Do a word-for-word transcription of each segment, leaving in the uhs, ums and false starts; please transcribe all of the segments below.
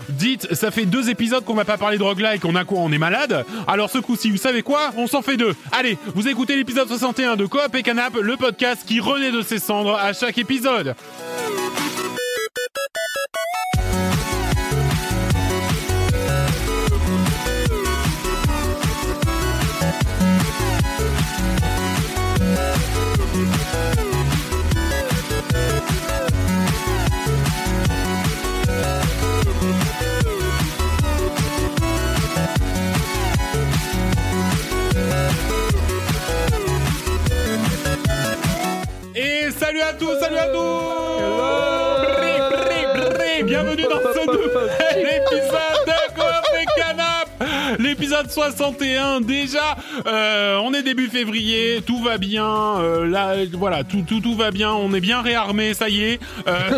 dites, ça fait deux épisodes qu'on va pas parler de roguelike, on a quoi, on est malade? Alors ce coup-ci, vous savez quoi? On s'en fait deux. Allez, vous écoutez l'épisode soixante et un de Coop et Canap, le podcast qui renaît de ses cendres à chaque épisode. Salut à tous, salut à tous. Brrr, brrr, brrr, bienvenue dans ce nouvel épisode de Coop et Canap, l'épisode soixante et un déjà. Euh, on est début février, tout va bien. Euh, là, voilà, tout, tout, tout va bien. On est bien réarmé, ça y est. Euh...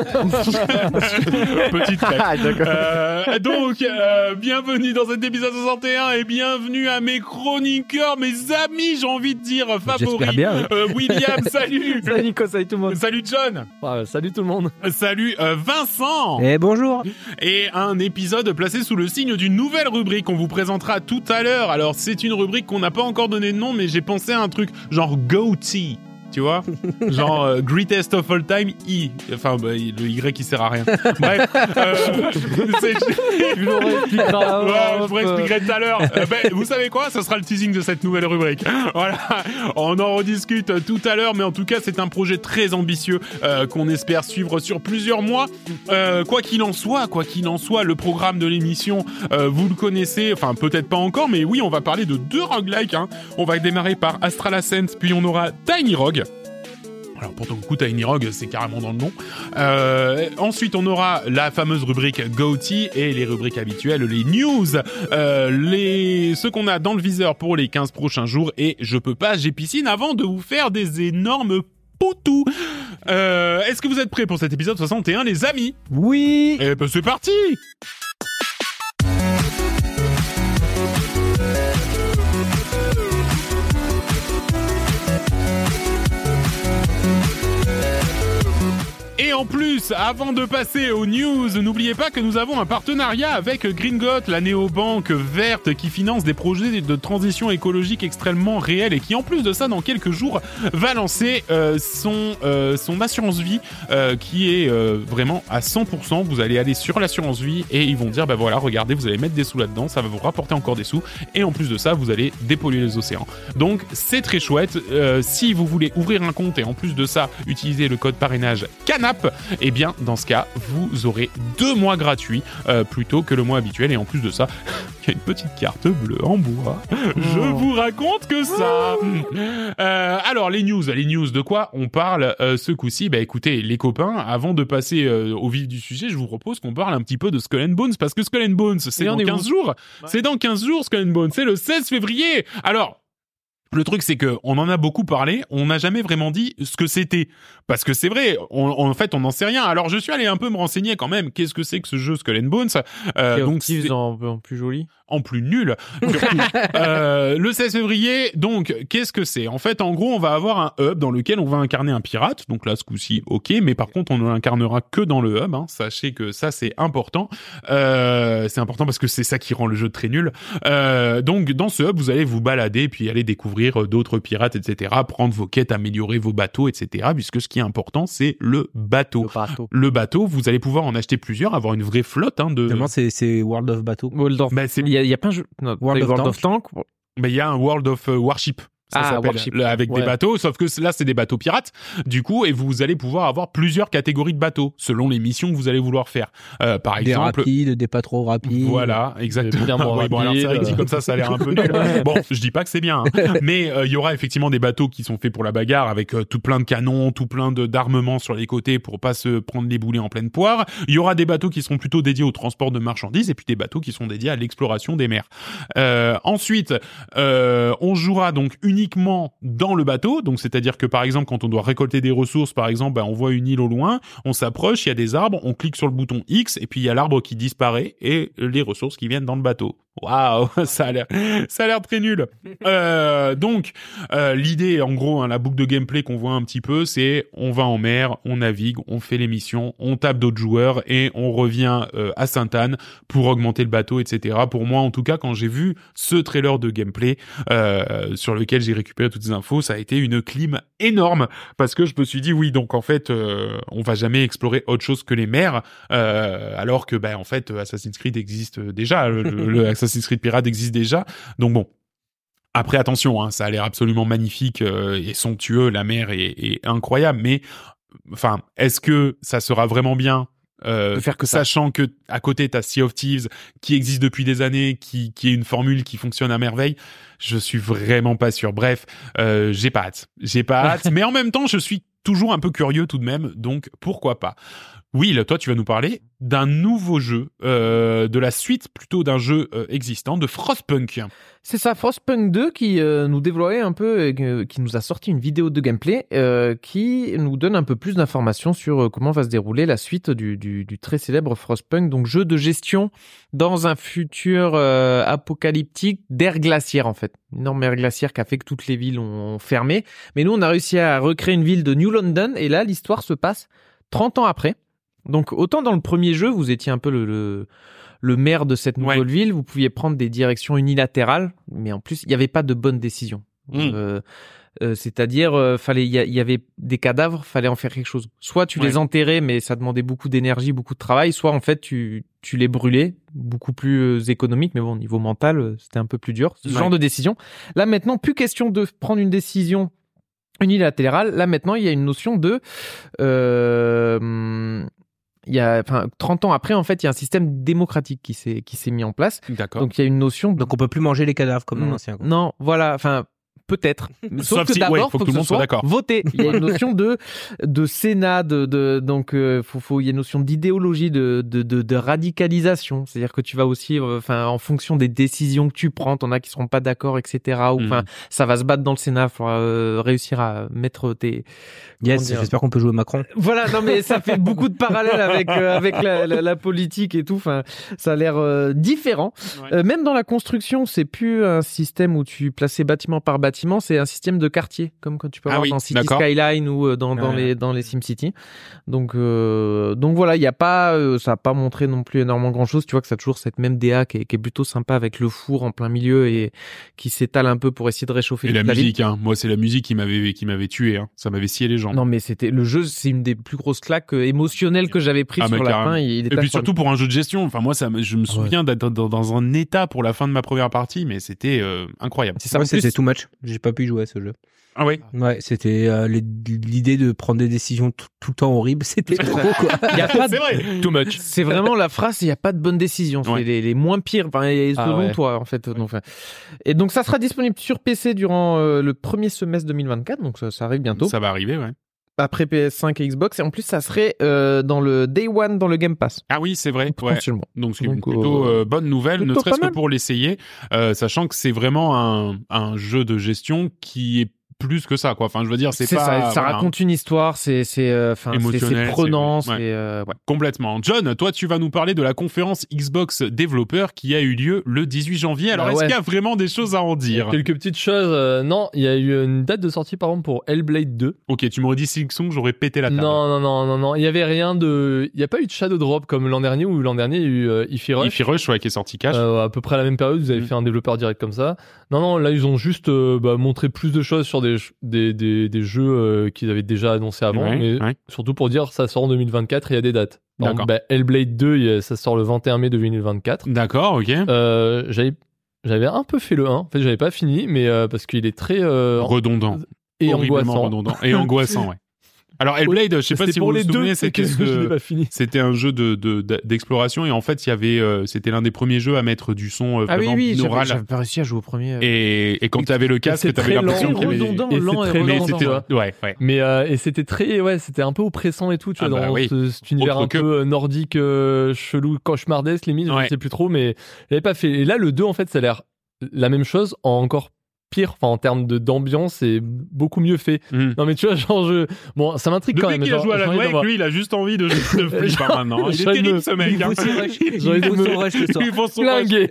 Petite crêpe. Euh, donc, euh, bienvenue dans cet épisode soixante et un et bienvenue à mes chroniqueurs, mes amis, j'ai envie de dire favoris. Bien, oui. euh, William, salut. Salut Nico, salut tout le monde. Salut John. Ouais, salut tout le monde. Salut euh, Vincent. Et bonjour. Et un épisode placé sous le signe d'une nouvelle rubrique qu'on vous présentera tout à l'heure. Alors c'est une rubrique qu'on n'a pas encore donné de nom, mais j'ai pensé à un truc genre Goatee. Tu vois, genre euh, Greatest of All Time I, enfin bah, le Y qui sert à rien. Bref, euh, c'est... je vous expliquerai. Ouais, je vous expliquerai tout à l'heure. Euh, ben, vous savez quoi, ça sera le teasing de cette nouvelle rubrique. Voilà, on en rediscute tout à l'heure, mais en tout cas c'est un projet très ambitieux euh, qu'on espère suivre sur plusieurs mois. Euh, quoi qu'il en soit, quoi qu'il en soit, le programme de l'émission, euh, vous le connaissez, enfin peut-être pas encore, mais oui, on va parler de deux roguelikes. Hein. On va démarrer par Astral Ascent, puis on aura Tiny Rogue. Alors pour ton coup, Tiny Rogue, c'est carrément dans le nom. Euh, ensuite, on aura la fameuse rubrique Goatee et les rubriques habituelles, les news, euh, les ceux qu'on a dans le viseur pour les quinze prochains jours. Et je peux pas, j'ai piscine avant de vous faire des énormes poutous. Euh, est-ce que vous êtes prêts pour cet épisode soixante et un, les amis? Oui. Eh ben c'est parti. Et en plus, avant de passer aux news, n'oubliez pas que nous avons un partenariat avec Gringot, la néobanque verte qui finance des projets de transition écologique extrêmement réels et qui, en plus de ça, dans quelques jours, va lancer euh, son, euh, son assurance vie euh, qui est euh, vraiment à cent pour cent. Vous allez aller sur l'assurance vie et ils vont dire, bah voilà, regardez, vous allez mettre des sous là-dedans, ça va vous rapporter encore des sous et en plus de ça, vous allez dépolluer les océans. Donc, c'est très chouette. Euh, si vous voulez ouvrir un compte et en plus de ça, utiliser le code parrainage Canap, et eh bien dans ce cas vous aurez deux mois gratuits euh, plutôt que le mois habituel et en plus de ça il y a une petite carte bleue en bois. Je oh. vous raconte que ça. euh, alors les news, les news de quoi on parle euh, ce coup-ci? Bah écoutez les copains, avant de passer euh, au vif du sujet, je vous propose qu'on parle un petit peu de Skull and Bones parce que Skull and Bones c'est et dans quinze jours. Ouais. C'est dans quinze jours Skull and Bones, c'est le seize février. Alors le truc, c'est que on en a beaucoup parlé, on n'a jamais vraiment dit ce que c'était. Parce que c'est vrai, on, en fait, on n'en sait rien. Alors, je suis allé un peu me renseigner quand même. Qu'est-ce que c'est que ce jeu Skull and Bones? euh, donc c'est en, en plus joli, en plus nul. Surtout. euh, le seize février. Donc, qu'est-ce que c'est? En fait, en gros, on va avoir un hub dans lequel on va incarner un pirate. Donc là, ce coup-ci, ok. Mais par contre, on ne l'incarnera que dans le hub. Hein. Sachez que ça, c'est important. Euh, c'est important parce que c'est ça qui rend le jeu très nul. Euh, donc, dans ce hub, vous allez vous balader puis aller découvrir d'autres pirates, et cetera. Prendre vos quêtes, améliorer vos bateaux, et cetera. Puisque ce qui est important, c'est le bateau. Le bateau. Le bateau, vous allez pouvoir en acheter plusieurs, avoir une vraie flotte. Hein, de... Finalement, c'est, c'est World of Bateau. World of... Bah, c'est... Il y a, il y a plein de jeux. Non, World, of, World Tank. of Tank. Mais il y a un World of Warship. Ça ah, s'appelle, Warship. le, avec ouais. des bateaux, sauf que là c'est des bateaux pirates, du coup, et vous allez pouvoir avoir plusieurs catégories de bateaux selon les missions que vous allez vouloir faire. Euh, par des exemple, rapides, des pas trop rapides. Voilà, exactement. Oui, bon, alors c'est vrai que dit comme ça, ça a l'air un peu nul. Bon, je dis pas que c'est bien, hein. Mais il euh, y aura effectivement des bateaux qui sont faits pour la bagarre, avec euh, tout plein de canons, tout plein de d'armements sur les côtés pour pas se prendre les boulets en pleine poire. Il y aura des bateaux qui seront plutôt dédiés au transport de marchandises, et puis des bateaux qui sont dédiés à l'exploration des mers. Euh, ensuite, euh, on jouera donc uniquement dans le bateau, donc c'est-à-dire que par exemple quand on doit récolter des ressources, par exemple bah, on voit une île au loin, on s'approche, il y a des arbres, on clique sur le bouton X et puis il y a l'arbre qui disparaît et les ressources qui viennent dans le bateau. Waouh, ça a l'air, ça a l'air très nul. Euh, donc, euh, l'idée, en gros, hein, la boucle de gameplay qu'on voit un petit peu, c'est on va en mer, on navigue, on fait les missions, on tape d'autres joueurs et on revient euh, à Sainte-Anne pour augmenter le bateau, et cetera. Pour moi, en tout cas, quand j'ai vu ce trailer de gameplay euh, sur lequel j'ai récupéré toutes ces infos, ça a été une clim énorme parce que je me suis dit oui, donc en fait, euh, on va jamais explorer autre chose que les mers, euh, alors que, ben, en fait, Assassin's Creed existe déjà, le, le Assassin's Creed Pirate existe déjà, donc bon. Après, attention, hein, ça a l'air absolument magnifique euh, et somptueux, la mer est, est incroyable, mais enfin, est-ce que ça sera vraiment bien euh, de faire que ça. Sachant que à côté t'as Sea of Thieves qui existe depuis des années, qui qui est une formule qui fonctionne à merveille. Je suis vraiment pas sûr. Bref, euh, j'ai pas hâte, j'ai pas hâte, mais en même temps, je suis toujours un peu curieux tout de même, donc pourquoi pas. Will, toi, tu vas nous parler d'un nouveau jeu, euh, de la suite plutôt d'un jeu euh, existant, de Frostpunk. C'est ça, Frostpunk deux qui euh, nous dévoilait un peu, euh, qui nous a sorti une vidéo de gameplay euh, qui nous donne un peu plus d'informations sur euh, comment va se dérouler la suite du, du, du très célèbre Frostpunk, donc jeu de gestion dans un futur euh, apocalyptique d'ère glaciaire en fait. Une énorme ère glaciaire qui a fait que toutes les villes ont fermé. Mais nous, on a réussi à recréer une ville de New London et là, l'histoire se passe trente ans après. Donc, autant dans le premier jeu, vous étiez un peu le, le, le maire de cette nouvelle Ouais. ville, vous pouviez prendre des directions unilatérales, mais en plus, il n'y avait pas de bonne décision. Mmh. Euh, euh, c'est-à-dire, euh, fallait, il y, y avait des cadavres, fallait en faire quelque chose. Soit tu Ouais. les enterrais, mais ça demandait beaucoup d'énergie, beaucoup de travail, soit en fait, tu, tu les brûlais, beaucoup plus euh, économique, mais bon, au niveau mental, euh, c'était un peu plus dur. Ce Ouais. genre de décision. Là, maintenant, plus question de prendre une décision unilatérale. Là, maintenant, il y a une notion de... Euh, il y a, enfin, trente ans après, en fait, il y a un système démocratique qui s'est, qui s'est mis en place. D'accord. Donc, il y a une notion de... Donc on peut plus manger les cadavres comme dans non, l'ancien. quoi. non, voilà, enfin... Peut-être. Sauf, Sauf que si- d'abord, ouais, faut, que, tout le ce monde soit soit d'accord. voté. Il y a une notion de de Sénat, de, de donc euh, faut, faut il y a une notion d'idéologie, de de de, de radicalisation. C'est-à-dire que tu vas aussi, enfin, euh, en fonction des décisions que tu prends, t'en as qui seront pas d'accord, et cetera. Ou enfin, Mm. ça va se battre dans le Sénat. Il faudra euh, réussir à mettre tes. Yes, comment dire j'espère qu'on peut jouer Macron. Voilà, non mais ça fait beaucoup de parallèles avec euh, avec la, la, la politique et tout. Enfin, ça a l'air euh, différent. Ouais. Euh, même dans la construction, c'est plus un système où tu plaçais bâtiment par bâtiment, c'est un système de quartier, comme quand tu peux Ah avoir oui, dans City d'accord. Skyline ou euh, dans, dans Ouais. les dans les SimCity. Donc euh, donc voilà, il y a pas, euh, ça a pas montré non plus énormément grand chose. Tu vois que ça a toujours cette même D A qui est, qui est plutôt sympa avec le four en plein milieu et qui s'étale un peu pour essayer de réchauffer Et la toute ville. musique, hein. Moi, c'est la musique qui m'avait qui m'avait tué. Hein. Ça m'avait scié les jambes. Non mais c'était le jeu, c'est une des plus grosses claques euh, émotionnelles que j'avais prises Ah, mais sur la carrément. fin. Il, il est Et puis incroyable. surtout pour un jeu de gestion. Enfin, moi, ça, me- je me Ah ouais. souviens d'être dans, dans un état pour la fin de ma première partie, mais c'était euh, incroyable. C'est ça. Ouais, En plus, c'était too much. J'ai pas pu jouer à ce jeu. Ah ouais. Ouais, c'était euh, les- l'idée de prendre des décisions tout, tout le temps horribles. C'était trop quoi. il y a pas de- C'est vrai. Too much. C'est vraiment la phrase, il n'y a pas de bonne décision. C'est Ouais. les, les moins pires, enfin, et Ah selon ouais. toi, en fait. Donc, enfin. Et donc, ça sera disponible sur P C durant euh, le premier semestre deux mille vingt-quatre, donc ça, ça arrive bientôt. Ça va arriver, ouais. Après P S cinq et Xbox, et en plus, ça serait euh, dans le Day One dans le Game Pass. Ah oui, c'est vrai. Ouais. Potentiellement. Donc c'est Donc, une plutôt euh, euh, bonne nouvelle, ne plutôt serait-ce pas que mal. pour l'essayer, euh, sachant que c'est vraiment un, un jeu de gestion qui est plus que ça, quoi. Enfin, je veux dire, c'est C'est pas ça, ça voilà, raconte une histoire, c'est c'est euh, enfin c'est- Émotionnel, c'est prenant, c'est- c'est ouais. euh, ouais. complètement. John, toi, tu vas nous parler de la conférence Xbox Developer qui a eu lieu le dix-huit janvier. Alors, Ah est-ce ouais. qu'il y a vraiment des choses à en Il y a dire? quelques petites choses. euh, non, il y a eu une date de sortie par exemple pour Hellblade deux. Ok, tu m'aurais dit Silksong, j'aurais pété la table. Non, non, non, non, non. Il y avait rien de. Il n'y a pas eu de Shadow Drop comme l'an dernier où l'an dernier il y a eu euh, Ify Rush. Ify Rush, ouais, qui est sorti cash. Euh, à peu près à la même période, vous avez Mm. fait un développeur direct comme ça. Non, non, là ils ont juste euh, bah, montré plus de choses sur des, ch- des, des, des jeux euh, qu'ils avaient déjà annoncés avant, Ouais, mais ouais. surtout pour dire ça sort en deux mille vingt-quatre et il y a des dates. Par D'accord. exemple, bah, Hellblade deux, il y a- ça sort le vingt et un mai deux mille vingt-quatre. D'accord, ok. Euh, j'avais, j'avais un peu fait le un, en fait j'avais pas fini, mais euh, parce qu'il est très euh, Redondant. et Horriblement angoissant. redondant. Et angoissant, ouais. Alors, Hellblade, je sais pas C'était si pour vous les vous souvenez, deux, c'était que je l'ai ce- pas fini. C'était un jeu de, de, de- d'exploration et en fait il y avait euh, c'était l'un des premiers jeux à mettre du son euh, Ah oui vraiment oui, j'avais, binaural j'avais pas réussi à jouer au premier. et, et quand tu avais le casque c'est t'avais très l'impression lent, qu'il y avait redondant, et lent c'est et très mais lent, c'était tu vois. ouais ouais Mais euh, et c'était très ouais, c'était un peu oppressant et tout, tu Ah vois, bah dans oui. ce, cet univers Autre un que- peu euh, nordique, euh, chelou, cauchemardesque limite, Ouais. je sais plus trop, mais j'avais pas fait. Et là, le deux en fait, ça a l'air la même chose en encore respire, enfin en termes de d'ambiance, c'est beaucoup mieux fait. Mm. Non mais tu vois, genre je, bon, ça m'intrigue quand Depuis même. qu'il a genre, joué à la j'ai envie Wake, d'avoir- lui, il a juste envie de jouer de flip hein, maintenant. Il est J'aime terrible le- ce mec. Il hein. faut son rush, il J'aurais faut dû son me- rush le soir. Il faut son rush. flinguer.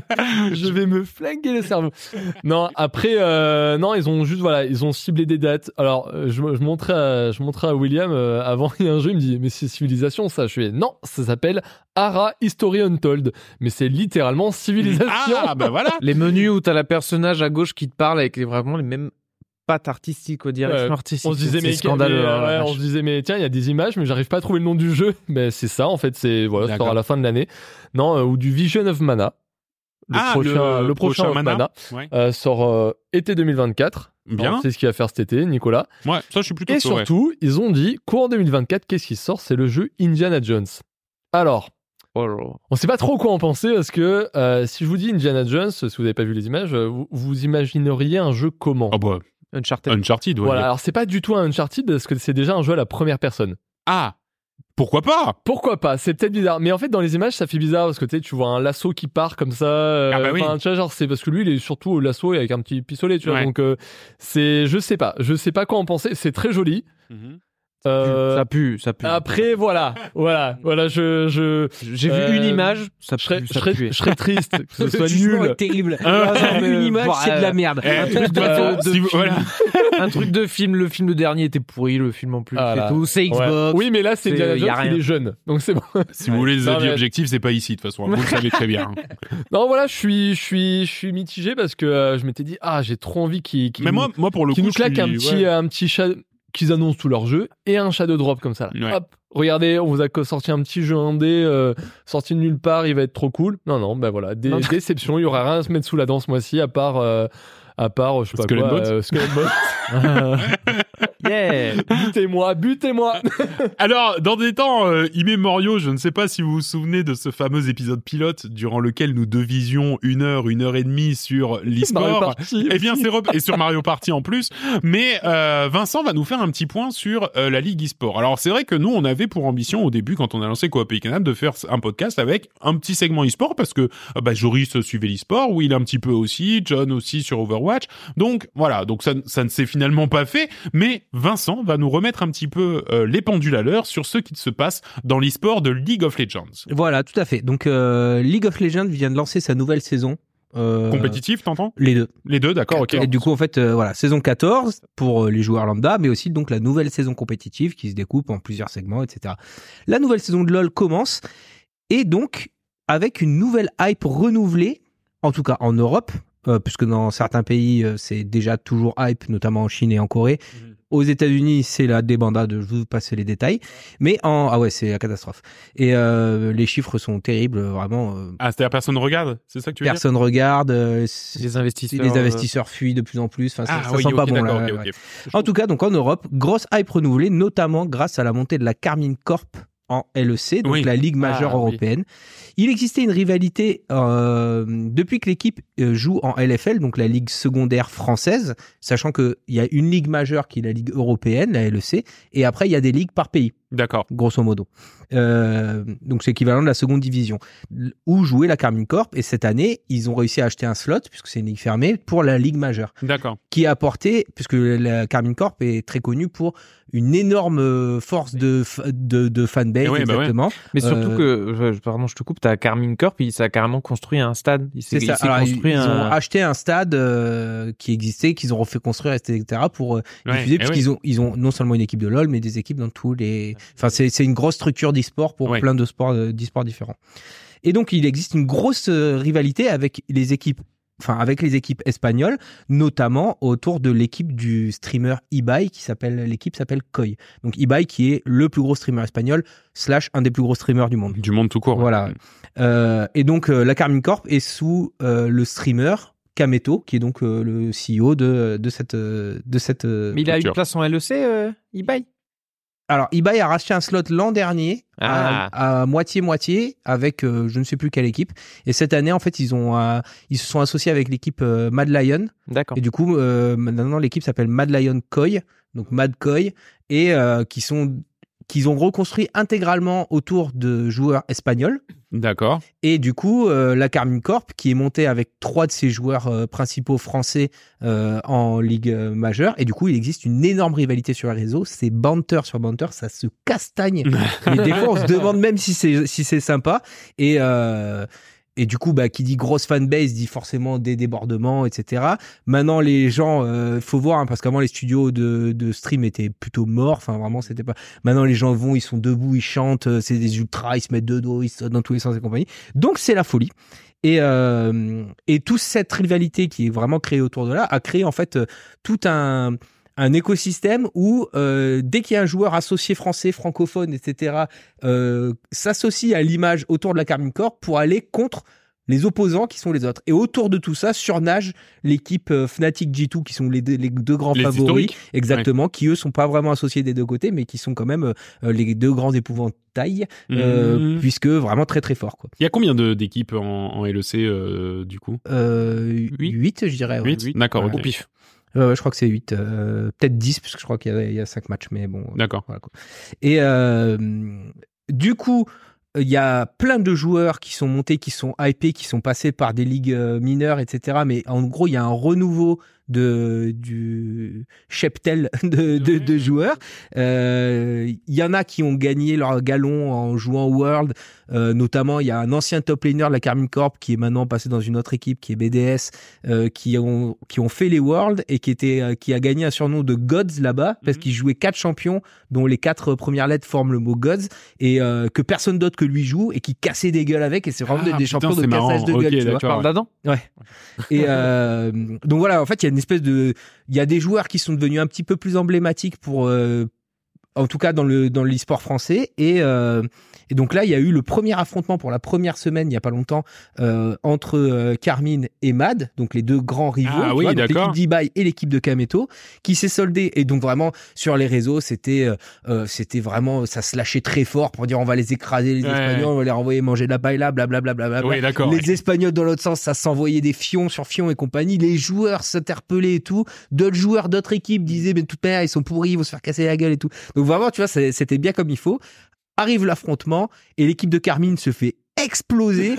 Je vais me flinguer le cerveau. Non, après, euh, non, ils ont juste, voilà, ils ont ciblé des dates. Alors, euh, je, je montrais à, je montrais à William euh, avant, il y a un jeu, il me dit, mais c'est Civilisation, ça. Je fais, non, ça s'appelle Ara History Untold. Mais c'est littéralement Civilisation. Ah, bah voilà. Les menus où t'as la personnage à gauche qui te parle avec les- vraiment les mêmes pattes artistiques, aux directions Ouais, artistiques. On se disait, c'est mais, scandaleux. mais, euh, hein, la ouais, vache. on se disait, mais tiens, il y a des images, mais j'arrive pas à trouver le nom du jeu. Ben, c'est ça, en fait, c'est, voilà, ça D'accord. sort à la fin de l'année. Non, euh, ou du Vision of Mana. Le Ah, prochain, le, prochain, of Mana, Ouais. euh, sort euh, été deux mille vingt-quatre. Bien. Alors, c'est ce qu'il va faire cet été, Nicolas. Ouais, ça, je suis plutôt Et chaud, ouais. surtout, ils ont dit, courant deux mille vingt-quatre, qu'est-ce qui sort? C'est le jeu Indiana Jones. Alors, Oh là là. on sait pas trop quoi en penser parce que euh, si je vous dis Indiana Jones, si vous n'avez pas vu les images, euh, vous, vous imagineriez un jeu comment? Oh bah, Uncharted. Uncharted, ouais. Voilà, alors c'est pas du tout un Uncharted parce que c'est déjà un jeu à la première personne. Ah, pourquoi pas? Pourquoi pas? C'est peut-être bizarre. Mais en fait, dans les images, ça fait bizarre parce que tu sais, tu vois un lasso qui part comme ça. euh, Ah bah oui. enfin, tu vois, genre, c'est parce que lui, il est surtout au lasso et avec un petit pistolet, tu vois. Ouais. Donc, euh, c'est, je sais pas. Je sais pas quoi en penser. C'est très joli. Euh, Ça pue, ça pue. Après, voilà. Voilà. Voilà, je, je, J'ai euh, vu une image, ça je serais, pue, je ça serais, pue. je serais triste que ce soit Le jugement nul. est terrible. Ah, J'ai vu une image, bah, c'est de la merde. Eh, Un de truc toute de- façon, de si vous- film. voilà. Un truc de film, le film le dernier était pourri, le film en plus, Ah c'est là. tout, c'est Xbox. Ouais. Oui, mais là, c'est c'est- Indiana y a Jones, rien. il est jeune. Donc, c'est bon. Si vous voulez les Non, avis mais- objectifs, c'est pas ici, de toute façon. Vous le savez très bien. Non, voilà, je suis, je suis, je suis mitigé parce que euh, je m'étais dit, ah, j'ai trop envie qu'ils, qu'ils Mais nous- moi, moi pour le qui coup, nous claquent je un suis- petit, ouais. un petit chat, qu'ils annoncent tout leur jeu et un shadow drop comme ça. Ouais. Hop, regardez, on vous a sorti un petit jeu indé, euh, sorti de nulle part, il va être trop cool. Non, non, ben voilà, des Non. déceptions, il y aura rien à se mettre sous la dent ce mois-ci à part, euh, à part, je sais pas Skull and quoi, Bones. euh, Skull and Bones. Yeah. Butez-moi, butez-moi. Alors, dans des temps euh, immémoriaux, je ne sais pas si vous vous souvenez de ce fameux épisode pilote durant lequel nous devisions une heure, une heure et demie sur Mario l'e-sport. Party. Eh bien, c'est rep- et sur Mario Party en plus. Mais euh, Vincent va nous faire un petit point sur euh, la Ligue e-sport. Alors, c'est vrai que nous, on avait pour ambition au début, quand on a lancé Coop et Canap, de faire un podcast avec un petit segment e-sport parce que euh, bah, Joris suivait l'e-sport, Will un petit peu aussi, John aussi sur Overwatch. Donc voilà, donc ça, ça ne s'est finalement pas fait. Mais Vincent va nous remettre un petit peu euh, les pendules à l'heure sur ce qui se passe dans l'e-sport de League of Legends. Voilà, tout à fait. Donc, euh, League of Legends vient de lancer sa nouvelle saison. Euh, Compétitif, t'entends? Les deux. Les deux, d'accord, ok. Et du coup, en fait, euh, voilà, saison quatorze pour euh, les joueurs lambda, mais aussi donc la nouvelle saison compétitive qui se découpe en plusieurs segments, et cetera. La nouvelle saison de LoL commence et donc avec une nouvelle hype renouvelée, en tout cas en Europe, euh, puisque dans certains pays euh, c'est déjà toujours hype, notamment en Chine et en Corée. Mhm. Aux États-Unis, c'est la débandade, je vais vous passer les détails. Mais en ah ouais, c'est la catastrophe. Et euh, les chiffres sont terribles, vraiment. euh, Ah, c'est-à-dire personne regarde? C'est ça que tu veux dire? personne regarde. euh, c'est- Les investisseurs. les euh, investisseurs fuient de plus en plus. Enfin, ça, Ah ça oui, sent pas ok, bon d'accord, là. ok, ouais. ok. En tout cas, donc en Europe, grosse hype renouvelée, notamment grâce à la montée de la Carmine Corp en L E C, donc Oui. la Ligue majeure Ah, oui. européenne. Il existait une rivalité euh, depuis que l'équipe euh, joue en L F L, donc la Ligue secondaire française, sachant qu'il y a une Ligue majeure qui est la Ligue européenne, la L E C, et après il y a des ligues par pays, D'accord. grosso modo. Euh, donc c'est équivalent de la seconde division, où jouait la Carmine Corp, et cette année, ils ont réussi à acheter un slot, puisque c'est une ligue fermée, pour la Ligue majeure, D'accord. qui a apporté, puisque la Carmine Corp est très connue pour une énorme force de, f- de, de fanbase, Eh ouais, bah ouais. exactement. Mais surtout Euh, que, je- pardon, je te coupe, t'as Carmine Corp, il s'est carrément construit un stade. Il s'est, C'est ça. il s'est Alors, ils, construit ils ont un. acheté un stade euh, qui existait, qu'ils ont refait construire, et cetera pour euh, Ouais, diffuser, eh puisqu'ils oui. ont, ils ont non seulement une équipe de LoL, mais des équipes dans tous les. Enfin, c'est, c'est une grosse structure d'e-sport pour Ouais. plein de sports, euh, d'e-sports différents. Et donc, il existe une grosse euh, rivalité avec les équipes. Enfin, avec les équipes espagnoles, notamment autour de l'équipe du streamer Ibai, qui s'appelle, l'équipe s'appelle Koi. Donc Ibai, qui est le plus gros streamer espagnol, slash un des plus gros streamers du monde. Du monde tout court. Voilà. Euh, et donc, euh, la Carmine Corp est sous euh, le streamer Kameto, qui est donc euh, le C E O de, de cette... euh, de cette euh, Mais il a Culture. une place en L E C, euh, eBay. Alors, eBay a racheté un slot l'an dernier Ah. à, à moitié-moitié avec euh, je ne sais plus quelle équipe. Et cette année, en fait, ils, ont, euh, ils se sont associés avec l'équipe euh, Mad Lion. D'accord. Et du coup, euh, maintenant, l'équipe s'appelle Mad Lion Koi, donc Mad Koi, et euh, qui sont... qu'ils ont reconstruit intégralement autour de joueurs espagnols. D'accord. Et du coup, euh, la Carmine Corp, qui est montée avec trois de ses joueurs euh, principaux français euh, en Ligue euh, majeure, et du coup, il existe une énorme rivalité sur les réseaux. C'est banter sur banter, ça se castagne. Mais des fois, on se demande même si c'est si c'est sympa. Et euh, Et du coup, bah, qui dit grosse fanbase dit forcément des débordements, et cetera. Maintenant, les gens, il euh, faut voir, hein, parce qu'avant, les studios de, de stream étaient plutôt morts. Enfin, vraiment, c'était pas... Maintenant, les gens vont, ils sont debout, ils chantent, c'est des ultras, ils se mettent de dos, ils sautent dans tous les sens et compagnie. Donc, c'est la folie. Et, euh, et toute cette rivalité qui est vraiment créée autour de là a créé, en fait, tout un... un écosystème où euh, dès qu'il y a un joueur associé français, francophone, et cetera, euh, s'associe à l'image autour de la Carmine Corp pour aller contre les opposants qui sont les autres. Et autour de tout ça, surnage l'équipe euh, Fnatic G deux qui sont les deux, les deux grands les favoris, historiques. exactement, ouais. Qui eux sont pas vraiment associés des deux côtés, mais qui sont quand même euh, les deux grands épouvantails, euh, mmh. puisque vraiment très très forts. Quoi. Il y a combien de, d'équipes en, en L E C euh, du coup euh, huit, je dirais. huit Ouais. D'accord, ouais. ok. Au pif. Euh, je crois que c'est huit, euh, peut-être dix, parce que je crois qu'il y a, il y a cinq matchs, mais bon. D'accord. Voilà, quoi. Et euh, du coup, il y a plein de joueurs qui sont montés, qui sont hypés, qui sont passés par des ligues mineures, et cetera. Mais en gros, il y a un renouveau de du cheptel de, de, de joueurs. Il euh, y en a qui ont gagné leur galon en jouant World. Euh, notamment, il y a un ancien top laner de la Carmine Corp qui est maintenant passé dans une autre équipe qui est B D S, euh, qui ont qui ont fait les Worlds et qui était euh, qui a gagné un surnom de Gods là-bas parce mm-hmm. qu'il jouait quatre champions dont les quatre premières lettres forment le mot Gods et euh, que personne d'autre que lui joue et qui cassait des gueules avec et c'est vraiment ah, des, des putain, champions de marrant. cassage de okay, gueule. Tu vois, parle d'Adam. Ouais. Et euh, donc voilà, en fait, il y a une espèce de, il y a des joueurs qui sont devenus un petit peu plus emblématiques pour, euh, en tout cas dans le dans l'e-sport français et euh, et donc là il y a eu le premier affrontement pour la première semaine il y a pas longtemps euh, entre euh, Carmine et Mad, donc les deux grands rivaux, ah, oui, vois, donc d'accord. l'équipe d'Ibai et l'équipe de Kameto, qui s'est soldé et donc vraiment sur les réseaux c'était euh, c'était vraiment ça se lâchait très fort pour dire on va les écraser les ouais. Espagnols, on va les renvoyer manger de la paella, blablabla. Bla, bla, bla, oui, d'accord, les ouais. Espagnols dans l'autre sens ça s'envoyait des fions sur fions et compagnie, les joueurs s'interpellaient et tout, d'autres joueurs d'autres équipes disaient mais de toute manière ils sont pourris, ils vont se faire casser la gueule et tout. Donc vraiment tu vois c'est, c'était bien comme il faut. Arrive l'affrontement et l'équipe de Carmine se fait exploser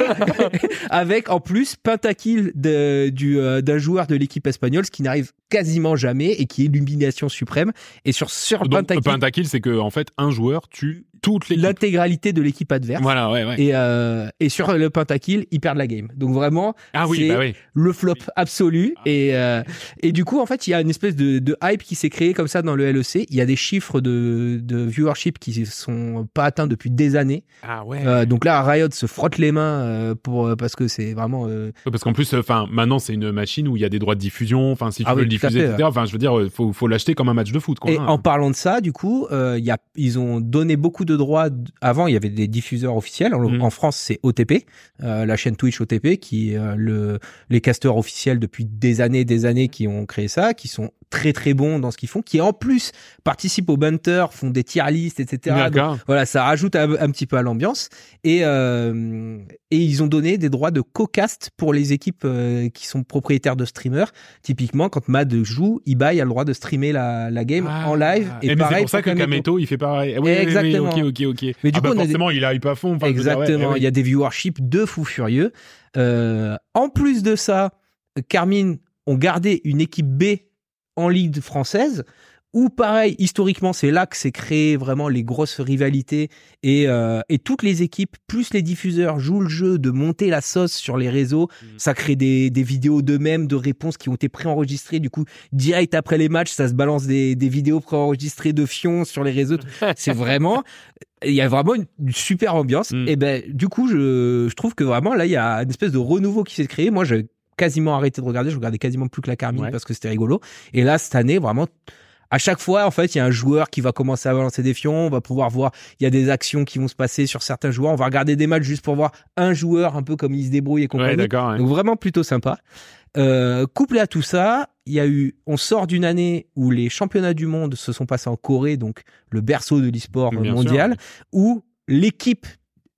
avec en plus pentakill de, du, euh, d'un joueur de l'équipe espagnole, ce qui n'arrive quasiment jamais et qui est l'humiliation suprême. Et sur, sur Donc, pentakill, pentakill, c'est que en fait un joueur tue toute l'équipe. L'intégralité de l'équipe adverse. Voilà, ouais, ouais. Et, euh, et sur le pentakill, ils perdent la game. Donc vraiment, ah oui, c'est bah oui. le flop oui. absolu. Ah. Et, euh, et du coup, en fait, il y a une espèce de, de hype qui s'est créée comme ça dans le L E C. Il y a des chiffres de, de viewership qui sont pas atteints depuis des années. Ah ouais. Euh, donc là, Riot se frotte les mains euh, pour parce que c'est vraiment. Euh... Parce qu'en plus, enfin, maintenant c'est une machine où il y a des droits de diffusion. Enfin, si tu ah veux oui, le diffuser, fait, et cetera. Enfin, je veux dire, faut faut l'acheter comme un match de foot. Quoi, et hein. En parlant de ça, du coup, euh, il y a ils ont donné beaucoup de droits. Avant, il y avait des diffuseurs officiels. En, mmh. en France, c'est O T P, euh, la chaîne Twitch O T P, qui est euh, le les casteurs officiels depuis des années, des années qui ont créé ça, qui sont très très bons dans ce qu'ils font, qui en plus participent au banter, font des tier lists, et cetera. Donc, voilà, ça rajoute un, un petit peu à l'ambiance. Et euh, et ils ont donné des droits de co-cast pour les équipes euh, qui sont propriétaires de streamers. Typiquement, quand Mad joue, Ibai a le droit de streamer la, la game ah, en live. Et, et pareil, c'est pour ça que Kameto, il fait pareil. Oui, exactement. Oui, oui, ok, ok, ok. Mais du ah coup, bah on forcément, a des... il a hype à fond. Enfin, exactement. Dire, ouais, ouais. Il y a des viewerships de fous furieux. Euh, en plus de ça, Carmine ont gardé une équipe B en Ligue française, où pareil, historiquement, c'est là que s'est créé vraiment les grosses rivalités et, euh, et toutes les équipes, plus les diffuseurs, jouent le jeu de monter la sauce sur les réseaux. Mmh. Ça crée des, des vidéos d'eux-mêmes, de réponses qui ont été préenregistrées. Du coup, direct après les matchs, ça se balance des, des vidéos préenregistrées de fions sur les réseaux. C'est vraiment... Il y a vraiment une, une super ambiance. Mmh. Et ben, du coup, je, je trouve que vraiment, là, il y a une espèce de renouveau qui s'est créé. Moi, j'ai quasiment arrêté de regarder. Je regardais quasiment plus que la Carmine ouais. parce que c'était rigolo. Et là, cette année, vraiment... À chaque fois, en fait, il y a un joueur qui va commencer à balancer des fions. On va pouvoir voir, il y a des actions qui vont se passer sur certains joueurs. On va regarder des matchs juste pour voir un joueur, un peu comme il se débrouille et compagnie. Ouais, d'accord, ouais. Donc vraiment plutôt sympa. Euh, couplé à tout ça, il y a eu, on sort d'une année où les championnats du monde se sont passés en Corée, donc le berceau de l'e-sport Bien mondial, sûr. Où l'équipe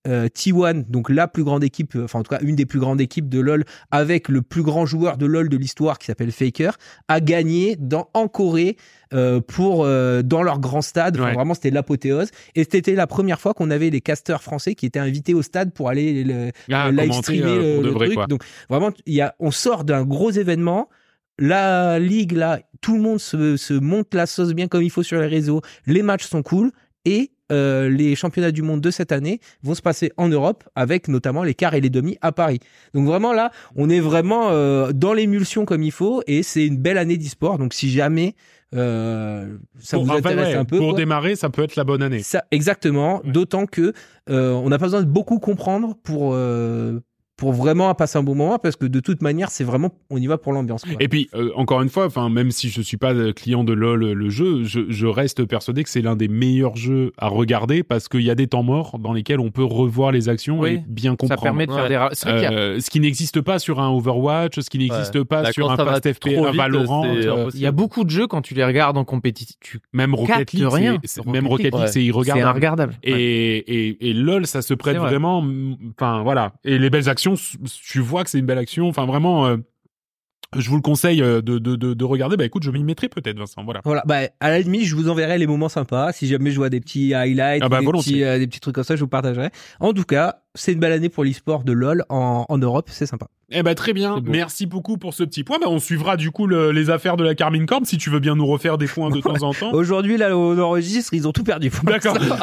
euh, T un, donc la plus grande équipe, enfin en tout cas une des plus grandes équipes de LoL, avec le plus grand joueur de LoL de l'histoire qui s'appelle Faker, a gagné dans, en Corée euh, pour, euh, dans leur grand stade. Enfin, ouais. Vraiment, c'était l'apothéose. Et c'était la première fois qu'on avait les casteurs français qui étaient invités au stade pour aller le, Ah, live commenter, streamer euh, le, pour de le vrai, truc. quoi. Donc vraiment, il y a, on sort d'un gros événement. La ligue, là, tout le monde se, se monte la sauce bien comme il faut sur les réseaux. Les matchs sont cool et euh, les championnats du monde de cette année vont se passer en Europe avec notamment les quarts et les demi à Paris. Donc vraiment là, on est vraiment euh, dans l'émulsion comme il faut et c'est une belle année d'e-sport. Donc si jamais euh, ça pour, vous intéresse enfin, ouais, un peu, pour quoi, démarrer, ça peut être la bonne année. ça, exactement. Ouais. D'autant que euh, on n'a pas besoin de beaucoup comprendre pour euh, pour vraiment passer un bon moment parce que de toute manière, c'est vraiment on y va pour l'ambiance, quoi. Et puis euh, encore une fois, enfin même si je suis pas client de LoL le jeu, je, je reste persuadé que c'est l'un des meilleurs jeux à regarder parce qu'il y a des temps morts dans lesquels on peut revoir les actions Oui, et bien comprendre. Ça permet de faire Ouais. des. ra- C'est vrai qu'il y a- Euh, ce qui n'existe pas sur un Overwatch, ce qui n'existe Ouais. pas Là, sur quand un ça va Fast F P, trop un vite, Valorant, c'est euh, impossible. Il y a beaucoup de jeux quand tu les regardes en compétitif, tu même Rocket captes League, rien. c'est- c'est- Rocket même Rocket League, League, ouais. c'est c'est irregardable. regardable. Et, et, et LoL, ça se prête C'est vrai. vraiment. Enfin voilà. Et les belles actions, tu vois que c'est une belle action. Enfin vraiment, euh, je vous le conseille de, de, de, de regarder. Bah écoute, je m'y mettrai peut-être, Vincent. Voilà. Voilà, bah à la limite, je vous enverrai les moments sympas. Si jamais je vois des petits highlights, Ah bah, des, volontiers. petits, euh, des petits trucs comme ça, je vous partagerai. En tout cas, c'est une belle année pour l'e-sport de LoL en, en Europe, c'est sympa. Eh ben très bien. C'est beau. Merci beaucoup pour ce petit point. Bah on suivra du coup le, les affaires de la Carmine Corp si tu veux bien nous refaire des points de temps en temps. Aujourd'hui, là, on enregistre, ils ont tout perdu. pour D'accord. l'instant.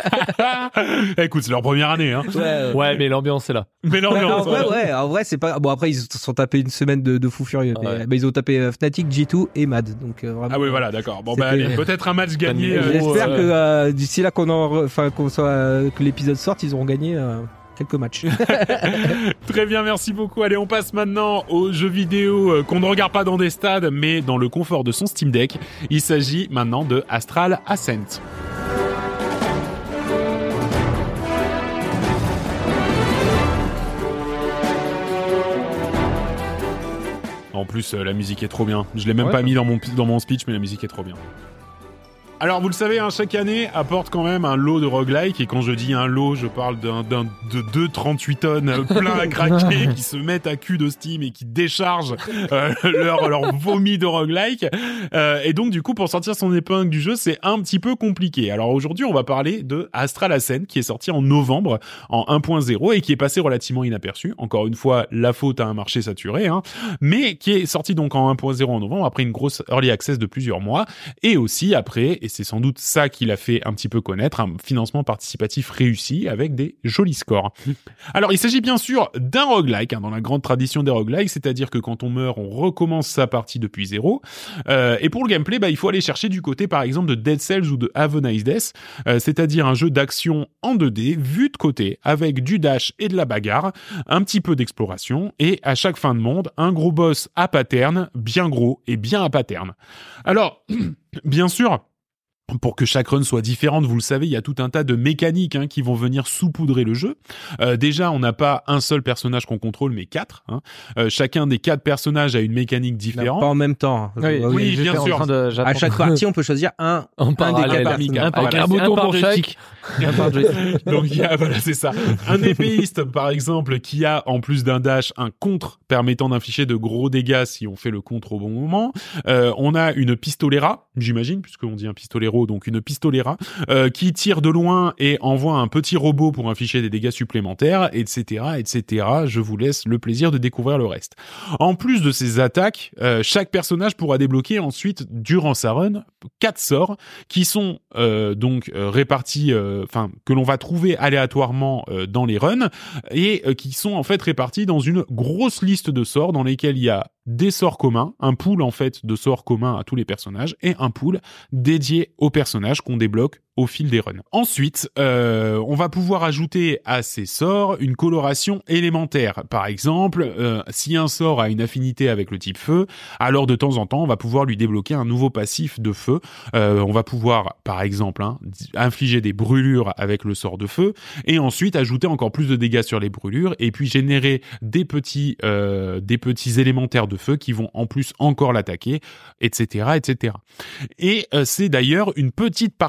Écoute, c'est leur première année, hein. Ouais, ouais. Ouais, mais l'ambiance est là. Mais non, Ouais, non, en vrai, ça- ouais, en vrai, c'est pas. Bon, après, ils se sont tapés une semaine de, de fou furieux. Mais, Ouais. bah, ils ont tapé euh, Fnatic, G deux et Mad. Donc, euh, vraiment. Ah oui, voilà, d'accord. Bon, bah C'était- allez, peut-être un match gagné. Euh, J'espère euh, que euh, d'ici là, qu'on en, enfin, qu'on soit, euh, que l'épisode sorte, ils auront gagné euh, quelques matchs. Très bien, merci beaucoup. Allez, on passe maintenant aux jeux vidéo euh, qu'on ne regarde pas dans des stades, mais dans le confort de son Steam Deck. Il s'agit maintenant de Astral Ascent. En plus, euh, la musique est trop bien. Je l'ai même Ouais. pas mis dans mon, dans mon speech, mais la musique est trop bien. Alors, vous le savez, hein, chaque année apporte quand même un lot de roguelike. Et quand je dis un lot, je parle d'un, d'un, de deux trente-huit tonnes euh, plein à craquer qui se mettent à cul de Steam et qui déchargent euh, leur, leur vomi de roguelike. Euh, et donc, du coup, pour sortir son épingle du jeu, c'est un petit peu compliqué. Alors aujourd'hui, on va parler de Astral Ascent qui est sorti en novembre en un point zéro et qui est passé relativement inaperçu. Encore une fois, la faute à un marché saturé, hein, mais qui est sorti donc en un point zéro en novembre après une grosse early access de plusieurs mois et aussi après, et c'est sans doute ça qui l'a fait un petit peu connaître, un financement participatif réussi avec des jolis scores. Alors, il s'agit bien sûr d'un roguelike, hein, dans la grande tradition des roguelikes, c'est-à-dire que quand on meurt, on recommence sa partie depuis zéro. Euh, et pour le gameplay, bah, il faut aller chercher du côté, par exemple, de Dead Cells ou de Have a Nice Death, euh, c'est-à-dire un jeu d'action en deux D, vu de côté, avec du dash et de la bagarre, un petit peu d'exploration, et à chaque fin de monde, un gros boss à pattern, bien gros et bien à pattern. Alors, bien sûr, pour que chaque run soit différente, vous le savez, il y a tout un tas de mécaniques hein, qui vont venir saupoudrer le jeu. Euh, déjà, on n'a pas un seul personnage qu'on contrôle, mais quatre. Hein. Euh, chacun des quatre personnages a une mécanique Non, différente. pas en même temps. Oui, oui, j'étais bien en sûr. train de- À j'attends. chaque partie, on peut choisir un, En un des parallèle, quatre parmi personnages. quatre. Un, Avec par- un bouton par pour joystick. Un par joystick. Donc il y a, voilà, c'est ça. Un épéiste, par exemple, qui a, en plus d'un dash, un contre permettant d'infliger de gros dégâts si on fait le contre au bon moment. Euh, on a une pistolera, j'imagine, puisqu'on dit un pistolero, donc une pistolera, euh, qui tire de loin et envoie un petit robot pour infliger des dégâts supplémentaires, et cetera, et cetera. Je vous laisse le plaisir de découvrir le reste. En plus de ces attaques, euh, chaque personnage pourra débloquer ensuite, durant sa run, quatre sorts qui sont euh, donc euh, répartis, enfin euh, que l'on va trouver aléatoirement euh, dans les runs et euh, qui sont en fait répartis dans une grosse liste de sorts dans lesquels il y a des sorts communs, un pool en fait de sorts communs à tous les personnages et un pool dédié aux personnages qu'on débloque au fil des runs. Ensuite, euh, on va pouvoir ajouter à ces sorts une coloration élémentaire. Par exemple, euh, si un sort a une affinité avec le type feu, alors de temps en temps, on va pouvoir lui débloquer un nouveau passif de feu. Euh, on va pouvoir, par exemple, hein, infliger des brûlures avec le sort de feu et ensuite ajouter encore plus de dégâts sur les brûlures et puis générer des petits, euh, des petits élémentaires de feu qui vont en plus encore l'attaquer, et cetera, et cetera. Et euh, c'est d'ailleurs une petite partie unique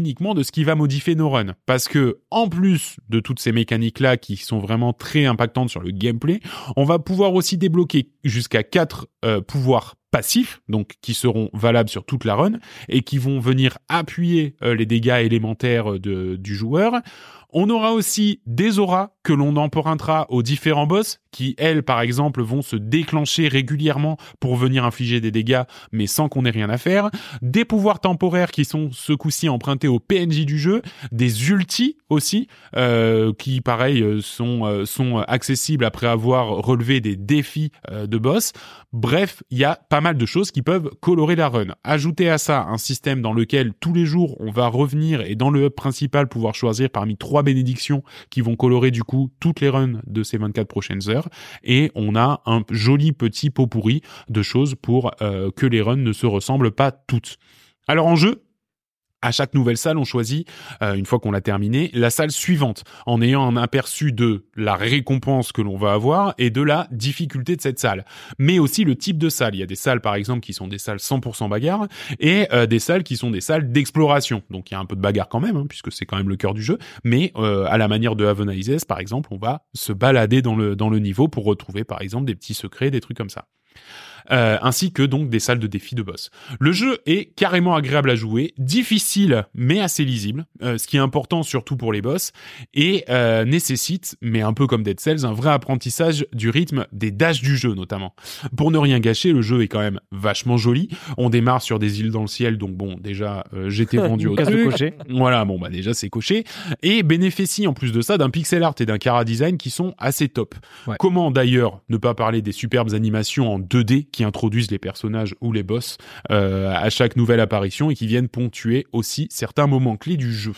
uniquement de ce qui va modifier nos runs. Parce que, en plus de toutes ces mécaniques-là qui sont vraiment très impactantes sur le gameplay, on va pouvoir aussi débloquer jusqu'à quatre euh, pouvoirs passifs, donc qui seront valables sur toute la run, et qui vont venir appuyer euh, les dégâts élémentaires de, du joueur. On aura aussi des auras que l'on empruntera aux différents boss qui, elles, par exemple, vont se déclencher régulièrement pour venir infliger des dégâts, mais sans qu'on ait rien à faire. Des pouvoirs temporaires qui sont ce coup-ci empruntés aux P N J du jeu. Des ultis aussi, euh, qui, pareil, sont, euh, sont accessibles après avoir relevé des défis euh, de boss. Bref, il y a pas mal de choses qui peuvent colorer la run. Ajoutez à ça un système dans lequel tous les jours on va revenir et dans le hub principal pouvoir choisir parmi trois bénédictions qui vont colorer du coup toutes les runs de ces vingt-quatre prochaines heures, et on a un joli petit pot pourri de choses pour euh, que les runs ne se ressemblent pas toutes. Alors en jeu, à chaque nouvelle salle, on choisit, euh, une fois qu'on l'a terminé, la salle suivante, en ayant un aperçu de la récompense que l'on va avoir et de la difficulté de cette salle. Mais aussi le type de salle. Il y a des salles, par exemple, qui sont des salles cent pour cent bagarre, et euh, des salles qui sont des salles d'exploration. Donc il y a un peu de bagarre quand même, hein, puisque c'est quand même le cœur du jeu, mais euh, à la manière de Haven Ice, par exemple, on va se balader dans le, dans le niveau pour retrouver, par exemple, des petits secrets, des trucs comme ça. Euh, ainsi que donc des salles de défis de boss. Le jeu est carrément agréable à jouer, difficile mais assez lisible, euh, ce qui est important surtout pour les boss, et euh, nécessite, mais un peu comme Dead Cells, un vrai apprentissage du rythme des dashs du jeu notamment. Pour ne rien gâcher, le jeu est quand même vachement joli. On démarre sur des îles dans le ciel, donc bon, déjà euh, j'étais vendu au truc. Coché. Voilà, bon bah déjà c'est coché, et bénéficie en plus de ça d'un pixel art et d'un chara design qui sont assez top. Ouais. Comment d'ailleurs ne pas parler des superbes animations en deux D qui introduisent les personnages ou les boss euh, à chaque nouvelle apparition et qui viennent ponctuer aussi certains moments clés du jeu.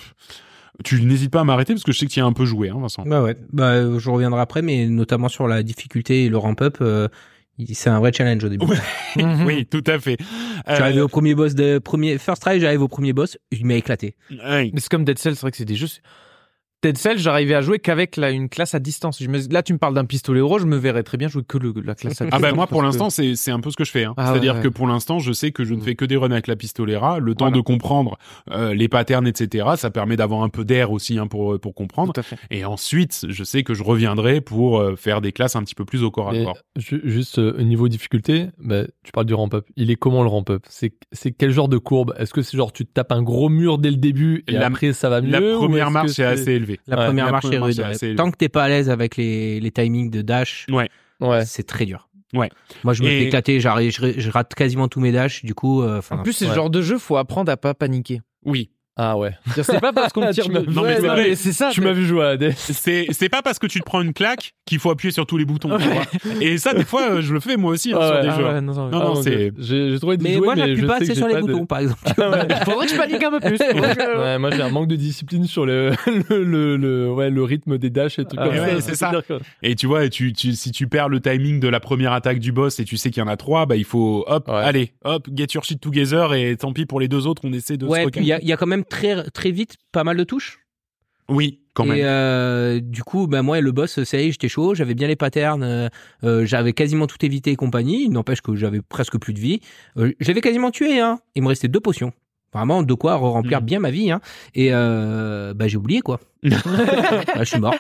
Tu n'hésites pas à m'arrêter parce que je sais que tu y as un peu joué, hein, Vincent. Bah ouais, bah je reviendrai après, mais notamment sur la difficulté et le ramp-up, euh, c'est un vrai challenge au début. Oui, tout à fait. J'arrivais au premier boss de premier first try, j'arrive au premier boss, il m'a éclaté. Ouais. Mais c'est comme Dead Cells, c'est vrai que c'est des jeux. Dead Cells, j'arrivais à jouer qu'avec la, une classe à distance. Je me, là, tu me parles d'un pistolet rouge, je me verrais très bien jouer que le, la classe à distance. Ah bah moi pour parce l'instant que... c'est c'est un peu ce que je fais. Hein. Ah C'est-à-dire ouais, ouais. que pour l'instant je sais que je ne fais que des runs avec la pistolera, le temps Voilà. de comprendre euh, les patterns, et cetera. Ça permet d'avoir un peu d'air aussi hein, pour pour comprendre. Tout à fait. Et ensuite je sais que je reviendrai pour euh, faire des classes un petit peu plus au corps à Mais corps. ju- juste euh, niveau difficulté, bah, tu parles du ramp-up. Il est comment le ramp-up? C'est c'est quel genre de courbe? Est-ce que c'est genre tu te tapes un gros mur dès le début et La- après ça va mieux? La ou première est-ce marche que est assez élevée. La Ouais, première la marche première est marche rude. est ouais. assez élevée. Tant que t'es pas à l'aise avec les, les timings de dash, Ouais. Ouais. c'est très dur. Ouais. Moi, je me Et- fais éclater, j'arrive, je, je rate quasiment tous mes dashs, du coup. euh, En plus, c'est ouais. le genre de jeu, faut apprendre à pas paniquer. Oui. Ah ouais. C'est pas parce qu'on tire. Tu m'as- de- Non, mais Ouais, c'est vrai. c'est ça. Tu m'as vu jouer à Hades. C'est c'est pas parce que tu te prends une claque qu'il faut appuyer sur tous les boutons. Tu vois. Et ça des fois euh, je le fais moi aussi hein, Ah sur ouais. des Ah jeux. ouais, non, non, Non, Ah, non, mon c'est- Dieu. J'ai j'ai trouvé de Mais jouer, moi, mais j'appuie je pas sais assez que sur j'ai les pas de- boutons, par exemple. Faudrait que je panique un peu plus. Ouais, moi j'ai un manque de discipline sur le le, le, le- ouais le rythme des dashs et tout Ah comme ouais, ça. c'est ça. C'est-à-dire que- Et tu vois, et tu, tu, si tu perds le timing de la première attaque du boss et tu sais qu'il y en a trois, bah il faut hop, Ouais. allez, hop, get your shit together et tant pis pour les deux autres, on essaie de se Ouais, puis recalmer. il y a, il y a quand même très, très vite pas mal de touches. Oui, quand et même. euh, du coup, bah, moi, le boss, ça y est, j'étais chaud, j'avais bien les patterns, euh, euh, j'avais quasiment tout évité et compagnie. Il n'empêche que j'avais presque plus de vie. Euh, je l'avais quasiment tué, hein. Il me restait deux potions. Vraiment, de quoi remplir Mm. bien ma vie, hein. Et euh, bah, j'ai oublié, quoi. Bah, je suis mort.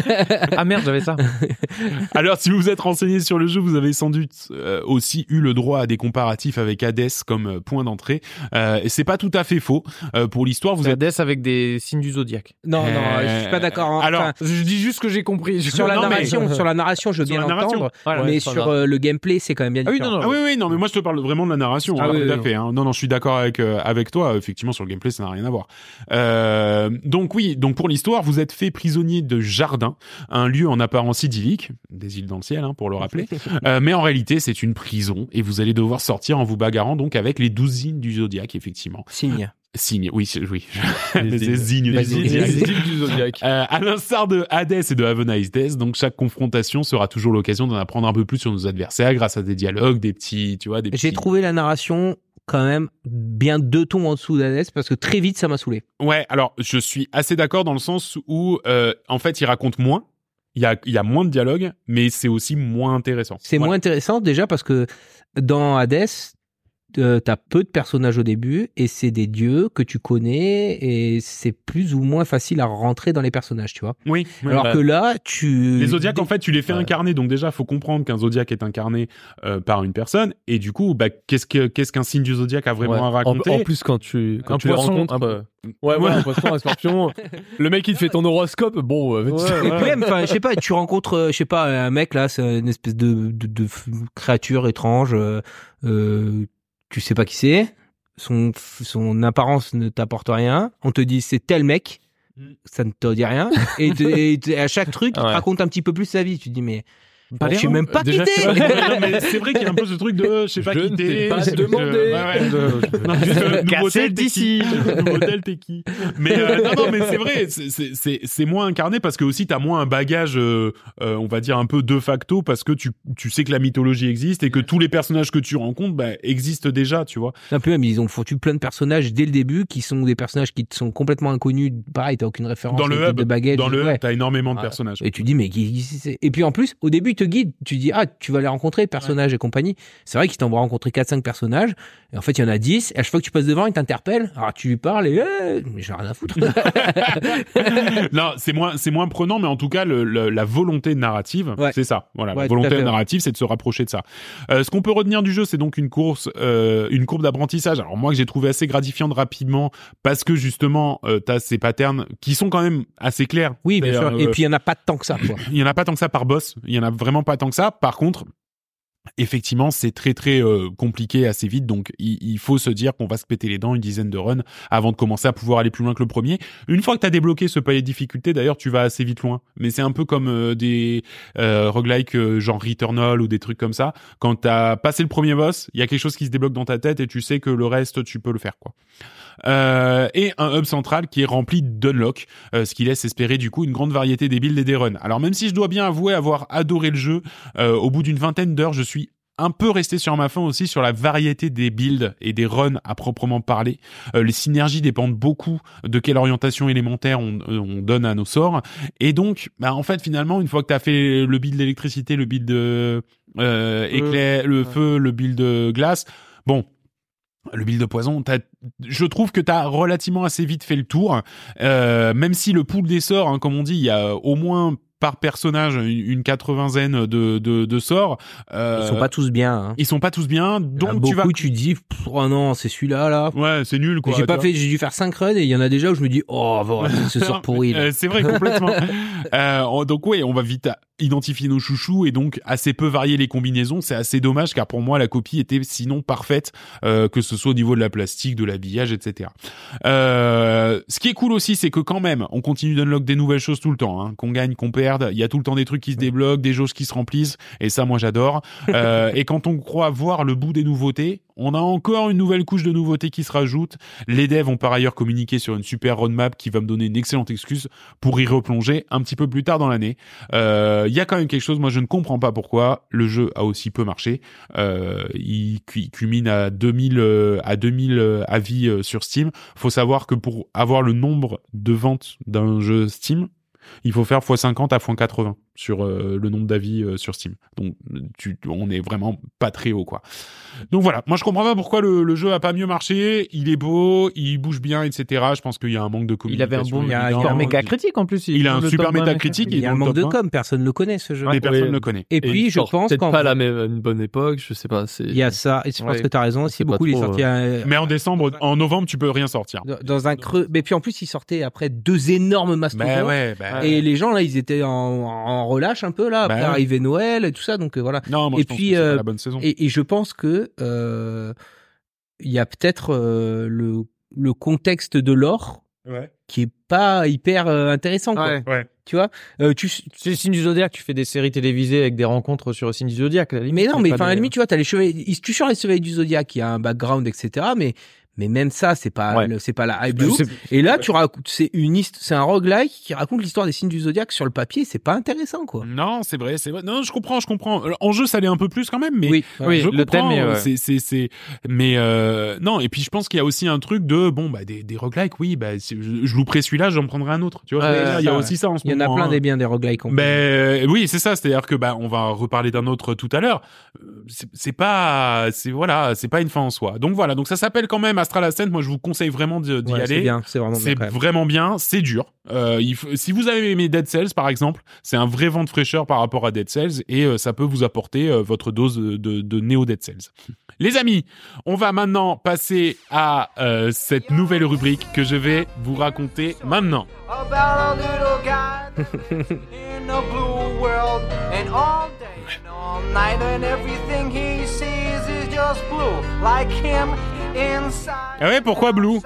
Ah merde, j'avais ça. Alors, si vous vous êtes renseigné sur le jeu, vous avez sans doute euh, aussi eu le droit à des comparatifs avec Hades comme euh, point d'entrée. Euh, et c'est pas tout à fait faux. Euh, pour l'histoire, vous Vous êtes... êtes avec des signes du zodiaque. Non, non, Euh, je suis pas d'accord. hein. alors, Enfin, Je dis juste ce que j'ai compris. sur la non, mais- narration, sur la narration, je veux Sur bien la narration. l'entendre. Voilà. mais Ouais, sur ça va. euh, le gameplay, c'est quand même bien Ah oui, différent. non, non. Ah oui, oui, non, mais moi je te parle vraiment de la narration. Ah hein, oui, tout à oui. fait. Hein. Non, non, je suis d'accord avec euh, avec toi. Effectivement, sur le gameplay, ça n'a rien à voir. Euh, donc oui, donc pour l'histoire, vous êtes fait prisonnier de Jardin, un lieu en apparence idyllique, des îles dans le ciel, hein, pour le rappeler. euh, mais en réalité, c'est une prison et vous allez devoir sortir en vous bagarrant donc avec les douze signes du zodiaque, effectivement. Signe. Signes, oui, c'est- oui. Les Les îles. signes du Les zodiaque. îles les îles du zodiaque. Euh, à l'instar de Hades et de Haven Ice Death, donc chaque confrontation sera toujours l'occasion d'en apprendre un peu plus sur nos adversaires grâce à des dialogues, des petits, tu vois, des petits... J'ai trouvé la narration quand même bien deux tons en dessous d'Hades parce que très vite, ça m'a saoulé. Ouais, alors je suis assez d'accord dans le sens où, euh, en fait, il raconte moins, il y a, il y a moins de dialogue, mais c'est aussi moins intéressant. C'est Voilà. moins intéressant déjà parce que dans Hades, euh, t'as peu de personnages au début et c'est des dieux que tu connais et c'est plus ou moins facile à rentrer dans les personnages, tu vois. Oui. oui. Alors Bah, que là, tu... les zodiaques, en fait, tu les fais Ouais. incarner. Donc déjà, faut comprendre qu'un zodiaque est incarné euh, par une personne. Et du coup, bah, qu'est-ce que qu'est-ce qu'un signe du zodiaque a vraiment Ouais. à En, raconter? en plus, quand tu, quand Un tu les poisson, rencontres. un- euh, Ouais, ouais, un poisson, un scorpion. Le mec, il te fait ton horoscope. Bon, euh, Et puis même, enfin, je sais pas, tu rencontres, euh, je sais pas, un mec là, c'est une espèce de, de, de f- créature étrange, euh, euh, tu sais pas qui c'est, son, son apparence ne t'apporte rien, on te dit c'est tel mec, ça ne te dit rien, et, te- et te- à chaque truc, il te Ouais. raconte un petit peu plus sa vie, tu te dis mais Pas je sais l'air, même pas déjà, qui c'est t'es. vrai. Ouais, non, mais c'est vrai qu'il y a un peu ce truc de je sais pas Je qui ne t'es. t'ai pas c'est- demandé. euh, ouais, ouais. Non, juste, euh, nouveau Cassez tel, t'es d'ici. qui Nouveau tel, t'es qui Mais euh, non, non, mais c'est vrai, c'est- c'est c'est c'est moins incarné parce que aussi t'as moins un bagage, euh, euh, on va dire un peu de facto parce que tu tu sais que la mythologie existe et que tous les personnages que tu rencontres bah, existent déjà, tu vois. Un peu même, ils ont foutu plein de personnages dès le début qui sont des personnages qui te sont complètement inconnus. Pareil, t'as aucune référence Dans le au type hub, de baguette. dans le ouais. hub, t'as énormément de Ouais. personnages. Et tu dis, mais qui, qui c'est Et puis en plus, au début, ils te guident. Tu dis, ah, tu vas les rencontrer, personnages et compagnie. C'est vrai qu'ils t'envoient rencontrer quatre cinq personnages. Et en fait, il y en a dix. Et à chaque fois que tu passes devant, ils t'interpellent. Alors tu lui parles et, eh, mais j'ai rien à foutre. Non, c'est moins, c'est moins prenant, mais en tout cas, le, le- la volonté narrative, Ouais. c'est ça. Voilà, Ouais, la tout à volonté fait, ouais. narrative, c'est de se rapprocher de ça. Euh, ce qu'on peut retenir du jeu, c'est donc une course, euh, une courbe d'apprentissage. Alors moi, que j'ai trouvé assez gratifiante rapidement, parce que justement, euh, t'as ces patterns qui sont quand même assez clairs. Oui, bien C'est, sûr. euh, Et puis il y en a pas tant que ça, quoi. il y en a pas tant que ça par boss. Il y en a vraiment pas tant que ça. Par contre, effectivement, c'est très très euh, compliqué assez vite, donc il, il faut se dire qu'on va se péter les dents une dizaine de runs avant de commencer à pouvoir aller plus loin que le premier. Une fois que t'as débloqué ce palier de difficulté, d'ailleurs, tu vas assez vite loin. Mais c'est un peu comme euh, des euh, roguelikes euh, genre Returnal ou des trucs comme ça. Quand t'as passé le premier boss, il y a quelque chose qui se débloque dans ta tête et tu sais que le reste, tu peux le faire, quoi. Euh, et un hub central qui est rempli d'unlock, euh, ce qui laisse espérer du coup une grande variété des builds et des runs. Alors même si je dois bien avouer avoir adoré le jeu, euh, au bout d'une vingtaine d'heures, je suis un peu resté sur ma faim aussi sur la variété des builds et des runs à proprement parler. Euh, les synergies dépendent beaucoup de quelle orientation élémentaire on, on donne à nos sorts. Et donc, bah, en fait, finalement, une fois que tu as fait le build d'électricité, le build de euh, éclair, le ouais. feu, le build de glace, bon... Le build de poison, t'as, je trouve que t'as relativement assez vite fait le tour, euh, même si le pool des sorts, hein, comme on dit, il y a au moins par personnage une, une quatre-vingtaine de, de, de sorts. Euh, Ils sont pas tous bien. Hein. ils sont pas tous bien, Il y en a donc beaucoup, tu vas... tu dis, pff, oh non, c'est celui-là, là. Ouais, c'est nul, quoi. J'ai pas tu fait, j'ai dû faire cinq runs et il y en a déjà où je me dis, oh, voilà, ce sort pourri, là. Euh, c'est vrai, complètement. euh, on- donc oui, on va vite identifier nos chouchous et donc assez peu varier les combinaisons. C'est assez dommage car pour moi la copie était sinon parfaite, euh, que ce soit au niveau de la plastique, de l'habillage, et cetera. Euh, ce qui est cool aussi, c'est que quand même, on continue d'unlock des nouvelles choses tout le temps. Hein. Qu'on gagne, qu'on perde, il y a tout le temps des trucs qui se débloquent, des jauges qui se remplissent et ça, moi j'adore. Euh, et quand on croit voir le bout des nouveautés, on a encore une nouvelle couche de nouveautés qui se rajoute. Les devs ont par ailleurs communiqué sur une super roadmap qui va me donner une excellente excuse pour y replonger un petit peu plus tard dans l'année. Euh, il y a quand même quelque chose, moi je ne comprends pas pourquoi le jeu a aussi peu marché. Euh, il, il culmine à deux mille, euh, à deux mille euh, avis euh, sur Steam. Faut savoir que pour avoir le nombre de ventes d'un jeu Steam, il faut faire fois cinquante à fois quatre-vingts sur euh, le nombre d'avis euh, sur Steam. Donc, tu, on est vraiment pas très haut, quoi. Donc voilà, moi je comprends pas pourquoi le, le jeu a pas mieux marché. Il est beau, il bouge bien, et cetera. Je pense qu'il y a un manque de Il communication. avait un bon il y a- super il y a- méga critique en plus. Il a un le super top vingt métacritique. Il y a dans un le manque de top com, personne ne le connaît, ce jeu. Mais personne ne Oui. le connaît. Et Et puis, il je sort pense peut-être qu'en pas à la même, une bonne époque, je sais pas. C'est... il y a ça, et je pense Ouais. que t'as raison, C'est c'est pas beaucoup, il est trop, sorti à- Mais en décembre, en novembre, tu peux rien sortir. dans- dans un creux. Mais puis en plus, il sortait après deux énormes mastodontes. Bah ouais, bah Et les gens là, ils étaient en, en relâche un peu là. Après Bah ouais. arrivait Noël et tout ça, donc euh, voilà. non, moi Et je pense puis, que c'est euh, pas la bonne saison. Et, et je pense que euh, il y a peut-être euh, le le contexte de l'or Ouais. qui est pas hyper euh, intéressant, quoi. Ouais. Ouais. Tu vois, euh, tu C'est le signe du Zodiac, tu fais des séries télévisées avec des rencontres sur le signe du Zodiac. à la limite, mais non, c'est mais pas enfin à la des- limite, tu vois, t'as les chevaliers, tu sors les chevaliers du Zodiac, il y a un background, et cetera. Mais Mais même ça, c'est pas, Ouais. le- c'est pas la hype de ouf. C'est- Et là, tu racontes, c'est une hist- c'est un roguelike qui raconte l'histoire des signes du zodiaque sur le papier. C'est pas intéressant, quoi. Non, c'est vrai, c'est vrai. Non, je comprends, je comprends. Alors, en jeu, ça l'est un peu plus quand même, mais Oui, oui. je le comprends. thème est, ouais. C'est, c'est, c'est. Mais euh, non. Et puis, je pense qu'il y a aussi un truc de bon, bah des, des roguelikes. Oui, bah si je, je louperai celui-là, j'en prendrai un autre. Tu vois, Ouais, il y a ça, aussi ça en ce Il y en a moment. plein hein. des biens des roguelikes. en plus. Ben oui, c'est ça. C'est-à-dire que bah on va reparler d'un autre tout à l'heure. Euh, C'est, c'est pas, c'est voilà, c'est pas une fin en soi. Donc voilà. Donc ça s'appelle quand même Astral Ascent. Moi, je vous conseille vraiment d'y, d'y Ouais, aller. c'est bien, c'est vraiment C'est bien. quand même. vraiment bien, c'est dur. Euh, il faut, si vous avez aimé Dead Cells, par exemple, c'est un vrai vent de fraîcheur par rapport à Dead Cells et euh, ça peut vous apporter euh, votre dose de, de, de Neo Dead Cells. Les amis, on va maintenant passer à euh, cette nouvelle rubrique que je vais vous raconter maintenant. About a little guy in a blue world, and all day and all night, and everything he sees is just blue, like him inside. Ah ouais, pourquoi Blue?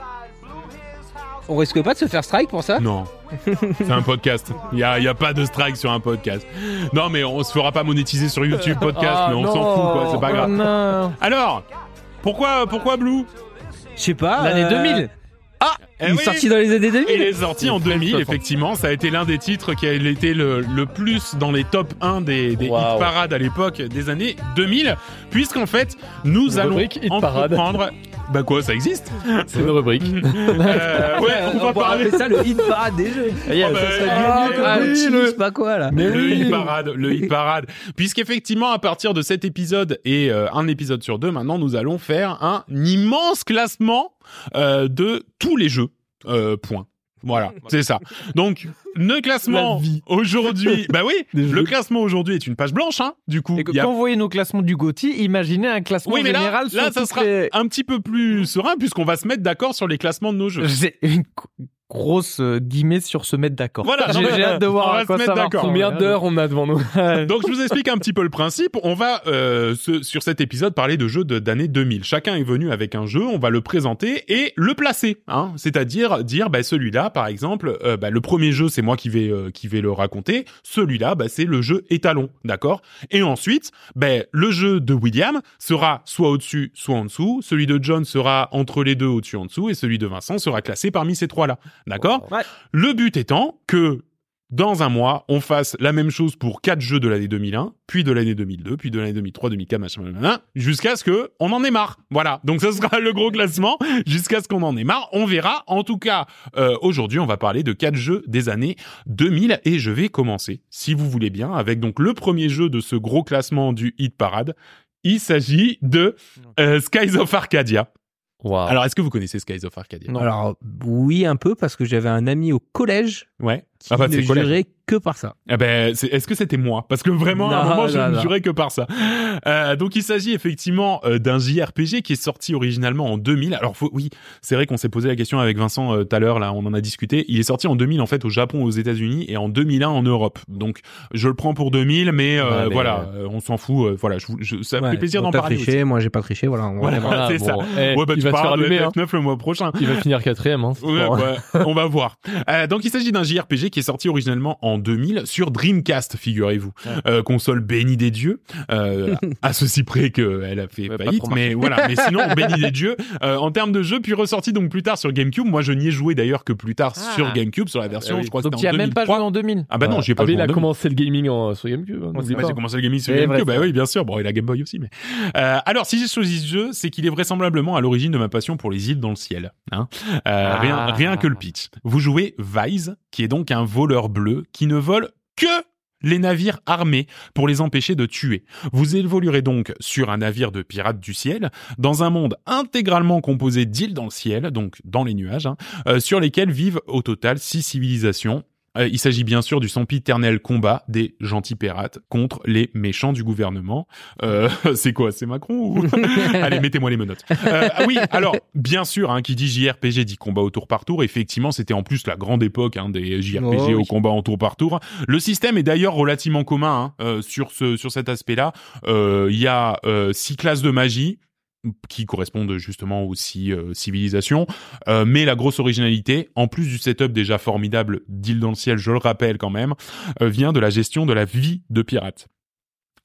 On risque pas de se faire strike pour ça? Non, c'est un podcast. Il y a, il y a pas de strike sur un podcast. Non, mais on se fera pas monétiser sur YouTube podcast, Ah, mais on non. s'en fout, quoi. C'est pas Oh grave. non. Alors, pourquoi, pourquoi Blue? Je sais pas. L'année euh, deux mille. Ah, Eh il est oui. sorti dans les années deux Il mille. est sorti en deux mille, effectivement. Ça a été l'un des titres qui a été le, le plus dans les top un des, des Wow. hit parades à l'époque des années deux mille, puisqu'en fait, nous Une allons rubrique hit parade. entreprendre... Bah quoi, ça existe C'est une rubrique. euh, Ouais, on va va parler... appeler ça le hit parade des jeux. Yes. Oh, bah, Ça serait ah, mieux que bah, Gucci, oui, le- je sais pas quoi là. Mais le oui. hit parade, le hit parade. Puisqu'effectivement, à partir de cet épisode et euh, un épisode sur deux, maintenant, nous allons faire un immense classement euh, de tous les jeux. Euh, point. Voilà, c'est ça. Donc, le classement La vie. aujourd'hui, bah oui, Des le jeux. classement aujourd'hui est une page blanche, hein. Du coup, Et que il y a- quand vous voyez nos classements du GOTY, imaginez un classement oui, mais là, général là, sur ça toutes sera les- un petit peu plus serein puisqu'on va se mettre d'accord sur les classements de nos jeux. C'est une co- grosse euh, guillemets sur se mettre d'accord. Voilà, non, j'ai, mais- j'ai hâte de on voir va à quoi se ça mettre va d'accord. ressembler. Combien d'heures on a devant nous? Donc je vous explique un petit peu le principe. On va euh, ce- sur cet épisode parler de jeux de- d'année deux mille. Chacun est venu avec un jeu, on va le présenter et le placer. Hein, c'est-à-dire dire bah, celui-là par exemple, euh, bah, le premier jeu c'est moi qui vais euh, qui vais le raconter. Celui-là bah, c'est le jeu étalon, d'accord. Et ensuite bah, le jeu de William sera soit au-dessus, soit en dessous. Celui de John sera entre les deux, au-dessus, en dessous, et celui de Vincent sera classé parmi ces trois-là, d'accord. Ouais. Le but étant que dans un mois, on fasse la même chose pour quatre jeux de l'année deux mille un, puis de l'année deux mille deux, puis de l'année deux mille trois, deux mille quatre, machin, machin, machin, jusqu'à ce que on en ait marre. Voilà. Donc ça sera le gros classement jusqu'à ce qu'on en ait marre. On verra. En tout cas, euh, aujourd'hui, on va parler de quatre jeux des années deux mille et je vais commencer, si vous voulez bien, avec donc le premier jeu de ce gros classement du Hit Parade. Il s'agit de euh, Skies of Arcadia. Wow. Alors, est-ce que vous connaissez Skies of Arcadia? Non. Alors oui un peu parce que j'avais un ami au collège Ouais. qui Ah bah, ne c'est collège. jurait que par ça. Eh ben, c'est- est-ce que c'était moi? Parce que vraiment, à un Non, moment, je non, ne non. jurais que par ça. Euh, donc, il s'agit effectivement euh, d'un J R P G qui est sorti originalement en deux mille. Alors, faut, oui, c'est vrai qu'on s'est posé la question avec Vincent euh, tout à l'heure, là, on en a discuté. Il est sorti en deux mille, en fait, au Japon, aux États-Unis, et en deux mille un en Europe. Donc, je le prends pour deux mille, mais, euh, Ouais, mais, voilà, euh, on s'en fout. euh, voilà, je, vous- je- ça me Ouais, fait plaisir bon, d'en t'as parler triché, aussi. moi j'ai pas triché, voilà. on va Voilà, voir. c'est ça. Eh, Ouais, bah, il tu va se faire parles de allumer. Hein. F neuf le mois prochain. Il va finir quatrième. Hein, Ouais, Bon. ouais, on va voir. Euh, donc il s'agit d'un J R P G qui est sorti originalement en deux mille sur Dreamcast, figurez-vous. Euh, console bénie des dieux, euh, à ceci près qu'elle a fait Ouais, pas faillite, trop mais voilà. Mais sinon, bénie des dieux. Euh, en termes de jeu, puis ressorti donc plus tard sur GameCube. Moi, je n'y ai joué d'ailleurs que plus tard Ah. sur GameCube, sur la version, Ah oui. je crois que Donc tu c'était as en même pas deux mille trois. joué en deux mille. Ah bah non, j'y ai pas Ah, mais joué il en a deux mille. commencé le gaming en, sur GameCube. Hein, n'oublie Ouais, pas. j'ai commencé le gaming sur C'est GameCube, vrai, bah c'est oui, bien sûr. Bon, il a Game Boy aussi, mais. Euh, alors, si j'ai choisi ce jeu, c'est qu'il est vraisemblablement à l'origine de ma passion pour les îles dans le ciel. Hein. Euh, Ah. rien, rien que le pitch. Vous jouez Vise, qui est donc un voleur bleu qui ne vole que les navires armés pour les empêcher de tuer. Vous évoluerez donc sur un navire de pirates du ciel, dans un monde intégralement composé d'îles dans le ciel, donc dans les nuages, hein, euh, sur lesquelles vivent au total six civilisations. Euh, il s'agit bien sûr du sempiternel combat des gentils pirates contre les méchants du gouvernement. Euh, c'est quoi? C'est Macron ou... Allez, mettez-moi les menottes. Euh, ah oui, alors, bien sûr, hein, qui dit J R P G dit combat au tour par tour. Effectivement, c'était en plus la grande époque hein, des J R P G Oh, au oui. combat en tour par tour. Le système est d'ailleurs relativement commun hein, euh, sur, ce, sur cet aspect-là. Euh, Il y a euh, six classes de magie qui correspondent justement aux six euh, civilisations. Euh, mais la grosse originalité, en plus du setup déjà formidable d'Île dans le ciel, je le rappelle quand même, euh, vient de la gestion de la vie de pirate.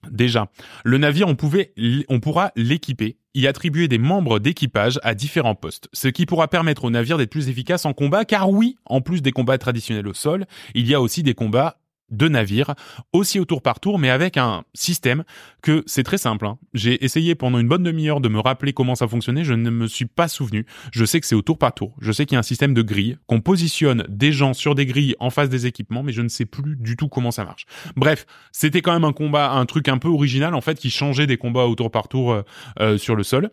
Déjà, le navire, on pouvait, on pourra l'équiper, y attribuer des membres d'équipage à différents postes, ce qui pourra permettre au navire d'être plus efficace en combat, car oui, en plus des combats traditionnels au sol, il y a aussi des combats de navires, aussi au tour par tour, mais avec un système que c'est très simple. Hein. J'ai essayé pendant une bonne demi-heure de me rappeler comment ça fonctionnait, je ne me suis pas souvenu. Je sais que c'est au tour par tour. Je sais qu'il y a un système de grilles, qu'on positionne des gens sur des grilles en face des équipements, mais je ne sais plus du tout comment ça marche. Bref, c'était quand même un combat, un truc un peu original en fait, qui changeait des combats au tour par tour euh, euh, sur le sol.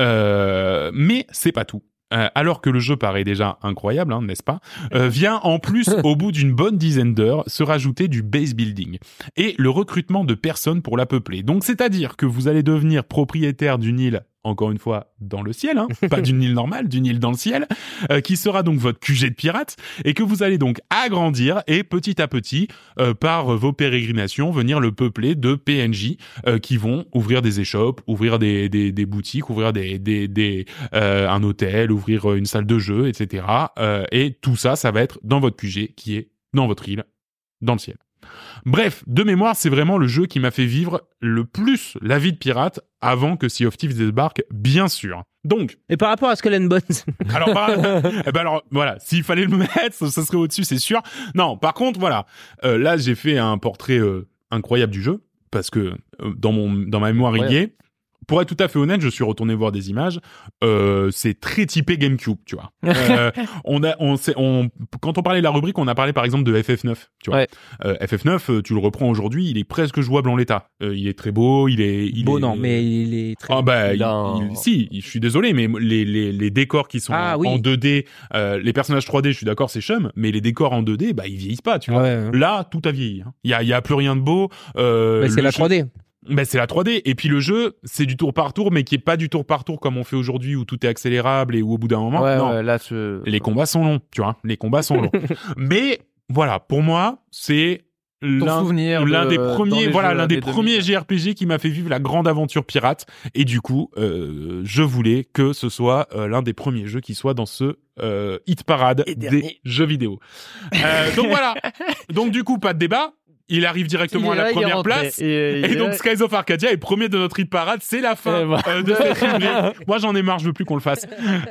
Euh, mais c'est pas tout. Euh, alors que le jeu paraît déjà incroyable, hein, n'est-ce pas, euh, vient en plus, au bout d'une bonne dizaine d'heures, se rajouter du base building et le recrutement de personnes pour la peupler. Donc, c'est-à-dire que vous allez devenir propriétaire d'une île, encore une fois, dans le ciel, hein, pas d'une île normale, d'une île dans le ciel, euh, qui sera donc votre Q G de pirate, et que vous allez donc agrandir et petit à petit, euh, par vos pérégrinations, venir le peupler de P N J euh, qui vont ouvrir des échoppes, ouvrir des, des, des boutiques, ouvrir des, des, des, euh, un hôtel, ouvrir une salle de jeu, et cetera. Euh, et tout ça, ça va être dans votre Q G qui est dans votre île, dans le ciel. Bref, de mémoire, c'est vraiment le jeu qui m'a fait vivre le plus la vie de pirate avant que Sea of Thieves débarque, bien sûr. Donc. Et par rapport à Skull and Bones. Alors, par, eh ben alors, voilà. S'il fallait le mettre, ça serait au-dessus, c'est sûr. Non, par contre, voilà. Euh, là, j'ai fait un portrait euh, incroyable du jeu parce que euh, dans mon, dans ma mémoire, il y est. Pour être tout à fait honnête, je suis retourné voir des images. Euh, c'est très typé GameCube, tu vois. Euh, on a, on, on, quand on parlait de la rubrique, on a parlé par exemple de F F neuf, tu vois. Ouais. Euh, F F neuf, tu le reprends aujourd'hui, il est presque jouable en l'état. Euh, il est très beau, il est, il beau est... non, mais il est très. Ah bah, il il, un... il, si, je suis désolé, mais les les les décors qui sont ah, en, oui. en deux D, euh, les personnages trois D, je suis d'accord, c'est chum, mais les décors en deux D, bah ils vieillissent pas, tu vois. Ouais, ouais. Là, tout a vieilli. Il y a, il y a plus rien de beau. Euh, mais c'est la jeu... trois D. Ben c'est la trois D. Et puis le jeu, c'est du tour par tour, mais qui est pas du tour par tour comme on fait aujourd'hui où tout est accélérable et où au bout d'un moment, ouais, non. Ouais, là, ce... Les combats sont longs, tu vois. Les combats sont longs. Mais voilà, pour moi, c'est l'un, l'un de, des premiers, voilà, l'un des, des premiers J R P G qui m'a fait vivre la grande aventure pirate. Et du coup, euh, je voulais que ce soit euh, l'un des premiers jeux qui soit dans ce euh, hit parade des jeux vidéo. Euh, donc voilà. Donc du coup, pas de débat. Il arrive directement il à la là, première place. Et, et donc, Skies of Arcadia est premier de notre hit parade. C'est la fin bah. euh, de cette rubrique. Moi, j'en ai marre, je veux plus qu'on le fasse.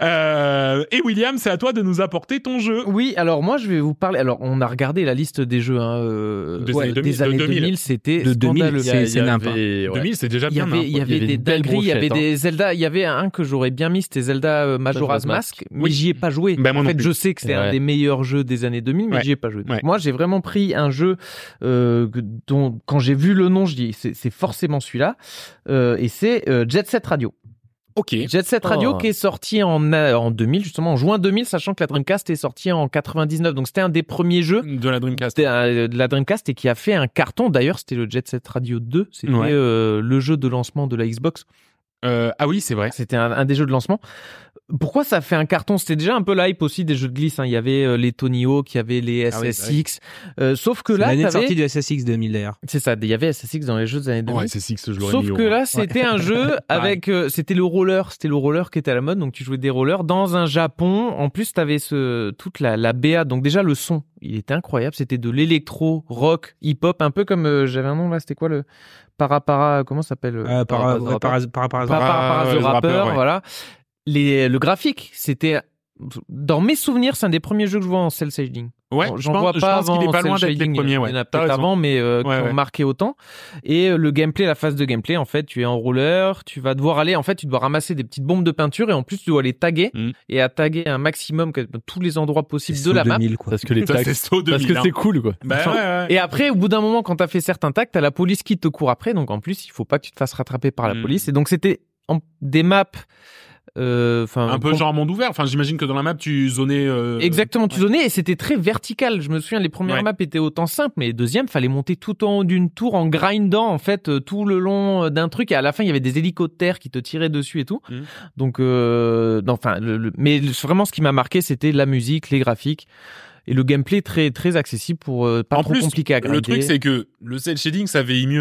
Euh, et William, c'est à toi de nous apporter ton jeu. Oui, alors moi, je vais vous parler. Alors, on a regardé la liste des jeux hein, euh, des ouais, années deux mille. Des années de deux mille. C'était de scandaleux. deux mille, c'est, c'est n'importe. Ouais. deux mille, c'est déjà bien. Il y avait, hein. il y avait, il y avait des dingueries, il y avait brochettes, des Zelda. Il y avait un que j'aurais bien mis, c'était Zelda euh, Majora's Mask, mais oui. j'y ai pas joué. Ben, moi en non fait, plus. je sais que c'est ouais. un des meilleurs jeux des années deux mille, mais ouais. j'y ai pas joué. Donc, ouais. moi, j'ai vraiment pris un jeu euh, dont quand j'ai vu le nom, je dis c'est, c'est forcément celui-là, euh, et c'est euh, Jet Set Radio. Ok. Jet Set Radio oh. qui est sorti en, en deux mille, justement en juin deux mille, sachant que la Dreamcast est sortie en quatre-vingt-dix-neuf. Donc c'était un des premiers jeux de la Dreamcast. C'était un, de la Dreamcast et qui a fait un carton. D'ailleurs, c'était le Jet Set Radio deux. C'était ouais. euh, le jeu de lancement de la Xbox. Euh, ah oui, c'est vrai. C'était un, un des jeux de lancement. Pourquoi ça fait un carton? C'était déjà un peu l'hype aussi des jeux de glisse. Hein. Il y avait euh, les Tony Hawk, il y avait les S S X. Ah oui, euh, sauf que c'est là, l'année de t'avais... sortie du S S X deux mille d'ailleurs. C'est ça. Il y avait S S X dans les jeux des années deux mille. Ouais, S S X, je l'aurais sauf mis. que au... là, c'était ouais. un jeu avec. Euh, c'était le roller. C'était le roller qui était à la mode. Donc tu jouais des rollers dans un Japon. En plus, t'avais ce toute la, la B A. Donc déjà le son, il était incroyable. C'était de l'électro, rock, hip-hop, un peu comme euh, j'avais un nom là. C'était quoi le Parapara, comment ça s'appelle euh, Para Para Para Para Para The Rapper, voilà. Les, le graphique, c'était dans mes souvenirs, c'est un des premiers jeux que je vois en cel shading. Ouais, J'en je pense, vois pas je pense avant qu'il est pas cel loin d'être les shading. premiers. Ouais. Il y en a peut-être avant, mais euh, qui ouais, ont ouais. marqué autant. Et euh, le gameplay, la phase de gameplay, en fait, tu es en roller, tu vas devoir aller, en fait, tu dois ramasser des petites bombes de peinture et en plus tu dois les taguer mm. et à taguer un maximum tous les endroits possibles c'est de la deux mille, map. Quoi. Parce que les tags, c'est saut deux mille, parce que hein. c'est cool quoi. Bah, ouais, ouais. Et après, au bout d'un moment, quand t'as fait certains tags, t'as la police qui te court après. Donc en plus, il faut pas que tu te fasses rattraper par la mm. police. Et donc c'était en, des maps. Euh, un peu genre monde ouvert. Enfin, j'imagine que dans la map, tu zonais. Euh... Exactement, tu zonais et c'était très vertical. Je me souviens, les premières ouais. maps étaient autant simples, mais les deuxièmes, fallait monter tout en haut d'une tour en grindant en fait euh, tout le long d'un truc. Et à la fin, il y avait des hélicoptères qui te tiraient dessus et tout. Mmh. Donc, euh, non, enfin, le, le, mais vraiment, ce qui m'a marqué, c'était la musique, les graphiques. Et le gameplay très très accessible pour euh, pas en trop plus, compliqué à grinder. Le truc, c'est que le cel shading, ça vieillit mieux.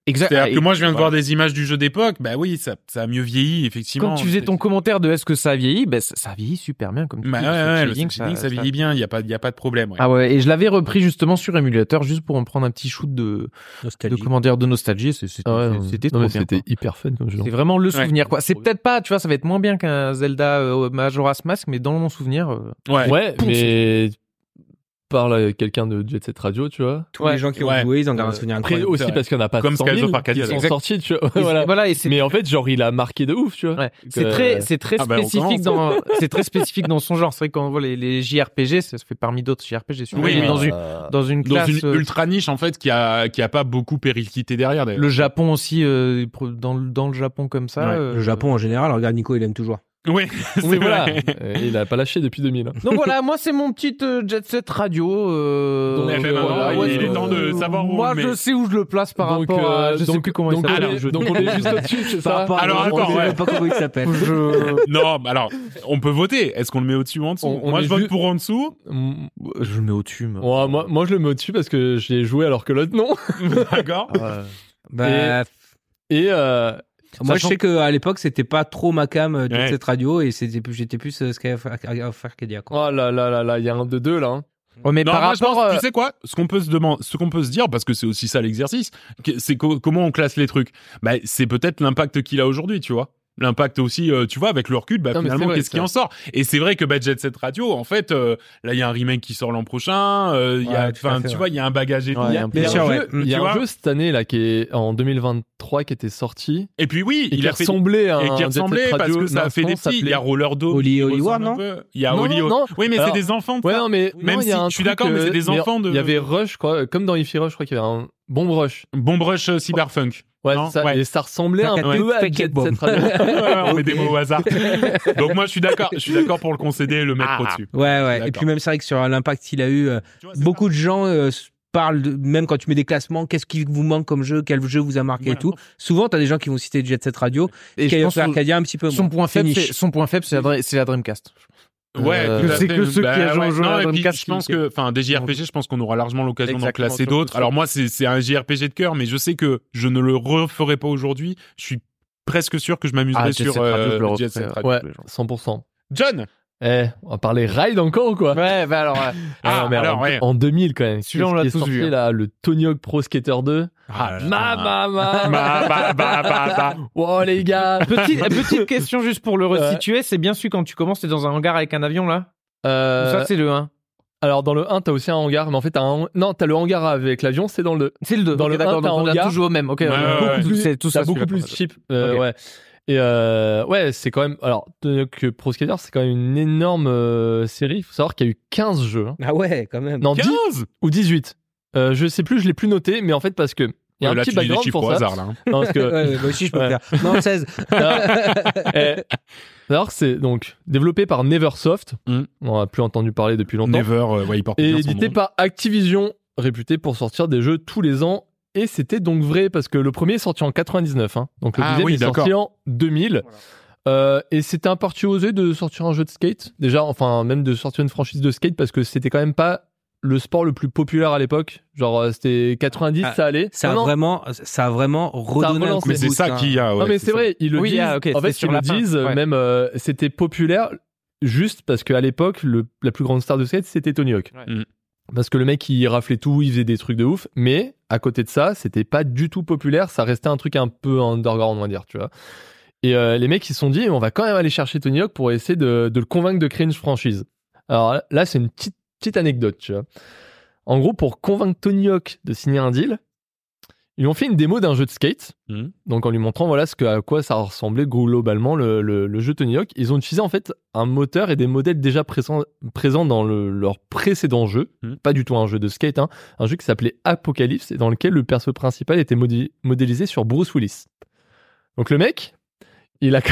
Exact. C'est-à-dire que moi, je viens de Voilà. voir des images du jeu d'époque. Bah oui, ça, ça a mieux vieilli, effectivement. Quand tu faisais ton commentaire de est-ce que ça a vieilli, ben ça, ça a vieilli super bien comme tu Bah dis. ouais, le ouais, cel le shading, cel shading, ça vieillit bien. Il y a pas, il y a pas de problème. Ouais. Ah ouais, et je l'avais repris justement sur émulateur juste pour me prendre un petit shoot de, de Nostalgie. commentaire de nostalgie. C'est- C'était Ah ouais, non, c'était non, trop mais bien. C'était quoi. hyper fun comme jeu. C'est vraiment le Ouais. souvenir quoi. C'est peut-être pas, tu vois, ça va être moins bien qu'un Zelda euh, Majora's Mask, mais dans mon souvenir. euh, Ouais. Ouais, Pouf, mais parle à quelqu'un de Jet Set Radio, tu vois. Tous Ouais. les gens qui ont Ouais. joué, ils en gardent un Euh, souvenir Après incroyable. aussi c'est parce qu'il n'y en a pas Comme cent Skies mille of Arcadia. qui sont Exact. sortis, tu vois. et Voilà. c'est- Voilà, et c'est Mais en fait, genre, il a marqué de ouf, tu vois. ouais. c'est Euh, très, c'est très Ah bah, on spécifique commence. dans, c'est très spécifique dans son genre. C'est vrai qu'on voit les, les J R P G, ça se fait parmi d'autres J R P G. celui-là, Oui, il est mais- dans une, Euh, dans une Dans classe. une euh, ultra niche, en fait, qui a, qui a pas beaucoup périclité derrière, d'ailleurs. Le Japon aussi, euh, pro- dans, le- dans le Japon comme ça. Ouais, euh, Le Japon en général, regarde Nico, il aime toujours. Oui, c'est Oui, voilà. vrai. Euh, Il a pas lâché depuis deux mille. Donc voilà, moi c'est mon petit euh, Jet Set Radio. Euh, Donc, Eh ben, voilà, il il est est temps de savoir où on Moi le je met. sais où je le place par Donc, rapport à. euh, Je sais donc- plus comment donc il on s'appelle. est- le jeu. donc on est juste au-dessus, c'est ça. Par rapport à- Alors, on attends, sait ouais. même pas comment il s'appelle. Je... Non, mais alors, on peut voter. Est-ce qu'on le met au-dessus ou en dessous On- on Moi, est je vote ju- pour en dessous. Mm, je le mets au-dessus. moi. ouais, moi, moi, je le mets au-dessus parce que j'ai joué alors que l'autre non. D'accord. Ouais. Bah, Et euh, moi, sachant- je sais qu'à l'époque, c'était pas trop ma cam euh, de Ouais. cette radio et c'était plus- j'étais plus euh, Sky of Ar- of Arcadia. Quoi. oh là là là là, il y a un de deux là. hein. Ouais, mais Non, par moi, je rapport. pense, euh, tu sais quoi Ce qu'on peut se demander, ce qu'on peut se dire, parce que c'est aussi ça l'exercice, que- c'est co- comment on classe les trucs. Bah, c'est peut-être l'impact qu'il a aujourd'hui, tu vois. L'impact aussi, euh, tu vois, avec le recul, bah, Non, mais finalement, c'est vrai, qu'est-ce qui ça. en sort Et c'est vrai que bah, Jet Set Radio, en fait, euh, là, il y a un remake qui sort l'an prochain. euh, Il y a, Ouais, tout à enfin, fait, tu ouais. vois, il y a un bagage et tout. Ouais, Il y a, un il y a Bien sûr, un, ouais. jeu, Mm. il y a Tu un vois jeu cette année là qui est en deux mille vingt-trois qui était sorti Et puis oui, et il qui a fait ressemblait à et un qui Jet ressemblait Set parce Radio. que ça a Non, fait des non, petits. Il y a s'appelait- Roller Dome. Oli- qui Oli ressemble War, un non peu. Il y a Non, Oli. non, non. Oui, mais Alors- c'est des enfants. Ouais, non, mais Même non, il y a si un je suis truc, d'accord, mais c'est euh, des enfants de- Il y avait Rush, je crois, comme dans Ify Rush, je crois qu'il y avait un Bomb Rush. Bomb Rush euh, Cyberpunk. Ouais, Non, c'est ça. ouais. Et ça ressemblait un Ouais. peu à Fake Jet Bomb. Set Radio. on met des mots au hasard. Donc moi je suis d'accord, je suis d'accord pour le concéder et le mettre Ah. au-dessus. Ouais, ouais. D'accord. Et puis même, c'est vrai que sur l'impact qu'il a eu, euh, Tu vois, c'est beaucoup de gens euh, s- parlent, de, même quand tu mets des classements, qu'est-ce qui vous manque comme jeu, quel jeu vous a marqué Voilà. et tout. Souvent, t'as des gens qui vont citer Jet Set Radio, Et Sky je of pense que Arcadia un petit peu son moins. point faible, Finish. c'est son point faible, c'est la, Dre- c'est la Dreamcast. Ouais, Euh, tout à c'est fait. que ceux qui Bah, ont ouais. joué Non, à et puis, Dreamcast je pense qui- que, enfin, des J R P G, je pense qu'on aura largement l'occasion d'en Exactement, classer sur- d'autres. sur- Alors moi, c'est c'est un J R P G de cœur, mais je sais que je ne le referai pas aujourd'hui. Je suis presque sûr que je m'amuserai Ah, Jet sur Set Radio, je le euh, referai, Jet Set ouais. Radio. Ouais, cent pour cent. John. Eh, on va parler ride encore ou quoi? Ouais, bah alors. ouais. Ah, non, mais alors, en, ouais. en deux mille quand même. Celui-là, on Qu'est-ce l'a qui est tous sorti, vu, hein. là, le Tony Hawk Pro Skater deux. Ah, Ma, ma, ma, Bah, bah, bah, bah, bah. Oh les gars. Petite, petite question juste pour le resituer, c'est bien celui quand tu commences, t'es dans un hangar avec un avion là. Euh, Ça c'est le un. alors dans le un, t'as aussi un hangar, mais en fait t'as un... non, t'as le hangar avec l'avion, c'est dans le deux. C'est le deux. Dans Ok, le d'accord, un, t'as donc un on a hangar. tout joué au même. Ok. Ouais, on a ouais, beaucoup ouais. plus- c'est tout ça. T'as beaucoup celui-là. plus cheap. Euh, Ok. Ouais. Et euh, ouais, c'est quand même. Alors, Tony Hawk Pro Skater, c'est quand même une énorme euh, série. Il faut savoir qu'il y a eu quinze jeux. hein. Ah ouais, quand même. Non, dix quinze. ou dix-huit. Euh, je sais plus, je l'ai plus noté, mais en fait, parce que. Il y a Euh, un Là, petit tu dis des background chiffres pour au ça. hasard, là. hein. Non, parce que. Ouais, moi aussi, je peux Ouais. le faire. Non, seize. Alors, eh, alors, c'est donc développé par Neversoft. Mm. On n'a plus entendu parler depuis longtemps. Never, euh, ouais, il porte Et bien son édité nom. par Activision, réputé pour sortir des jeux tous les ans. Et c'était donc vrai parce que le premier est sorti en quatre-vingt-dix-neuf. Hein. Donc le Ah deuxième oui, est sorti d'accord. en deux mille. Euh, et c'était un parti osé de sortir un jeu de skate. Déjà, enfin, même de sortir une franchise de skate parce que c'était quand même pas le sport le plus populaire à l'époque. Genre, euh, c'était quatre-vingt-dix, Ah, ça allait. Ça a Non, non. vraiment, ça a vraiment redonné un relancé. coup Mais de c'est boost, ça hein. qu'il y a. ouais, non, mais c'est ça. vrai, ils le Oui, disent. ah, ok, en fait, c'était sur ils le la fin, disent, ouais. même, euh, c'était populaire juste parce qu'à l'époque, le, la plus grande star de skate, c'était Tony Hawk. Ouais. Mm. Parce que le mec, il raflait tout, il faisait des trucs de ouf. Mais à côté de ça, c'était pas du tout populaire. Ça restait un truc un peu underground, on va dire, tu vois. Et euh, les mecs, ils se sont dit, on va quand même aller chercher Tony Hawk pour essayer de, de le convaincre de créer une franchise. Alors là, c'est une petite, petite anecdote, tu vois. En gros, pour convaincre Tony Hawk de signer un deal, ils lui ont fait une démo d'un jeu de skate. Mhm. Donc en lui montrant voilà ce que, à quoi ça ressemblait globalement le, le, le jeu Tony Hawk. Ils ont utilisé en fait un moteur et des modèles déjà présents, présents dans le, leur précédent jeu. Mhm. Pas du tout un jeu de skate, hein, un jeu qui s'appelait Apocalypse et dans lequel le perso principal était modi- modélisé sur Bruce Willis. Donc le mec, il a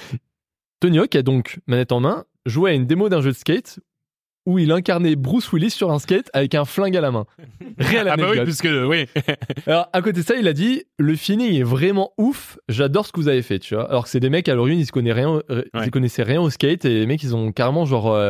Tony Hawk a donc manette en main joué à une démo d'un jeu de skate où il incarnait Bruce Willis sur un skate avec un flingue à la main. Réelle Ah bah oui, anecdote. puisque oui. Alors, à côté de ça, il a dit le feeling est vraiment ouf, j'adore ce que vous avez fait, tu vois. Alors que c'est des mecs à l'origine, ils se connaissaient rien, euh, ils Ouais. connaissaient rien au skate et les mecs, ils ont carrément genre euh,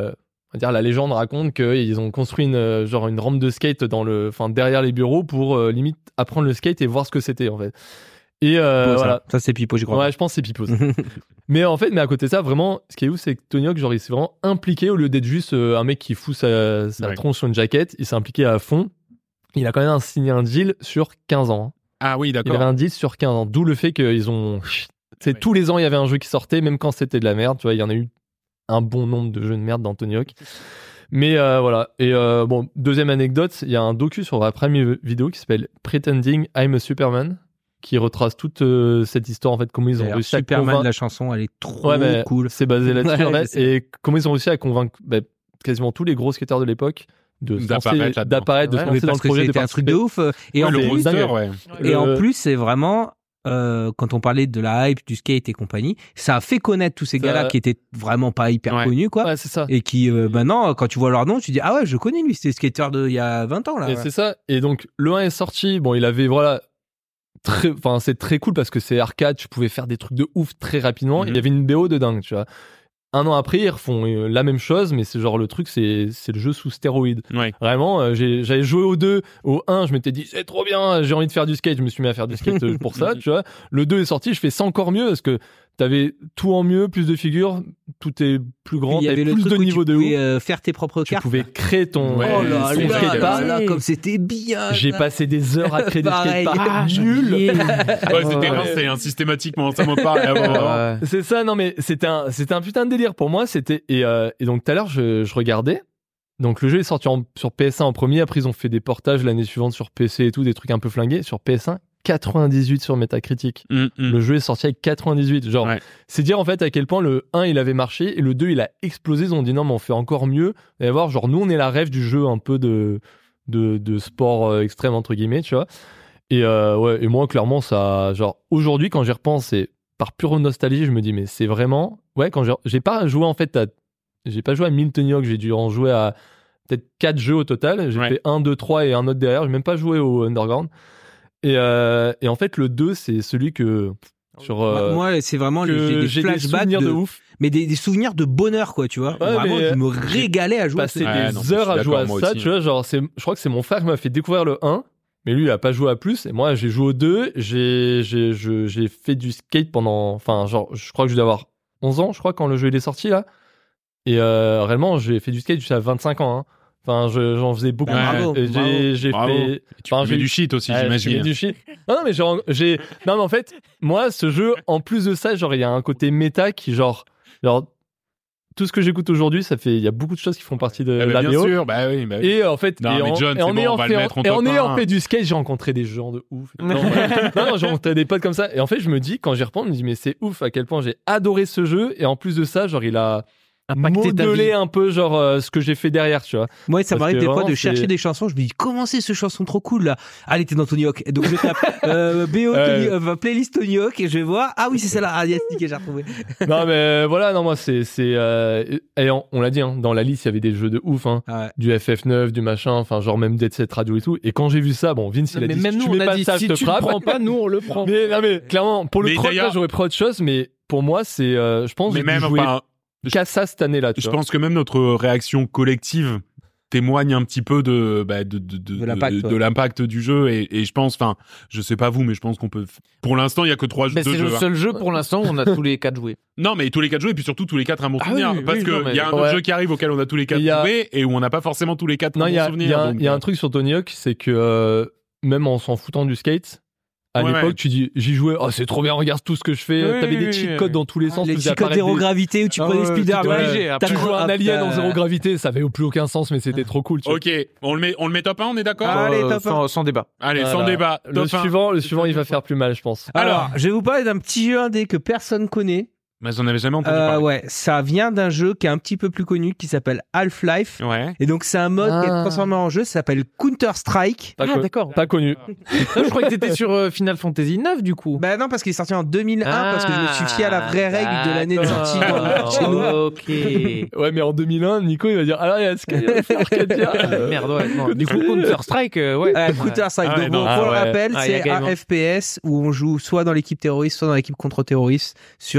on va dire la légende raconte qu'ils ont construit une euh, genre une rampe de skate dans le, enfin derrière les bureaux pour euh, limite apprendre le skate et voir ce que c'était en fait. Et euh, Pipo, ça. voilà. Ça, c'est Pipo, j'y crois. Ouais, je pense que c'est Pipo. ça. mais en fait, mais à côté de ça, vraiment, ce qui est ouf, c'est que Tony Hawk, genre, il s'est vraiment impliqué au lieu d'être juste euh, un mec qui fout sa, sa Ouais. tronche sur une jaquette. Il s'est impliqué à fond. Il a quand même signé un deal sur quinze ans. hein. Ah oui, Il d'accord. avait un deal sur quinze ans. D'où le fait qu'ils ont. C'est Ouais. tous les ans, il y avait un jeu qui sortait, même quand c'était de la merde. Tu vois, il y en a eu un bon nombre de jeux de merde dans Tony Hawk. Mais euh, voilà. Et euh, bon, deuxième anecdote, il y a un docu sur la Prime Video qui s'appelle Pretending I'm a Superman, qui retrace toute euh, cette histoire en fait, comment ils ont D'ailleurs, réussi à Superman, convaincre. la chanson, elle est trop Ouais, mais cool. c'est basé là-dessus Ouais, en fait. je sais. Et comment ils ont réussi à convaincre bah, quasiment tous les gros skateurs de l'époque de se D'apparaître lancer- là-dedans. d'apparaître, de se Ouais, Mais lancer dans le parce que projet, de c'était un truc de participer. ouf. Et, Ouais, en le c'est plus, roster, dingue. ouais. et en Le- plus, c'est vraiment, euh, quand on parlait de la hype, du skate et compagnie, ça a fait connaître tous ces Ça- gars-là qui étaient vraiment pas hyper Ouais. connus, quoi. Ouais, c'est ça. Et qui, euh, maintenant, quand tu vois leur nom, tu dis, ah ouais, je connais lui, c'était skater de il y a vingt ans, là. Et c'est ça. Et donc, le un est sorti. Bon, il avait, voilà, très, enfin, c'est très cool parce que c'est arcade. Tu pouvais faire des trucs de ouf très rapidement. Mhm. Il y avait une B O de dingue, tu vois. Un an après, ils refont euh, la même chose, mais c'est genre le truc, c'est, c'est le jeu sous stéroïde. Ouais. Vraiment, euh, j'ai, j'avais joué au deux, au un, je m'étais dit, c'est trop bien, j'ai envie de faire du skate. Je me suis mis à faire du skate euh, pour ça, tu vois. Le deux est sorti, je fais ça encore mieux parce que t'avais tout en mieux, plus de figures, tout est plus grand, Il y avait t'avais le plus truc de où niveau tu de pouvais ouf. euh, faire tes propres Tu cartes. pouvais créer ton, Ouais, Oh là son là, skatepark. là, là, comme c'était bien. J'ai ça. passé des heures à créer des Pareil. skateparks Ah, nuls. Ouais, c'était Ouais. lancé, hein, systématiquement, ça m'en parle. Ah, bon, bon. Ouais. C'est ça, non mais c'était un, c'était un putain de délire pour moi. C'était et, euh, et donc tout à l'heure je, je regardais. Donc le jeu est sorti en- sur P S un en premier. Après ils ont fait des portages l'année suivante sur P C et tout, des trucs un peu flingués. Sur P S un, quatre-vingt-dix-huit sur Metacritic. Hum, hum. Le jeu est sorti avec quatre-vingt-dix-huit. Genre, Ouais. c'est dire en fait à quel point le un il avait marché et le deux il a explosé. Ils ont dit non mais on fait encore mieux. Vous allez voir, genre nous on est la rêve du jeu un peu de de, de sport euh, extrême entre guillemets, tu vois. Et euh, ouais, et moi clairement ça, genre aujourd'hui quand j'y repense, et par pure nostalgie, je me dis mais c'est vraiment, ouais, quand j'ai, j'ai pas joué en fait à, j'ai pas joué à mille Tony Hawk, j'ai dû en jouer à peut-être quatre jeux au total. J'ai Ouais. fait un, deux, trois et un autre derrière. J'ai même pas joué au Underground. Et, euh, et en fait le deux c'est celui que sur euh, Moi, c'est vraiment que j'ai des j'ai des flashbacks souvenirs de, de ouf. mais des, des souvenirs de bonheur, quoi, tu vois. Ouais, Vraiment, mais, je me j'ai régalais à jouer. à Passer ça. Ouais, des non, je heures suis à jouer à d'accord, moi ça, aussi, tu vois, genre c'est, je crois que c'est mon frère qui m'a fait découvrir le un, mais lui il a pas joué à plus et moi j'ai joué au deux, j'ai j'ai je- j'ai fait du skate pendant, enfin genre je crois que je devais avoir onze ans, je crois, quand le jeu il est sorti là. Et euh, réellement j'ai fait du skate jusqu'à vingt-cinq ans hein. Enfin je- j'en faisais beaucoup. Ouais, bravo, Et bravo. j'ai j'ai Bravo. fait Tu enfin, mets j'ai- du shit aussi, Ouais, j'imagine. je mets du shit. Non, non, mais genre, j'ai. Non, mais en fait, moi, ce jeu, en plus de ça, genre, il y a un côté méta qui, genre. Genre, tout ce que j'écoute aujourd'hui, ça fait. Il y a beaucoup de choses qui font partie de Ah bah, la bien B O. sûr, bah oui, bah oui. Et euh, en fait, Non, et mais en, John, et c'est en bon, ayant on va le fait, mettre en et en top ayant un. fait du skate, j'ai rencontré des gens de ouf. Non, ouais. non, non, j'ai rencontré des potes comme ça. Et en fait, je me dis, quand j'y repense, je me dis, mais c'est ouf à quel point j'ai adoré ce jeu. Et en plus de ça, genre, il a Impacté ta modelé vie. un peu, genre, euh, ce que j'ai fait derrière, tu vois. Moi, ça Parce m'arrive que des fois vraiment, de chercher c'est- des chansons. Je me dis, comment c'est ce chanson trop cool là? Ah, elle était dans Tony Hawk. Et donc, je tape euh, B O, Tony, Ouais. euh, playlist Tony Hawk et je vais voir. Ah oui, c'est celle-là. Ah, yes, nickel, j'ai retrouvé. Non, mais voilà, non, moi, c'est. c'est euh, et on, on l'a dit, hein, dans la liste, il y avait des jeux de ouf, hein. Ouais. Du F F neuf, du machin, enfin genre même Dead Set Radio et tout. Et quand j'ai vu ça, bon, Vince il a Mais dit même si nous, tu on mets a pas dit ça, si je te tu le frappe. prends pas, nous on le prend. Mais non mais clairement pour le Mais troc là d'ailleurs- j'aurais pris autre chose, mais pour moi c'est, euh, je pense, Mais j'ai même, dû jouer enfin, qu'à ça cette année-là. Tu je vois. pense que même notre réaction collective témoigne un petit peu de bah, de de de, De l'impact, de- ouais. de l'impact du jeu et, et je pense, enfin, je sais pas vous, mais je pense qu'on peut. Pour l'instant, il y a que trois Mais deux c'est jeux. le hein. seul jeu pour l'instant où on a tous les quatre joués. Non, mais tous les quatre joués et puis surtout tous les quatre un bon Ah souvenir, oui, parce oui, que non, mais- il y a un autre Ouais. jeu qui arrive auquel on a tous les quatre Il y a- joués et où on n'a pas forcément tous les quatre Non, un il y bon a, souvenir. il y a un- donc, il y a euh, un truc sur Tony Hawk, c'est que euh, même en s'en foutant du skate, à Ouais, l'époque ouais. tu dis j'y jouais, oh c'est trop bien, regarde tout ce que je fais. Oui, T'avais oui, des oui, cheat oui. codes dans tous les sens. Les tu faisais petits codes apparaître des- zéro-gravité où tu Ah prenais ouais, Spider tout Man. léger, T'as Tu absolument. jouais un Ah, alien en putain. zéro gravité, ça avait plus aucun sens, mais c'était trop cool. Tu vois. Ok, on le met, on le met top un, on est d'accord Ah, allez, Euh, top sans, sans débat. Allez, sans Voilà. débat. Le Top un. suivant, le suivant, il va faire plus mal, je pense. Alors, je vais vous parler d'un petit jeu indé que personne connaît. Mais j'en avais jamais entendu Euh, parler. ouais, ça vient d'un jeu qui est un petit peu plus connu qui s'appelle Half-Life. Ouais. Et donc, c'est un mode qui est Ah. transformé en jeu, ça s'appelle Counter-Strike. Pas Ah, co- d'accord. Pas connu. Ah, je crois que t'étais sur euh, Final Fantasy neuf du coup. Bah non, parce qu'il est sorti en deux mille un, Ah, parce que je me suis fié à la vraie règle de l'année de d'accord. sortie dans- chez nous. Ok. Ouais, mais en deux mille un, Nico, il va dire, alors, il y a Sky Arcadia. Euh, Merde, ouais. non. Du coup, Counter-Strike, euh, ouais. Euh, Counter-Strike. Ah ouais, Donc, non. bon, Ah pour le ouais. rappel, Ah, il y a c'est quand même un un- F P S où on joue soit dans l'équipe terroriste, soit dans l'équipe contre-terroriste sur différentes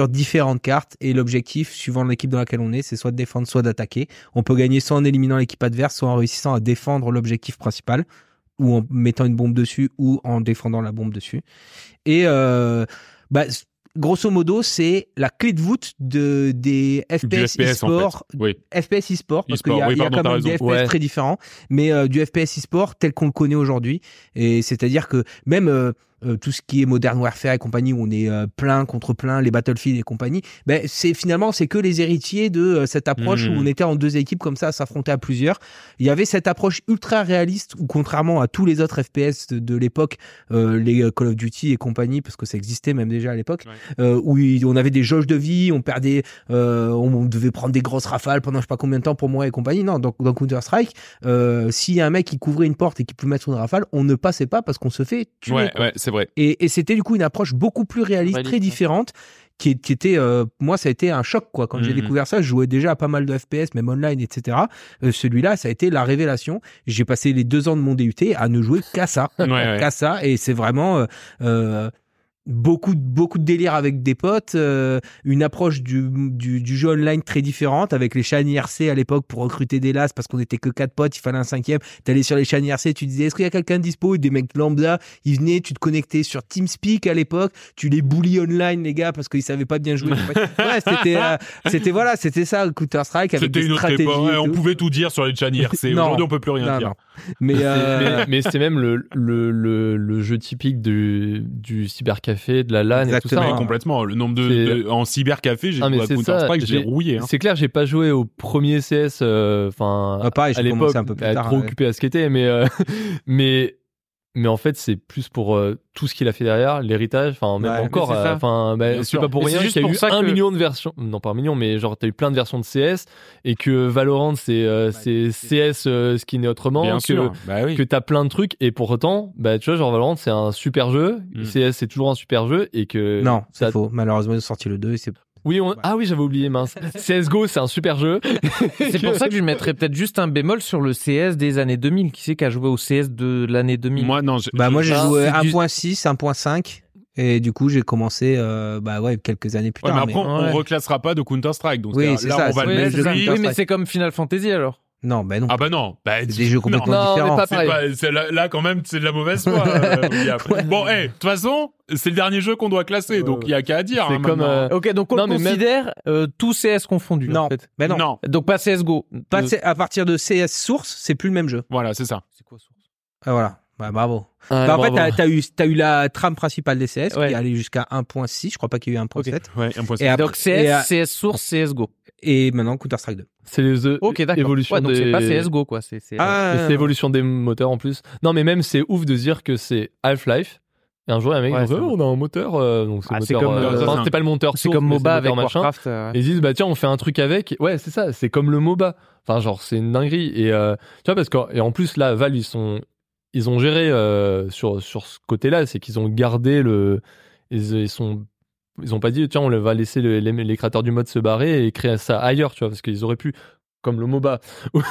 différentes cartes et l'objectif, suivant l'équipe dans laquelle on est, c'est soit de défendre, soit d'attaquer. On peut gagner soit en éliminant l'équipe adverse, soit en réussissant à défendre l'objectif principal, ou en mettant une bombe dessus, ou en défendant la bombe dessus. Et euh, bah, grosso modo, c'est la clé de voûte de, des F P S, F P S e-sport. en fait. Oui. F P S e-sport, parce E-sport, qu'il y a, oui, il y a pardon, quand t'as même des raison. F P S Ouais. très différents, mais euh, du F P S e-sport tel qu'on le connaît aujourd'hui. Et c'est-à-dire que même euh, euh, tout ce qui est Modern Warfare et compagnie, où on est euh, plein contre plein, les Battlefield et compagnie, ben, c'est finalement, c'est que les héritiers de euh, cette approche Mmh. où on était en deux équipes comme ça à s'affronter à plusieurs. Il y avait cette approche ultra réaliste où, contrairement à tous les autres F P S de, de l'époque, euh, les Call of Duty et compagnie, parce que ça existait même déjà à l'époque, Ouais. euh, où il- on avait des jauges de vie, on perdait, euh, on devait prendre des grosses rafales pendant je sais pas combien de temps pour mourir et compagnie. Non, dans, dans Counter-Strike, euh, s'il y a un mec qui couvrait une porte et qui pouvait mettre une rafale, on ne passait pas parce qu'on se fait tuer. Ouais, quoi. ouais, c'est vrai. Et, et c'était du coup une approche beaucoup plus réaliste, Réaliste, très ouais. différente, qui, qui était, euh, moi, ça a été un choc, quoi. Quand j'ai Mhm. découvert ça, je jouais déjà à pas mal de F P S, même online, et cetera. Euh, celui-là, ça a été la révélation. J'ai passé les deux ans de mon D U T à ne jouer qu'à ça, Ouais, ouais. qu'à ça, et c'est vraiment euh, euh, beaucoup, de- beaucoup de délire avec des potes, euh, une approche du, du, du jeu online très différente, avec les chaînes I R C à l'époque pour recruter des lasses, parce qu'on était que quatre potes, il fallait un cinquième. T'allais sur les chaînes I R C, tu disais, est-ce qu'il y a quelqu'un de dispo? Et des mecs lambda, ils venaient, tu te connectais sur TeamSpeak à l'époque, tu les bullies online, les gars, parce qu'ils savaient pas bien jouer. Ouais, c'était, euh, c'était, voilà, c'était ça, Counter-Strike, avec C'était des une autre stratégies. époque. Ouais, et on tout. pouvait tout dire sur les chaînes I R C. Non. Aujourd'hui, on peut plus rien Non, dire. non. Mais, euh, mais, mais c'était même le, le, le, le jeu typique du, du cybercafé, de la LAN et tout ça. Exactement. Ouais, hein. complètement. Le nombre de, C'est- de- en cybercafé, j'ai Ah, mais joué à c'est Counter-Strike, ça, je l'ai j'ai- rouillé. Hein. C'est clair, j'ai pas joué au premier C S, enfin, Ah, pareil, j'ai à l'époque, commencé un peu plus à être tard, trop ouais. occupé à skater, mais, euh, mais, mais en fait, c'est plus pour euh, tout ce qu'il a fait derrière, l'héritage, enfin, même Ouais, encore, mais c'est ça. euh, enfin, bah, Bien c'est sûr. pas pour Mais c'est rien juste qu'il y a pour eu ça un que- million de versions, non pas un million, mais genre, t'as eu plein de versions de C S, et que Valorant, c'est, euh, c'est C S euh, ce qui n'est autrement, Bien que, sûr. Bah oui. que t'as plein de trucs, et pour autant, bah, tu vois, genre Valorant, c'est un super jeu, Mm. C S, c'est toujours un super jeu, et que. non, c'est ça- faux. Malheureusement, ils ont sorti le deux et c'est Oui, on... ah oui, j'avais oublié, mince. C S G O, c'est un super jeu. C'est pour ça que je mettrais peut-être juste un bémol sur le C S des années deux mille. Qui c'est qui a joué au C S de l'année deux mille? Moi, non. je- Bah, je- moi, j'ai Ah, joué c'est du- un point six, un point cinq. Et du coup, j'ai commencé, euh, bah ouais, quelques années plus Ouais, mais tard. après, mais- on Ouais. reclassera pas de Counter-Strike. Donc, Oui, là, c'est là, ça, on va c'est le le mettre même jeu lui. Counter-Strike. Oui, mais c'est comme Final Fantasy alors. Non, ben non. Ah bah non. Bah, C'est des jeux complètement Non, différents. mais pas C'est pareil. pas- c'est là, là, quand même, c'est de la mauvaise foi. euh, William. Bon, hey, de toute façon, c'est le dernier jeu qu'on doit classer, donc il y a qu'à dire. C'est hein, comme, maintenant. euh, Ok, donc on Non, le mais même- considère euh, tout C S confondu. Non, en fait. ben non. non. Donc pas C S G O. Pas Euh, de- à partir de C S Source, c'est plus le même jeu. Voilà, c'est ça. C'est quoi Source? Ah, voilà. Bah, bravo. Ah, Bah, en fait, bravo. t'as, t'as eu, t'as eu la trame principale des C S Ouais. qui allait jusqu'à un point six. Je crois pas qu'il y ait eu un point sept. Ouais, un point Et après- Donc C et, S, euh, C S Source, C S G O. et maintenant Counter-Strike deux. C'est les euh, Ok, d'accord. évolutions Ouais, donc des... c'est pas C S G O quoi. C'est, c'est... Ah, Et c'est l'évolution des moteurs en plus. Non, mais même c'est ouf de se dire que c'est Half-Life. Et un jour, il y a un mec Ouais, qui dit, c'est oh, on a un moteur. euh, donc c'est Ah, le c'est moteur. comme, euh, euh, enfin, ça, c'est c'était pas le moteur c'est source, comme mais MOBA le avec moteur machin. Warcraft. euh, Et ils disent, bah tiens, on fait un truc avec. Ouais, c'est ça, c'est comme le MOBA. Enfin, genre, c'est une dinguerie. Et euh, tu vois, parce que, et en plus, là, Valve, ils sont, ils ont géré euh, sur, sur ce côté-là, c'est qu'ils ont gardé le. Ils, ils sont. Ils ont pas dit, tiens, on va laisser le- les, les créateurs du mode se barrer et créer ça ailleurs, tu vois, parce qu'ils auraient pu, comme le MOBA, ou,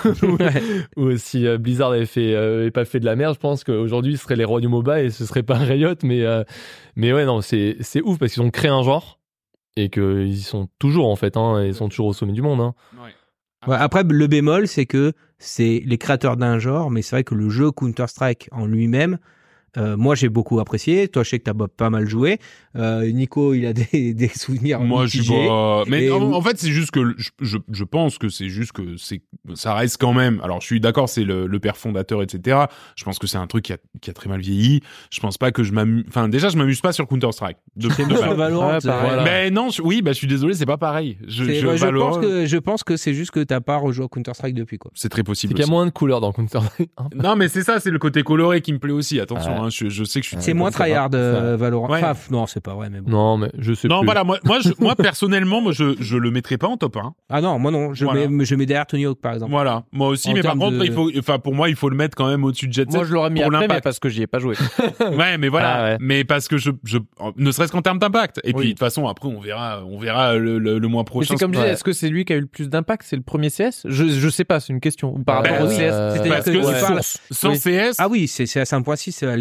ou si euh, Blizzard avait, fait, euh, avait pas fait de la merde, je pense qu'aujourd'hui, ils seraient les rois du MOBA et ce serait pas Riot, mais, euh, mais ouais, non, c'est, c'est ouf parce qu'ils ont créé un genre et qu'ils y sont toujours, en fait, hein, ils sont toujours au sommet du monde. Hein. Ouais, après, le bémol, c'est que c'est les créateurs d'un genre, mais c'est vrai que le jeu Counter-Strike en lui-même, euh, moi j'ai beaucoup apprécié. Toi, je sais que t'as pas mal joué. Euh, Nico, il a des, des souvenirs. Moi, je suis mitigés. pas. Mais Et en, où- en fait, c'est juste que je, je, je pense que c'est juste que c'est, ça reste quand même. Alors, je suis d'accord, c'est le, le père fondateur, et cetera. Je pense que c'est un truc qui a, qui a très mal vieilli. Je pense pas que je m'amuse. Enfin, déjà, je m'amuse pas sur Counter Strike. De, C'est de sur base. Valorant. Ouais, euh, pareil. Voilà. Mais non, je- oui, bah, je suis désolé, c'est pas pareil. Je, c'est- je, ouais, je Valorant, pense que je pense que c'est juste que t'as pas rejoué à Counter-Strike depuis, quoi. c'est très C'est possible. qu'il y a aussi. moins de couleurs dans Counter-Strike. hein. Non, mais c'est ça, c'est le côté coloré qui me plaît aussi. Attention, Ouais. hein, je, je sais que je suis. C'est moins tryhard, euh, Ça- Valorant. Ouais. Enfin, f- non, c'est pas vrai, mais bon. Non, mais je sais Non, plus. voilà, moi, moi, je, moi personnellement, moi, je, je le mettrais pas en top un. Ah non, moi non. Je, Voilà. mets, je mets derrière Tony Hawk, par exemple. Voilà, moi aussi, En mais par termes contre, de- il faut, enfin, pour moi, il faut le mettre quand même au-dessus de Jet Set. Moi je l'aurais mis pour après, mais l'impact. parce que j'y ai pas joué. Ouais, mais voilà, Ah ouais. mais parce que je, je, ne serait-ce qu'en termes d'impact. Et Oui. puis, de toute façon, après, on verra, on verra le, le, le mois Mais prochain. c'est comme je disais, Ouais. est-ce que c'est lui qui a eu le plus d'impact? C'est le premier C S? Je, je sais pas, c'est une question. Ou par Ben rapport au oui, C S. euh, C'est-à-dire parce que que tu c'est parles- Sans Oui. C S, Ah oui, c'est c'est à cinq point six. Les, Ouais,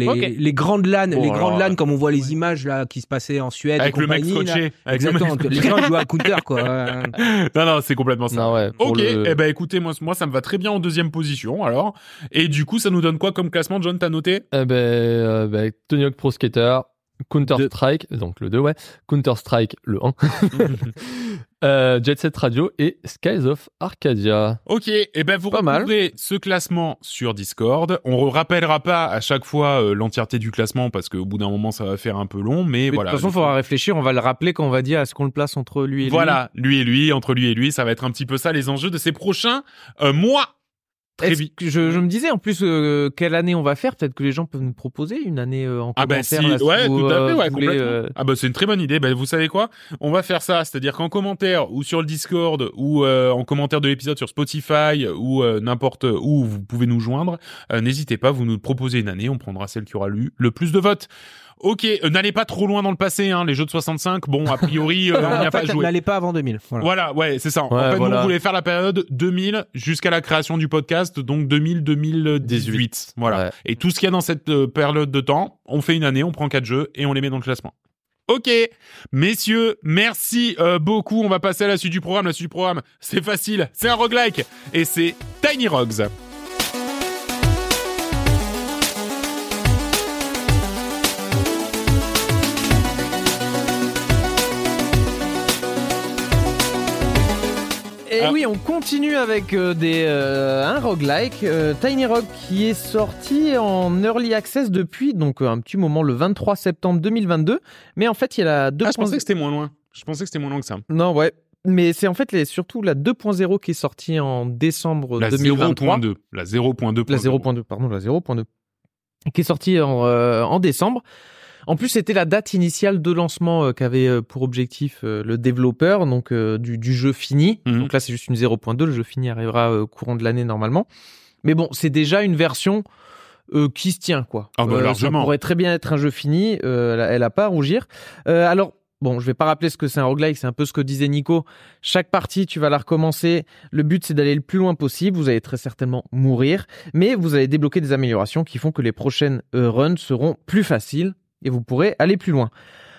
Ok. les grandes LAN, Bon, les grandes alors, LAN comme on voit les images là qui se passaient en Suède. Avec et le mec compagnie, là. scotché. Avec le Exactement. mec Les gens jouent à Counter quoi. Ouais. Non, non, c'est complètement ça. Non, ouais, pour Ok, le- eh ben écoutez, moi, moi ça me va très bien en deuxième position alors. Et du coup, ça nous donne quoi comme classement, John, t'as noté? Eh ben, euh, ben, Tony Hawk Pro Skater, Counter-Strike, donc le deux, ouais, Counter-Strike, le un, euh, Jet Set Radio et Skies of Arcadia. Ok, et ben vous Pas mal. retrouverez ce classement sur Discord. On ne rappellera pas à chaque fois euh, l'entièreté du classement parce qu'au bout d'un moment ça va faire un peu long, mais Mais voilà. de toute façon, il faudra réfléchir. On va le rappeler quand on va dire est-ce qu'on le place entre lui et lui. Voilà, lui et lui, entre lui et lui, ça va être un petit peu ça les enjeux de ces prochains euh, mois. Très Est-ce vite. que je, je me disais en plus euh, quelle année on va faire. Peut-être que les gens peuvent nous proposer une année euh, en Ah bah commentaire. si, là, si ouais, vous, tout à fait, euh, ouais, vous voulez, complètement. euh, Ah bah c'est une très bonne idée. Bah vous savez quoi? On va faire ça, c'est-à-dire qu'en commentaire ou sur le Discord ou euh, en commentaire de l'épisode sur Spotify ou euh, n'importe où vous pouvez nous joindre, euh, n'hésitez pas, vous nous proposez une année, on prendra celle qui aura eu le plus de votes. Ok, euh, n'allez pas trop loin dans le passé, hein, les jeux de soixante-cinq, bon, a priori, euh, on n'y a En pas fait, joué. n'allez pas avant deux mille. Voilà. Voilà, ouais, c'est ça. en Ouais, fait, nous, voilà. on voulait faire la période deux mille jusqu'à la création du podcast, donc deux mille à deux mille dix-huit. Voilà. Ouais. Et tout ce qu'il y a dans cette euh, période de temps, on fait une année, on prend quatre jeux et on les met dans le classement. Ok, messieurs, merci euh, beaucoup. On va passer à la suite du programme. La suite du programme, c'est facile, c'est un roguelike et c'est Tiny Rogues. Et Ah. oui, on continue avec euh, des, euh, un roguelike, euh, Tiny Rogue, qui est sorti en Early Access depuis donc euh, un petit moment, le vingt-trois septembre deux mille vingt-deux. Mais en fait, il y a la deux. Ah, je pensais que c'était moins loin. Je pensais que c'était moins loin que ça. Non, ouais. Mais c'est en fait les, surtout la deux point zéro qui est sortie en décembre La deux mille vingt-trois. zéro point deux. La zéro point deux. La zéro point deux, pardon, la zéro point deux. Qui est sortie en, euh, en décembre. En plus, c'était la date initiale de lancement euh, qu'avait euh, pour objectif euh, le développeur, donc euh, du, du jeu fini. Mhm. Donc là, c'est juste une zéro point deux. Le jeu fini arrivera euh, courant de l'année normalement. Mais bon, c'est déjà une version euh, qui se tient, quoi. Ah bah, Euh, ça largement. pourrait très bien être un jeu fini. Euh, elle, a, elle a pas à rougir. Euh, alors. Bon, je vais pas rappeler ce que c'est un roguelike, c'est un peu ce que disait Nico. Chaque partie, tu vas la recommencer. Le but, c'est d'aller le plus loin possible. Vous allez très certainement mourir, mais vous allez débloquer des améliorations qui font que les prochaines euh, runs seront plus faciles et vous pourrez aller plus loin.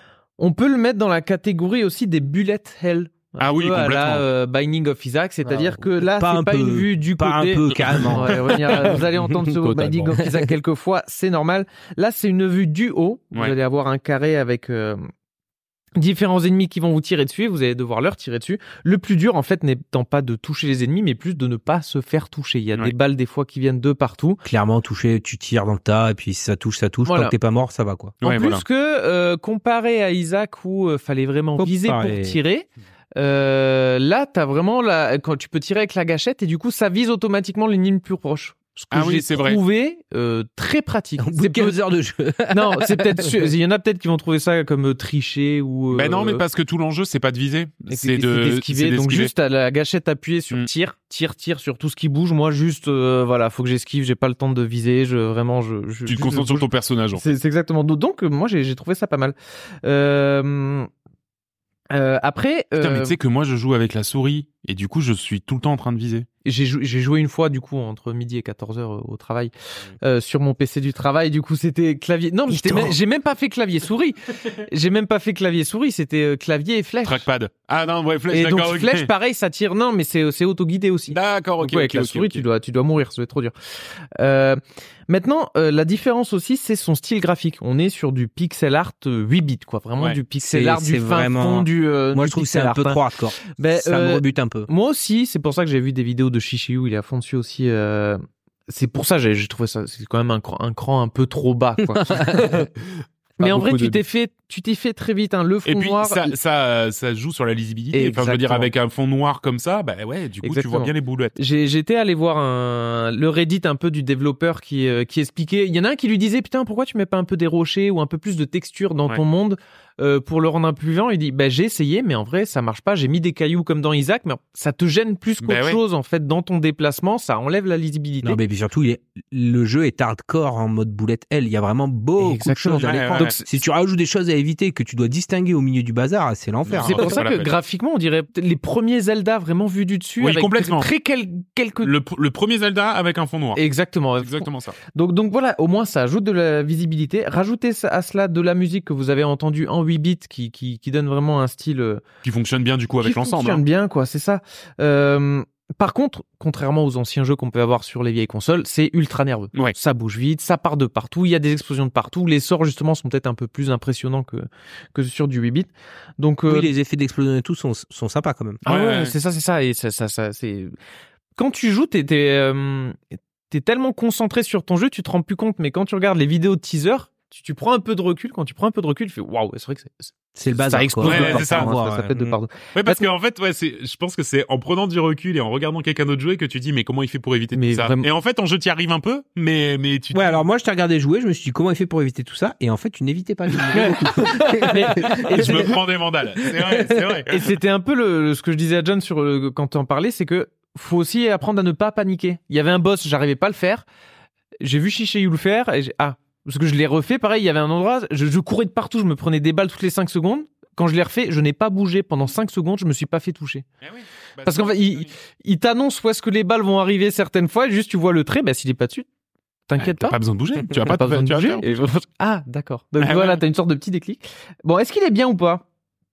On peut le mettre dans la catégorie aussi des bullet hell. Un Ah oui, peu à complètement. la euh, Binding of Isaac, c'est-à-dire Ah, que là, pas c'est un pas peu, une vue du Pas côté. un peu, carrément. Ouais, revenir- vous allez entendre ce mot Totalement. Binding of Isaac quelques fois, c'est normal. Là, c'est une vue du haut. Vous Ouais. allez avoir un carré avec euh, différents ennemis qui vont vous tirer dessus et vous allez devoir leur tirer dessus. Le plus dur, en fait, n'étant pas de toucher les ennemis, mais plus de ne pas se faire toucher. Il y a Ouais. des balles, des fois, qui viennent de partout. Clairement, toucher, tu tires dans le tas, et puis si ça touche, ça touche. Voilà. Tant que t'es pas mort, ça va, quoi. En Ouais, plus voilà. que, euh, comparé à Isaac où euh, fallait vraiment Comparé. viser pour tirer, euh, là, t'as vraiment la... quand tu peux tirer avec la gâchette et du coup, ça vise automatiquement l'ennemi le plus proche. Ce que Ah oui, j'ai c'est vrai. trouvé euh, très pratique. Au bout de C'est peu- quinze heures de jeu. Non, c'est peut-être sûr. Il y en a peut-être qui vont trouver ça comme euh, tricher ou. Ben non, mais euh, parce que tout l'enjeu, c'est pas de viser, et c'est c'est de d'esquiver. c'est Donc d'esquiver. juste à la gâchette appuyée sur Mm. tir, tir, tir sur tout ce qui bouge. Moi, juste, euh, voilà, faut que j'esquive. J'ai pas le temps de viser. Je vraiment, je. je Tu te juste, concentres je sur bouge. ton personnage. en fait. C'est c'est exactement. Donc, euh, moi, j'ai j'ai trouvé ça pas mal. Euh, euh, après, Putain, mais euh, tu sais que moi, je joue avec la souris et du coup, je suis tout le temps en train de viser. j'ai jou- j'ai joué une fois, du coup, entre midi et quatorze heures au travail, euh, sur mon P C du travail. Du coup, c'était clavier. Non, mais c'était Putain. même- j'ai même pas fait clavier souris. J'ai même pas fait clavier souris. C'était euh, clavier et flèche. Trackpad. Ah non, ouais, flèche, Et donc d'accord, ok. flèche, pareil, ça tire. Non, mais c'est c'est auto-guidé aussi. D'accord, ok. Donc, ouais, avec ok, la ok, souris, ok. tu dois tu dois mourir, ça va être trop dur. Euh, maintenant, euh, la différence aussi, c'est son style graphique. On est sur du pixel art euh, huit bits, quoi. Vraiment Ouais. du pixel C'est- art, du c'est fin vraiment- fond, du. euh, Moi, du je trouve que c'est pixel un peu art, hein. trop hardcore. Ben, Ça euh, me rebute un peu. Moi aussi, c'est pour ça que j'ai vu des vidéos de Chichi où il est à fond dessus aussi. euh, C'est pour ça que j'ai j'ai trouvé ça, c'est quand même un cran, un cran un peu trop bas, quoi. Mais en vrai, beaucoup tu de- t'es fait, tu t'es fait très vite, hein, le fond Et puis noir. ça, ça, ça joue sur la lisibilité. Enfin, je veux dire, Exactement. avec un fond noir comme ça, bah ouais, du coup, tu Exactement. vois bien les boulettes. J'ai, j'étais allé voir un, le Reddit un peu du développeur qui, euh, qui expliquait. Il y en a un qui lui disait, putain, pourquoi tu mets pas un peu des rochers ou un peu plus de texture dans Ouais. ton monde? euh, pour le rendre un peu plus vivant. Il dit, bah, j'ai essayé, mais en vrai, ça marche pas. J'ai mis des cailloux comme dans Isaac, mais ça te gêne plus qu'autre Ben ouais. chose, en fait, dans ton déplacement. Ça enlève la lisibilité. Non, mais puis surtout, il est... le jeu est hardcore en mode bullet hell. Il y a vraiment beaucoup Exactement. de choses à Ouais, l'écran. ouais, Donc, ouais. si tu rajoutes des choses à éviter que tu dois distinguer au milieu du bazar, c'est l'enfer. C'est Non, hein. pour c'est ça pas que la peine. graphiquement, on dirait peut-être les premiers Zelda vraiment vus du dessus. Oui, avec complètement. Très quel- quelques. Le, le premier Zelda avec un fond noir. Exactement. C'est exactement ça. Donc, donc voilà, au moins ça ajoute de la visibilité. Rajoutez ça- à cela de la musique que vous avez entendue en huit bits qui, qui, qui donne vraiment un style euh, Qui fonctionne bien du coup avec qui l'ensemble. fonctionne hein. bien, quoi, c'est ça. Euh, par contre, contrairement aux anciens jeux qu'on peut avoir sur les vieilles consoles, c'est ultra nerveux. Ouais. Ça bouge vite, ça part de partout, il y a des explosions de partout. Les sorts, justement, sont peut-être un peu plus impressionnants que, que sur du huit bits. Donc, euh, Oui, les effets d'explosion et tout sont, sont sympas quand même. ah ouais, Ouais, ouais. c'est ça, c'est ça. Et ça, ça, ça, c'est... Quand tu joues, t'es, t'es, euh, t'es tellement concentré sur ton jeu, tu te rends plus compte. Mais quand tu regardes les vidéos de teaser, tu, tu prends un peu de recul. Quand tu prends un peu de recul, tu fais waouh, c'est vrai que c'est, C'est le bazar. ça explose quoi. de Ouais, partout, c'est ça. hein, ça, ça pète de Mm. partout. Ouais, parce Parce qu'en fait, ouais, c'est, je pense que c'est en prenant du recul et en regardant quelqu'un d'autre jouer que tu dis, mais comment il fait pour éviter Mais tout ça? vraiment- Et en fait, en jeu, tu y arrives un peu, mais, mais tu. Ouais, alors moi, je t'ai regardé jouer, je me suis dit comment il fait pour éviter tout ça, et en fait, tu n'évitais pas. Mais- Et je me prends des mandales. C'est vrai, c'est vrai. Et c'était un peu le, le- ce que je disais à John sur le, quand tu en parlais, c'est que faut aussi apprendre à ne pas paniquer. Il y avait un boss, j'arrivais pas à le faire. J'ai vu Shishayu le faire et j'ai, ah, parce que je l'ai refait, pareil, il y avait un endroit, je, je courais de partout, je me prenais des balles toutes les cinq secondes. Quand je l'ai refait, je n'ai pas bougé pendant cinq secondes, je me suis pas fait toucher. Eh oui. Bah, Parce qu'en fait, il, il t'annonce où est-ce que les balles vont arriver certaines fois, et juste tu vois le trait, bah s'il est pas dessus, t'inquiète T'as pas. pas besoin de bouger. Tu vas T'as pas, besoin de tu vas bouger. faire. Et je- Ah, d'accord. Donc Ah, voilà, ouais. t'as une sorte de petit déclic. Bon, est-ce qu'il est bien ou pas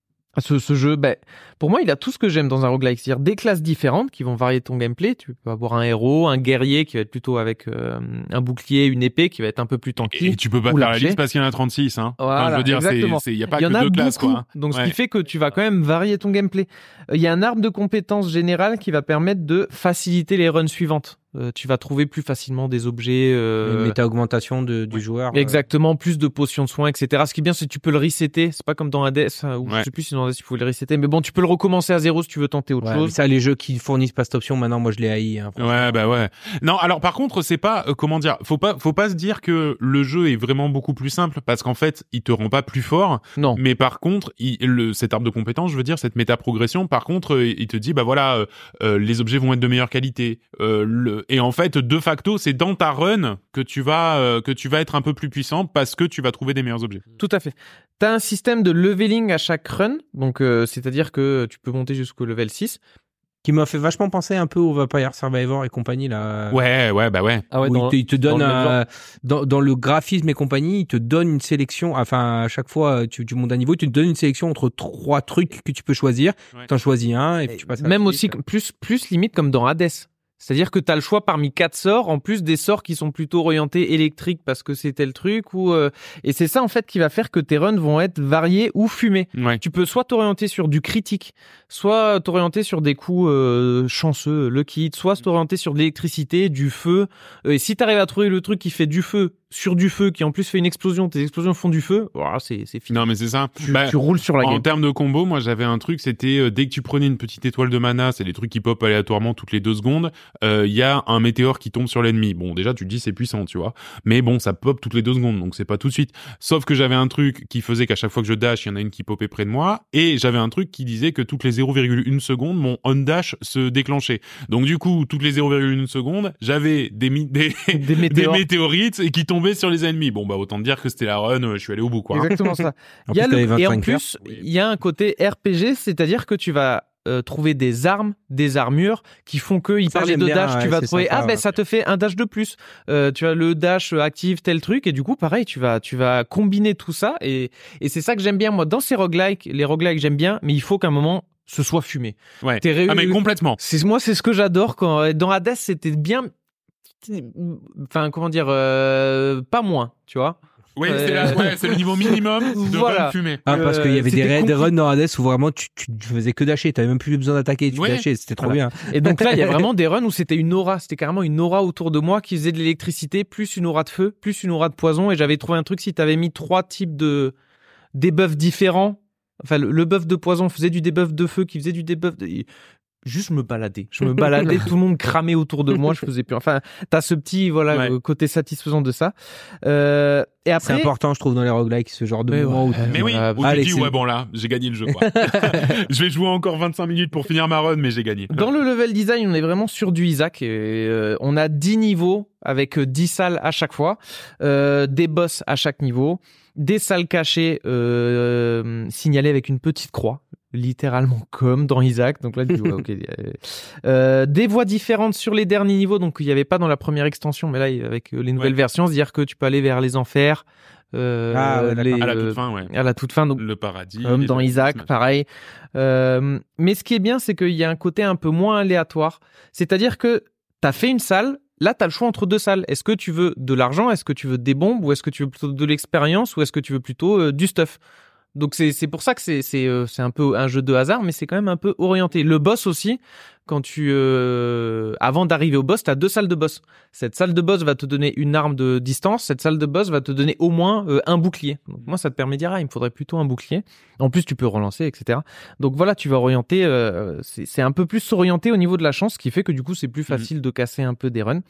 ce, ce jeu? Ben, pour moi, il a tout ce que j'aime dans un roguelike, c'est-à-dire des classes différentes qui vont varier ton gameplay. Tu peux avoir un héros, un guerrier qui va être plutôt avec euh, un bouclier, une épée qui va être un peu plus tanky. Et tu peux pas Ou faire la l'archer. liste parce qu'il y en a trente-six, hein. Voilà, Enfin, je veux dire, c'est, exactement. c'est, y a pas Il y en que a deux classes, beaucoup, quoi. donc ce Ouais. qui fait que tu vas quand même varier ton gameplay. Euh, Il y a un arbre de compétences générales qui va permettre de faciliter les runs suivantes. Euh, tu vas trouver plus facilement des objets. euh, Une méta-augmentation de, du joueur. euh, Exactement, plus de potions de soins, et cetera. Ce qui est bien, c'est que tu peux le resetter. C'est pas comme dans Hades, hein, ou Ouais. je sais plus si dans Hades il faut le resetter, mais bon, tu peux le recommencer à zéro si tu veux tenter autre Ouais, mais chose. ça, les jeux qui fournissent pas cette option, maintenant, moi, je les haïs. Hein, franchement. Ouais, bah ouais. Non, alors par contre, c'est pas euh, comment dire, faut pas, faut pas se dire que le jeu est vraiment beaucoup plus simple parce qu'en fait, il te rend pas plus fort. Non. Mais par contre, il, le, cet arbre de compétences, je veux dire, cette méta-progression, par contre, euh, il te dit, bah voilà, euh, euh, les objets vont être de meilleure qualité. Euh, le, et en fait, de facto, c'est dans ta run que tu vas, euh, que tu vas être un peu plus puissant parce que tu vas trouver des meilleurs objets. Tout à fait. T'as un système de leveling à chaque run, donc euh, c'est-à-dire que tu peux monter jusqu'au level six. Qui m'a fait vachement penser un peu au Vampire Survivor et compagnie, là. Ouais, ouais, bah ouais. Ah ouais, Où dans, il te, il te donne dans le même un- dans, dans le graphisme et compagnie, il te donne une sélection. Enfin, à chaque fois, tu, tu montes un niveau, tu te donnes une sélection entre trois trucs que tu peux choisir. Ouais. T'en choisis un et puis tu passes. à la Même suite. aussi, plus, plus limite comme dans Hades. C'est-à-dire que tu as le choix parmi quatre sorts, en plus des sorts qui sont plutôt orientés électriques parce que c'est tel truc. Ou euh, Et c'est ça en fait qui va faire que tes runs vont être variés ou fumés. Ouais. Tu peux soit t'orienter sur du critique, soit t'orienter sur des coups euh, chanceux, lucky, soit t'orienter sur de l'électricité, du feu. Euh, et si t'arrives à trouver le truc qui fait du feu sur du feu, qui en plus fait une explosion, tes explosions font du feu, voilà, c'est, c'est fini. Non, mais c'est ça. Tu, Bah, tu roules sur la En game. termes de combo, moi j'avais un truc, c'était euh, dès que tu prenais une petite étoile de mana, c'est des trucs qui pop aléatoirement toutes les deux secondes, il euh, y a un météore qui tombe sur l'ennemi. Bon, déjà tu te dis c'est puissant, tu vois. Mais bon, ça pop toutes les deux secondes, donc c'est pas tout de suite. Sauf que j'avais un truc qui faisait qu'à chaque fois que je dash, il y en a une qui popait près de moi, et j'avais un truc qui disait que toutes les zéro virgule un secondes, mon on dash se déclenchait. Donc du coup, toutes les zéro virgule un secondes, j'avais des, mi- des, Des des météores. météorites et qui tombaient sur les ennemis. Bon bah autant dire que c'était la run, euh, je suis allé au bout quoi. Exactement ça. En Il y a plus, le- t'avais et en vingt-cinq heures. plus, Oui. il y a un côté R P G, c'est-à-dire que tu vas euh, trouver des armes, des armures qui font que, il Ça, parlait j'aime de bien, dash, tu ouais, vas c'est trouver, sympa, ah ben ouais. ça te fait un dash de plus. Euh, tu as le dash euh, active tel truc, et du coup, pareil, tu vas, tu vas combiner tout ça, et, et c'est ça que j'aime bien, moi, dans ces roguelikes, les roguelikes, j'aime bien, mais il faut qu'à un moment, ce soit fumé. Ouais. T'es ré- Ah mais complètement. C'est, moi, c'est ce que j'adore quand, dans Hades, c'était bien, enfin, comment dire, euh, pas moins, tu vois. Oui, Ouais. c'est, la- ouais, c'est le niveau minimum de Voilà. run fumé. Ah, parce Euh, qu'il y avait des, c'était ra- des compli- runs dans Hades où vraiment tu, tu, tu faisais que dasher, t'avais même plus besoin d'attaquer, tu Ouais. dashais, c'était trop Voilà. bien. Et donc là, il y a vraiment des runs où c'était une aura, c'était carrément une aura autour de moi qui faisait de l'électricité, plus une aura de feu, plus une aura de poison. Et j'avais trouvé un truc, si t'avais mis trois types de debuffs différents, enfin le, le buff de poison faisait du debuff de feu, qui faisait du debuff de... juste me balader. Je me baladais, tout le monde cramait autour de moi, je faisais plus. Enfin, t'as ce petit voilà Ouais. euh, côté satisfaisant de ça. Euh, et après, C'est important, je trouve, dans les roguelikes, ce genre de Mais moment ouais. où tu- Mais oui, Voilà. où tu Allez, dis, c'est- ouais, bon là, j'ai gagné le jeu, quoi. Je vais jouer encore vingt-cinq minutes pour finir ma run, mais j'ai gagné. dans le level design, on est vraiment sur du Isaac. Et, euh, on a dix niveaux avec euh, dix salles à chaque fois, euh, des boss à chaque niveau, des salles cachées euh, signalées avec une petite croix. Littéralement comme dans Isaac, donc là tu vois, ok. Euh, des voies différentes sur les derniers niveaux, donc il n'y avait pas dans la première extension, mais là avec euh, les nouvelles Ouais. versions, c'est-à-dire que tu peux aller vers les enfers, euh, Ah, ouais, d'accord. les, À la euh, toute fin, ouais. à la toute fin, donc Le paradis. comme les dans abysses, Isaac, machin. pareil. Euh, mais ce qui est bien, c'est qu'il y a un côté un peu moins aléatoire, c'est-à-dire que t'as fait une salle. Là, tu as le choix entre deux salles. Est-ce que tu veux de l'argent, est-ce que tu veux des bombes, ou est-ce que tu veux plutôt de l'expérience, ou est-ce que tu veux plutôt euh, du stuff? Donc c'est c'est pour ça que c'est c'est euh, c'est un peu un jeu de hasard, mais c'est quand même un peu orienté. Le boss aussi, quand tu euh, avant d'arriver au boss, tu as deux salles de boss. Cette salle de boss va te donner une arme de distance, cette salle de boss va te donner au moins euh, un bouclier. Donc moi ça te permet de dire ah, il me faudrait plutôt un bouclier. En plus tu peux relancer, et cetera. Donc voilà, tu vas orienter euh, c'est c'est un peu plus orienté au niveau de la chance, ce qui fait que du coup c'est plus facile de casser un peu des runs.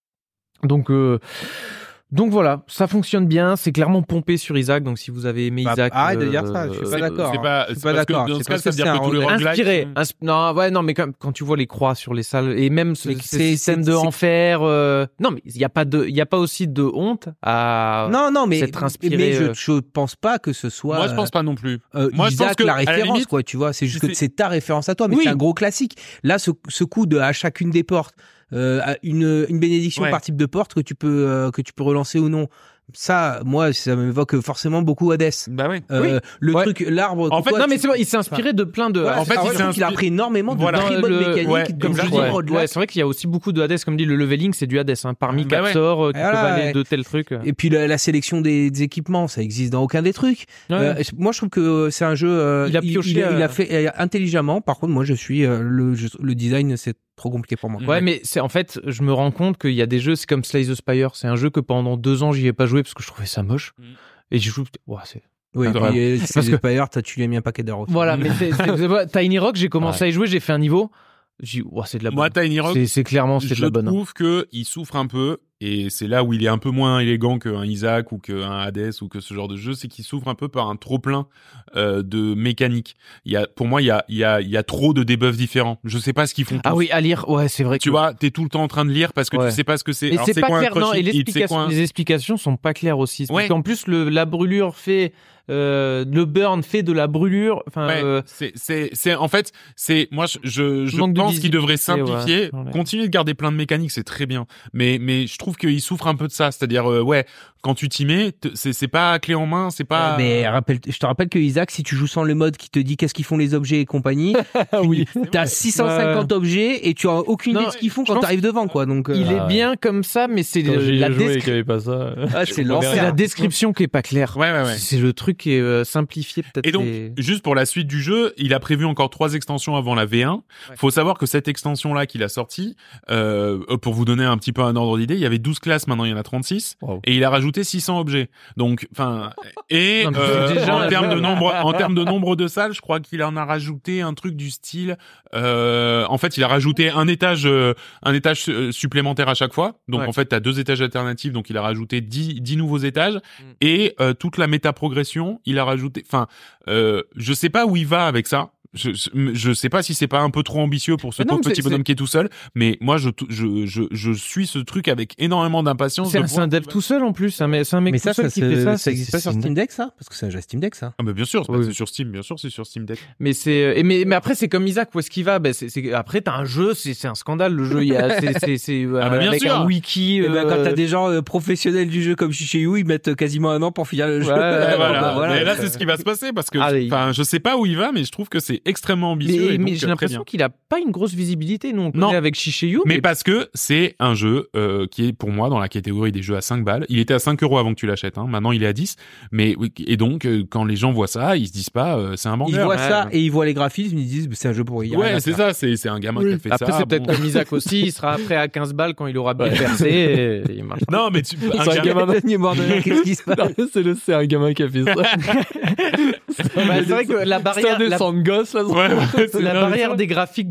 Donc euh, Donc voilà, ça fonctionne bien, c'est clairement pompé sur Isaac, donc si vous avez aimé Bah, Isaac... arrête de euh, dire ça, je suis pas C'est- d'accord. C'est pas, Je suis c'est pas parce que d'accord. Dans C'est ce cas, parce ça que veut dire c'est que un tous les roguelike. roguelikes. Inspiré, insp- non, ouais, non, mais quand, quand tu vois les croix sur les salles, et même ce, Mais ce c'est- système c'est- de c'est- enfer, euh, non, mais il y a pas de, il y a pas aussi de honte à... Non, non, mais, s'être inspiré, mais je, euh, je pense pas que ce soit. Moi, je pense pas non plus. euh, Moi, je Isaac, pense que, la à la référence, limite, quoi, tu vois. C'est juste c'est- que c'est ta référence à toi, mais Oui. c'est un gros classique. Là, ce, ce coup de à chacune des portes, euh, à une, une bénédiction Ouais. par type de porte que tu peux, euh, que tu peux relancer ou non. Ça, moi, ça m'évoque forcément beaucoup Hades. Bah oui. Euh, Le Ouais. truc, l'arbre. En fait, toi, non, mais tu- c'est vrai, il s'est inspiré de plein de... Voilà, en fait, c'est- il je s'est trouve qu'il a inspi- pris énormément de Voilà. très Dans bonnes le- mécaniques, ouais, comme je dis, exactement. Ouais, roguelike. ouais, c'est vrai qu'il y a aussi beaucoup de Hades, comme dit le leveling, c'est du Hades, hein, parmi Bah ouais. Captor, euh, qui Voilà, peuvent aller ouais. de tels trucs. Et puis la, la sélection des, des équipements, ça existe dans aucun des trucs. Ouais. Euh, moi, je trouve que c'est un jeu. euh, Il a pioché, Il, il a- il a euh, fait euh, intelligemment. Par contre, moi, je suis euh, le, je- le design, c'est trop compliqué pour moi. Ouais, mais c'est en fait, je me rends compte qu'il y a des jeux, c'est comme Slay the Spire, c'est un jeu que pendant deux ans j'y ai pas joué parce que je trouvais ça moche. Mm. Et j'y joue, ouah, c'est... Oui, Ah, puis, vraiment. euh, Parce c'est que- le Spire, t'as tu lui as mis un paquet d'heures. aussi. Voilà, mais c'est, c'est- c'est- Tiny Rock, j'ai commencé Ouais. à y jouer, j'ai fait un niveau, j'ai dit, ouah, c'est de la bonne. Moi, Tiny Rock, c'est, c'est clairement, c'est de je la bonne. hein. trouve que il souffre un peu, et c'est là où il est un peu moins élégant qu'un Isaac ou qu'un Hades ou que ce genre de jeu, c'est qu'il souffre un peu par un trop plein euh, de mécanique. Il y a, pour moi, il y a, il y a, il y a trop de debuffs différents. Je sais pas ce qu'ils font. Ah tous. oui, à lire, ouais, c'est vrai Tu que... vois, t'es tout le temps en train de lire parce que Ouais. tu sais pas ce que c'est. Et Alors, c'est pas quoi un clair, non, et crushing hit, c'est l'explication, quoi un- les explications sont pas claires aussi. Parce Ouais. qu'en plus, le, la brûlure fait, euh, le burn fait de la brûlure, enfin, Ouais, euh, c'est, c'est, c'est, en fait, c'est, moi, je, je, je Manque de pense qu'il devrait visibilité, simplifier, ouais. Ouais. continuer de garder plein de mécaniques, c'est très bien. Mais, mais je trouve qu'il souffre un peu de ça. C'est-à-dire, euh, ouais, quand tu t'y mets, t- c'est, c'est pas clé en main, c'est pas. Mais rappelle, je te rappelle que Isaac, si tu joues sans le mode qui te dit qu'est-ce qu'ils font les objets et compagnie, ah oui. t'as six cent cinquante objets et tu as aucune Non, idée de ce qu'ils font je quand pense- t'arrives devant, quoi. Donc, euh, Il est ouais. bien comme ça, mais c'est Quand le- j'y ai la, joué et descri- qu'il n'y avait pas ça. ah, c'est c'est l'enfer. la description qui est pas claire. Ouais, ouais, ouais. C'est le truc qui est euh, simplifié peut-être. Et donc, les- juste pour la suite du jeu, il a prévu encore trois extensions avant la V un. Ouais. Faut savoir que cette extension-là qu'il a sortie, euh, pour vous donner un petit peu un ordre d'idée, il y avait douze classes, maintenant il y en a trente-six, Wow. et il a rajouté six cents objets. Donc, enfin, et Non, mais euh, c'est déjà en un termes de jeu. nombre, en termes de nombre de salles, je crois qu'il en a rajouté un truc du style. Euh, en fait, il a rajouté un étage, euh, un étage euh, supplémentaire à chaque fois. Donc, Ouais. en fait, t'as deux étages alternatifs. Donc, il a rajouté dix, dix nouveaux étages Mm. et euh, toute la méta progression, il a rajouté. Enfin, euh, je sais pas où il va avec ça. Je, je, je sais pas si c'est pas un peu trop ambitieux pour ce Mais non, pauvre mais petit c'est- bonhomme qui est tout seul, mais moi je je je je suis ce truc avec énormément d'impatience. C'est de un, c'est un voir- dev tout seul en plus, hein, mais c'est un mec Mais tout ça, seul ça, qui fait ça. ça c'est- existe pas c'est- sur c'est- Steam Deck, ça? Parce que c'est un jeu Steam Deck, ça. Ah bah bien sûr, c'est, pas- Oui. c'est sur Steam, bien sûr, c'est sur Steam Deck. Mais c'est euh, et mais mais après c'est comme Isaac, où est-ce qu'il va? Ben c'est, c'est après t'as un jeu, c'est c'est un scandale le jeu. Il y a c'est c'est, c'est euh, Ah bah bien avec sûr. un wiki. Et ben, euh, quand t'as des gens euh, professionnels du jeu comme Shishayu, ils mettent quasiment un an pour finir le jeu. Ouais, ouais, Et ouais, voilà. bah, voilà. Et là, c'est ce qui va se passer parce que, Allez. enfin, je sais pas où il va, mais je trouve que c'est extrêmement ambitieux. mais, et donc, mais euh, j'ai très l'impression bien. qu'il a pas une grosse visibilité. Nous on Non. connaît avec Shishayu, Mais mais parce que c'est un jeu euh, qui est pour moi dans la catégorie des jeux à cinq balles. Il était à cinq euros avant que tu l'achètes. Hein. Maintenant, il est à dix. Mais oui, et donc, euh, quand les gens voient ça, ils se disent pas, euh, c'est un banger. Ils voient Ouais, ça ouais. et ils voient les graphismes, ils disent, bah, c'est un jeu pour y rien Ouais, à c'est faire. ça. C'est c'est un gamin Oui. qui a fait après ça. c'est peut-être bon. comme Isaac aussi. Il sera après à quinze balles quand il aura bien percé. Et il marche. Non, mais tu, un C'est un gamin- gamin. Dernier mort de rien, qu'est-ce qui se passe? Non, c'est, le, c'est un gamin qui a fait ça. Bah, c'est vrai que la C'est un barrière, la, descend de gosse, là. Ouais, ouais, c'est la non, barrière c'est- des graphiques doit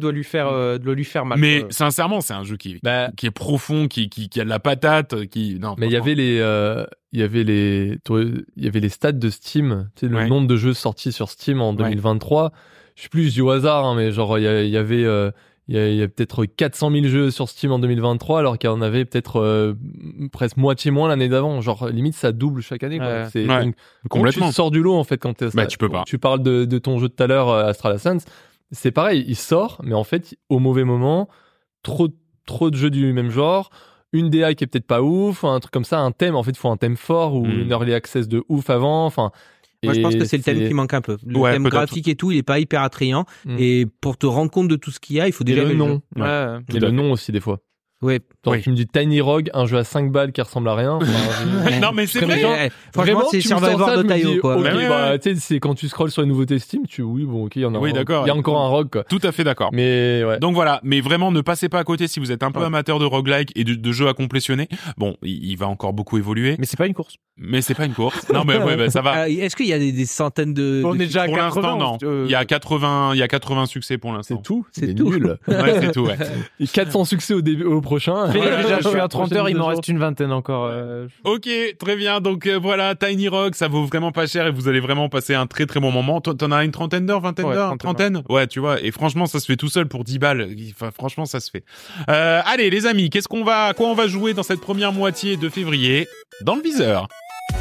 doit lui faire, euh, doit lui faire mal. Mais quoi. sincèrement, c'est un jeu qui, Bah, qui est profond, qui, qui, qui a de la patate, qui. Non, mais il y franchement. avait les, euh, il y avait les, il y avait les stats de Steam, tu sais, le Ouais. nombre de jeux sortis sur Steam en deux mille vingt-trois. Je sais plus, je dis au hasard, hein, mais genre il y, a- il y avait, euh, il y a, il y a peut-être quatre cent mille jeux sur Steam en deux mille vingt-trois, alors qu'il y en avait peut-être euh, presque moitié moins l'année d'avant. Genre limite ça double chaque année. Quoi. Ouais. C'est, Ouais. donc, comment Complètement. tu sors du lot en fait quand t'es Bah, tu peux pas. Tu parles de, de ton jeu de tout à l'heure, euh, Astral Ascent. C'est pareil, il sort, mais en fait au mauvais moment, trop, trop de jeux du même genre. Une D A qui est peut-être pas ouf, un truc comme ça, un thème. En fait, il faut un thème fort ou Mm. une early access de ouf avant. Enfin, Moi, je et pense que c'est le thème qui manque un peu. Le Ouais, thème peut-être. graphique et tout, il est pas hyper attrayant. Mm. Et pour te rendre compte de tout ce qu'il y a, il faut Et déjà le aimer le nom. jeu. Ouais. Ouais. Et le nom aussi, des fois. Ouais. Genre, Oui. tu me dis Tiny Rogue, un jeu à cinq balles qui ressemble à rien. Enfin, je- Non, mais c'est Très vrai. méchant. Eh, franchement, c'est tu me sors Survivor ça, je me d'Otaio, dis, quoi. ok, Bah ouais, bah, ouais. tu sais, c'est quand tu scrolles sur les nouveautés Steam, tu oui, bon, ok, il y en a Oui, un- d'accord. Il y a encore un Rogue, quoi. Tout à fait d'accord. Mais ouais. Donc voilà, mais vraiment ne passez pas à côté si vous êtes un peu Ouais. amateur de roguelike et de, de jeux à complétionner. Bon, il, il va encore beaucoup évoluer, Mais c'est pas une course. mais c'est pas une course. Non, mais ouais, bah, ça va. Ah, Est-ce qu'il y a des, des centaines de... On de- est déjà à Pour l'instant, quatre-vingts. non. euh, Il y a quatre-vingts, il y a quatre-vingts succès pour l'instant. C'est tout. C'est Il est tout. nul. Ouais, c'est tout. Ouais. Et quatre cents succès au début, au prochain. Fais- Ouais. déjà, je suis à trente Prochaine heures, il mise à m'en jour. reste une vingtaine encore. euh, Ok, très bien. Donc euh, voilà, Tiny Rock, ça vaut vraiment pas cher et vous allez vraiment passer un très très bon moment. Toi, t'en as une trentaine d'heures, vingtaine Ouais, d'heures, trentaine. trentaine. Ouais, tu vois. Et franchement, ça se fait tout seul pour dix balles. Enfin, franchement, ça se fait. Euh, allez, les amis, qu'est-ce qu'on va, à quoi on va jouer dans cette première moitié de février dans le viseur?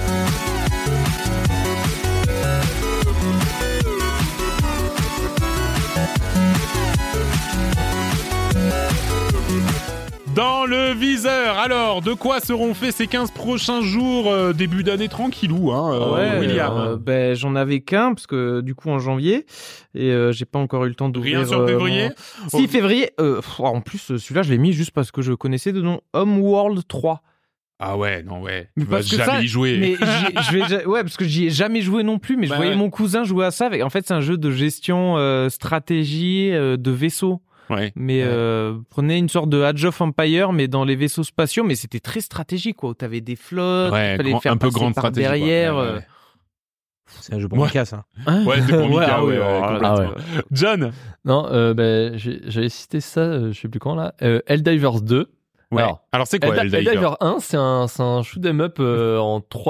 Dans le viseur, alors, de quoi seront faits ces quinze prochains jours, euh, début d'année tranquillou, hein, euh, Ouais, William? euh, ben, j'en avais qu'un, parce que du coup, en janvier, et euh, j'ai pas encore eu le temps d'ouvrir. Rien sur euh, février? mon- Si, février. euh, pff, en plus, euh, celui-là, je l'ai mis juste parce que je connaissais de nom Homeworld trois. Ah ouais, non, ouais. Mais Tu vas parce que jamais ça- y jouer. Mais j'y- je vais, ja- ouais, parce que j'y ai jamais joué non plus, mais Bah je voyais ouais. mon cousin jouer à ça. Avec, en fait, c'est un jeu de gestion, euh, stratégie, euh, de vaisseaux. Ouais. Mais Ouais. euh, prenez une sorte de Age of Empire, mais dans les vaisseaux spatiaux, mais c'était très stratégique, quoi. T'avais des flottes, Ouais, fallait grand- faire un peu passer grande par stratégie, quoi. derrière. Ouais, ouais, euh. ouais. C'est un jeu pour Ouais. un casse. Hein. Ouais, c'est pour Mika, ah oui, ouais, ouais, alors, complètement. ah ouais. John? Non, euh, ben, j'ai- j'avais cité ça, euh, je sais plus quand là. Euh, Helldivers deux. Ouais. Alors, Alors, c'est quoi, Helldi- Helldiver? Helldiver un, c'est un, c'est un shoot 'em up euh, en trois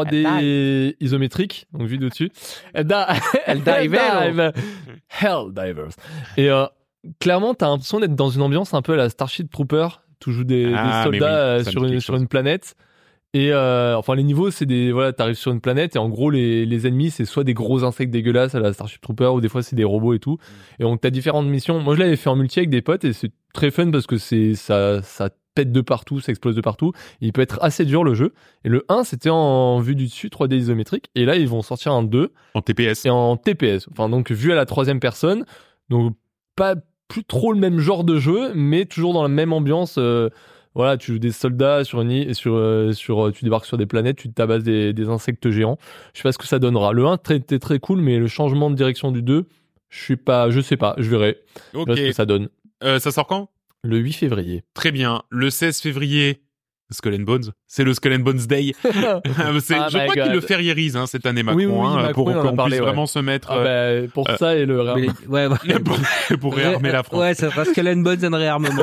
D isométrique, donc vu dessus. Helldi- Helldiver. Helldiver. Helldivers. Et euh, clairement, t'as l'impression d'être dans une ambiance un peu à la Starship Trooper. Tu joues des, Ah, des mais soldats oui, euh, ça me sur, dit une, quelque sur chose. une planète. Et euh, enfin, les niveaux, c'est des. Voilà, t'arrives sur une planète et en gros, les, les ennemis, c'est soit des gros insectes dégueulasses à la Starship Trooper ou des fois, c'est des robots et tout. Et donc, t'as différentes missions. Moi, je l'avais fait en multi avec des potes et c'est très fun parce que c'est ça, ça pète de partout, ça explose de partout. Il peut être assez dur le jeu. Et le un, c'était en vue du dessus, trois D isométrique. Et là, ils vont sortir un deux En T P S. et en T P S. Enfin, donc, vu à la troisième personne. Donc, pas plus trop le même genre de jeu, mais toujours dans la même ambiance. euh, Voilà, tu joues des soldats sur une île, sur, euh, sur, tu débarques sur des planètes, tu te tabasses des, des insectes géants. Je sais pas ce que ça donnera. Le un était très, très cool, mais le changement de direction du deux, je suis pas, je sais pas, je verrai. Je Ok. verrai ce que ça donne. Euh, ça sort quand? Le huit février. Très bien. Le seize février. Skull and Bones. C'est le Skull and Bones Day. C'est- Ah je my crois qu'il God. le fériérise, hein, cette année, Macron, Oui, oui, oui, hein, Macron, pour il en a qu'on parlé, puisse ouais. vraiment se mettre, Ah euh, bah, pour euh, ça et le Mais les- ouais, ouais. pour, pour réarmer la France. Ouais, ça fera Skull and Bones and réarmement.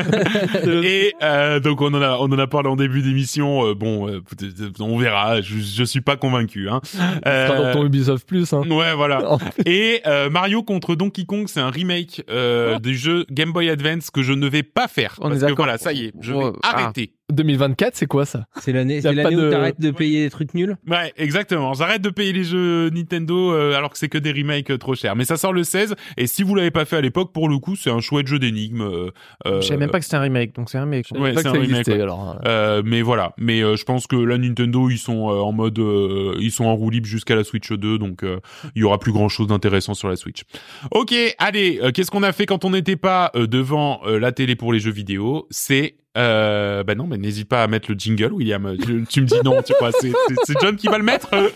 ouais. Et euh, donc on en a on en a parlé en début d'émission. Euh, bon, euh, peut-être- on verra. Je, je suis pas convaincu. Hein. Ce sera dans ton Ubisoft Plus. Hein. Ouais, voilà. Et euh, Mario contre Donkey Kong, c'est un remake euh, du jeu Game Boy Advance que je ne vais pas faire. On est parce que d'accord. voilà, ça y est, je vais Ouais, ah. arrêter. deux mille vingt-quatre, c'est quoi ça? C'est l'année, Y a c'est l'année pas de- où t'arrêtes de payer des trucs nuls. Ouais, exactement. J'arrête de payer les jeux Nintendo euh, alors que c'est que des remakes euh, trop chers. Mais ça sort le seize. Et si vous l'avez pas fait à l'époque, pour le coup, c'est un chouette jeu d'énigmes. Euh, euh, Je savais même pas que c'était un remake, donc c'est un remake. Ouais, Pas c'est que un ça remake, existait, ouais. alors. hein. Euh, mais voilà, mais euh, je pense que là Nintendo ils sont euh, en mode euh, ils sont en roue libre jusqu'à la Switch deux, donc euh, il y aura plus grand chose d'intéressant sur la Switch. Ok, allez, euh, qu'est-ce qu'on a fait quand on n'était pas euh, devant euh, la télé pour les jeux vidéo? C'est euh, bah non, mais n'hésite pas à mettre le jingle, William. Tu, tu me dis non, tu vois, c'est, c'est, c'est John qui va le mettre. euh.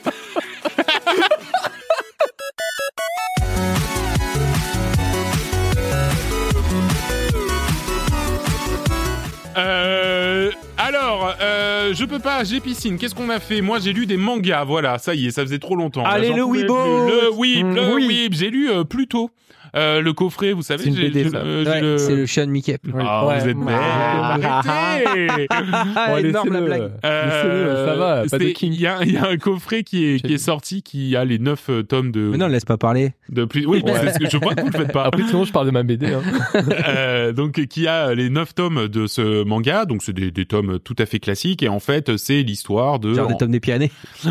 Euh, alors, euh, je peux pas, j'ai piscine. Qu'est-ce qu'on a fait? Moi, j'ai lu des mangas. Voilà, ça y est, ça faisait trop longtemps. Allez, Là, j'en le pouvais Weebo. plus. Le Weeb, Mm, le oui. Weeb. J'ai lu euh, Pluto. euh, le coffret, vous savez, C'est une j'ai- B D, j'ai ça. le- j'ai Ouais, le- C'est le Sean Mickey. Ah, Ouais. vous êtes Ouais. bête. Arrêtez. Ah, Ouais, énorme la laissez-le. blague. Euh, ça va, pas de c'est- king. Il y a, il y a un coffret qui est, qui est sorti qui a les neuf euh, tomes de, Mais non, laisse pas parler. de plus. Oui, Ouais. c'est ce que je vois que vous le faites pas. Après, sinon, je parle de ma B D. Hein. Euh, donc qui a les neuf tomes de ce manga, donc c'est des, des tomes tout à fait classiques et en fait c'est l'histoire de Genre des tomes des Pyrénées.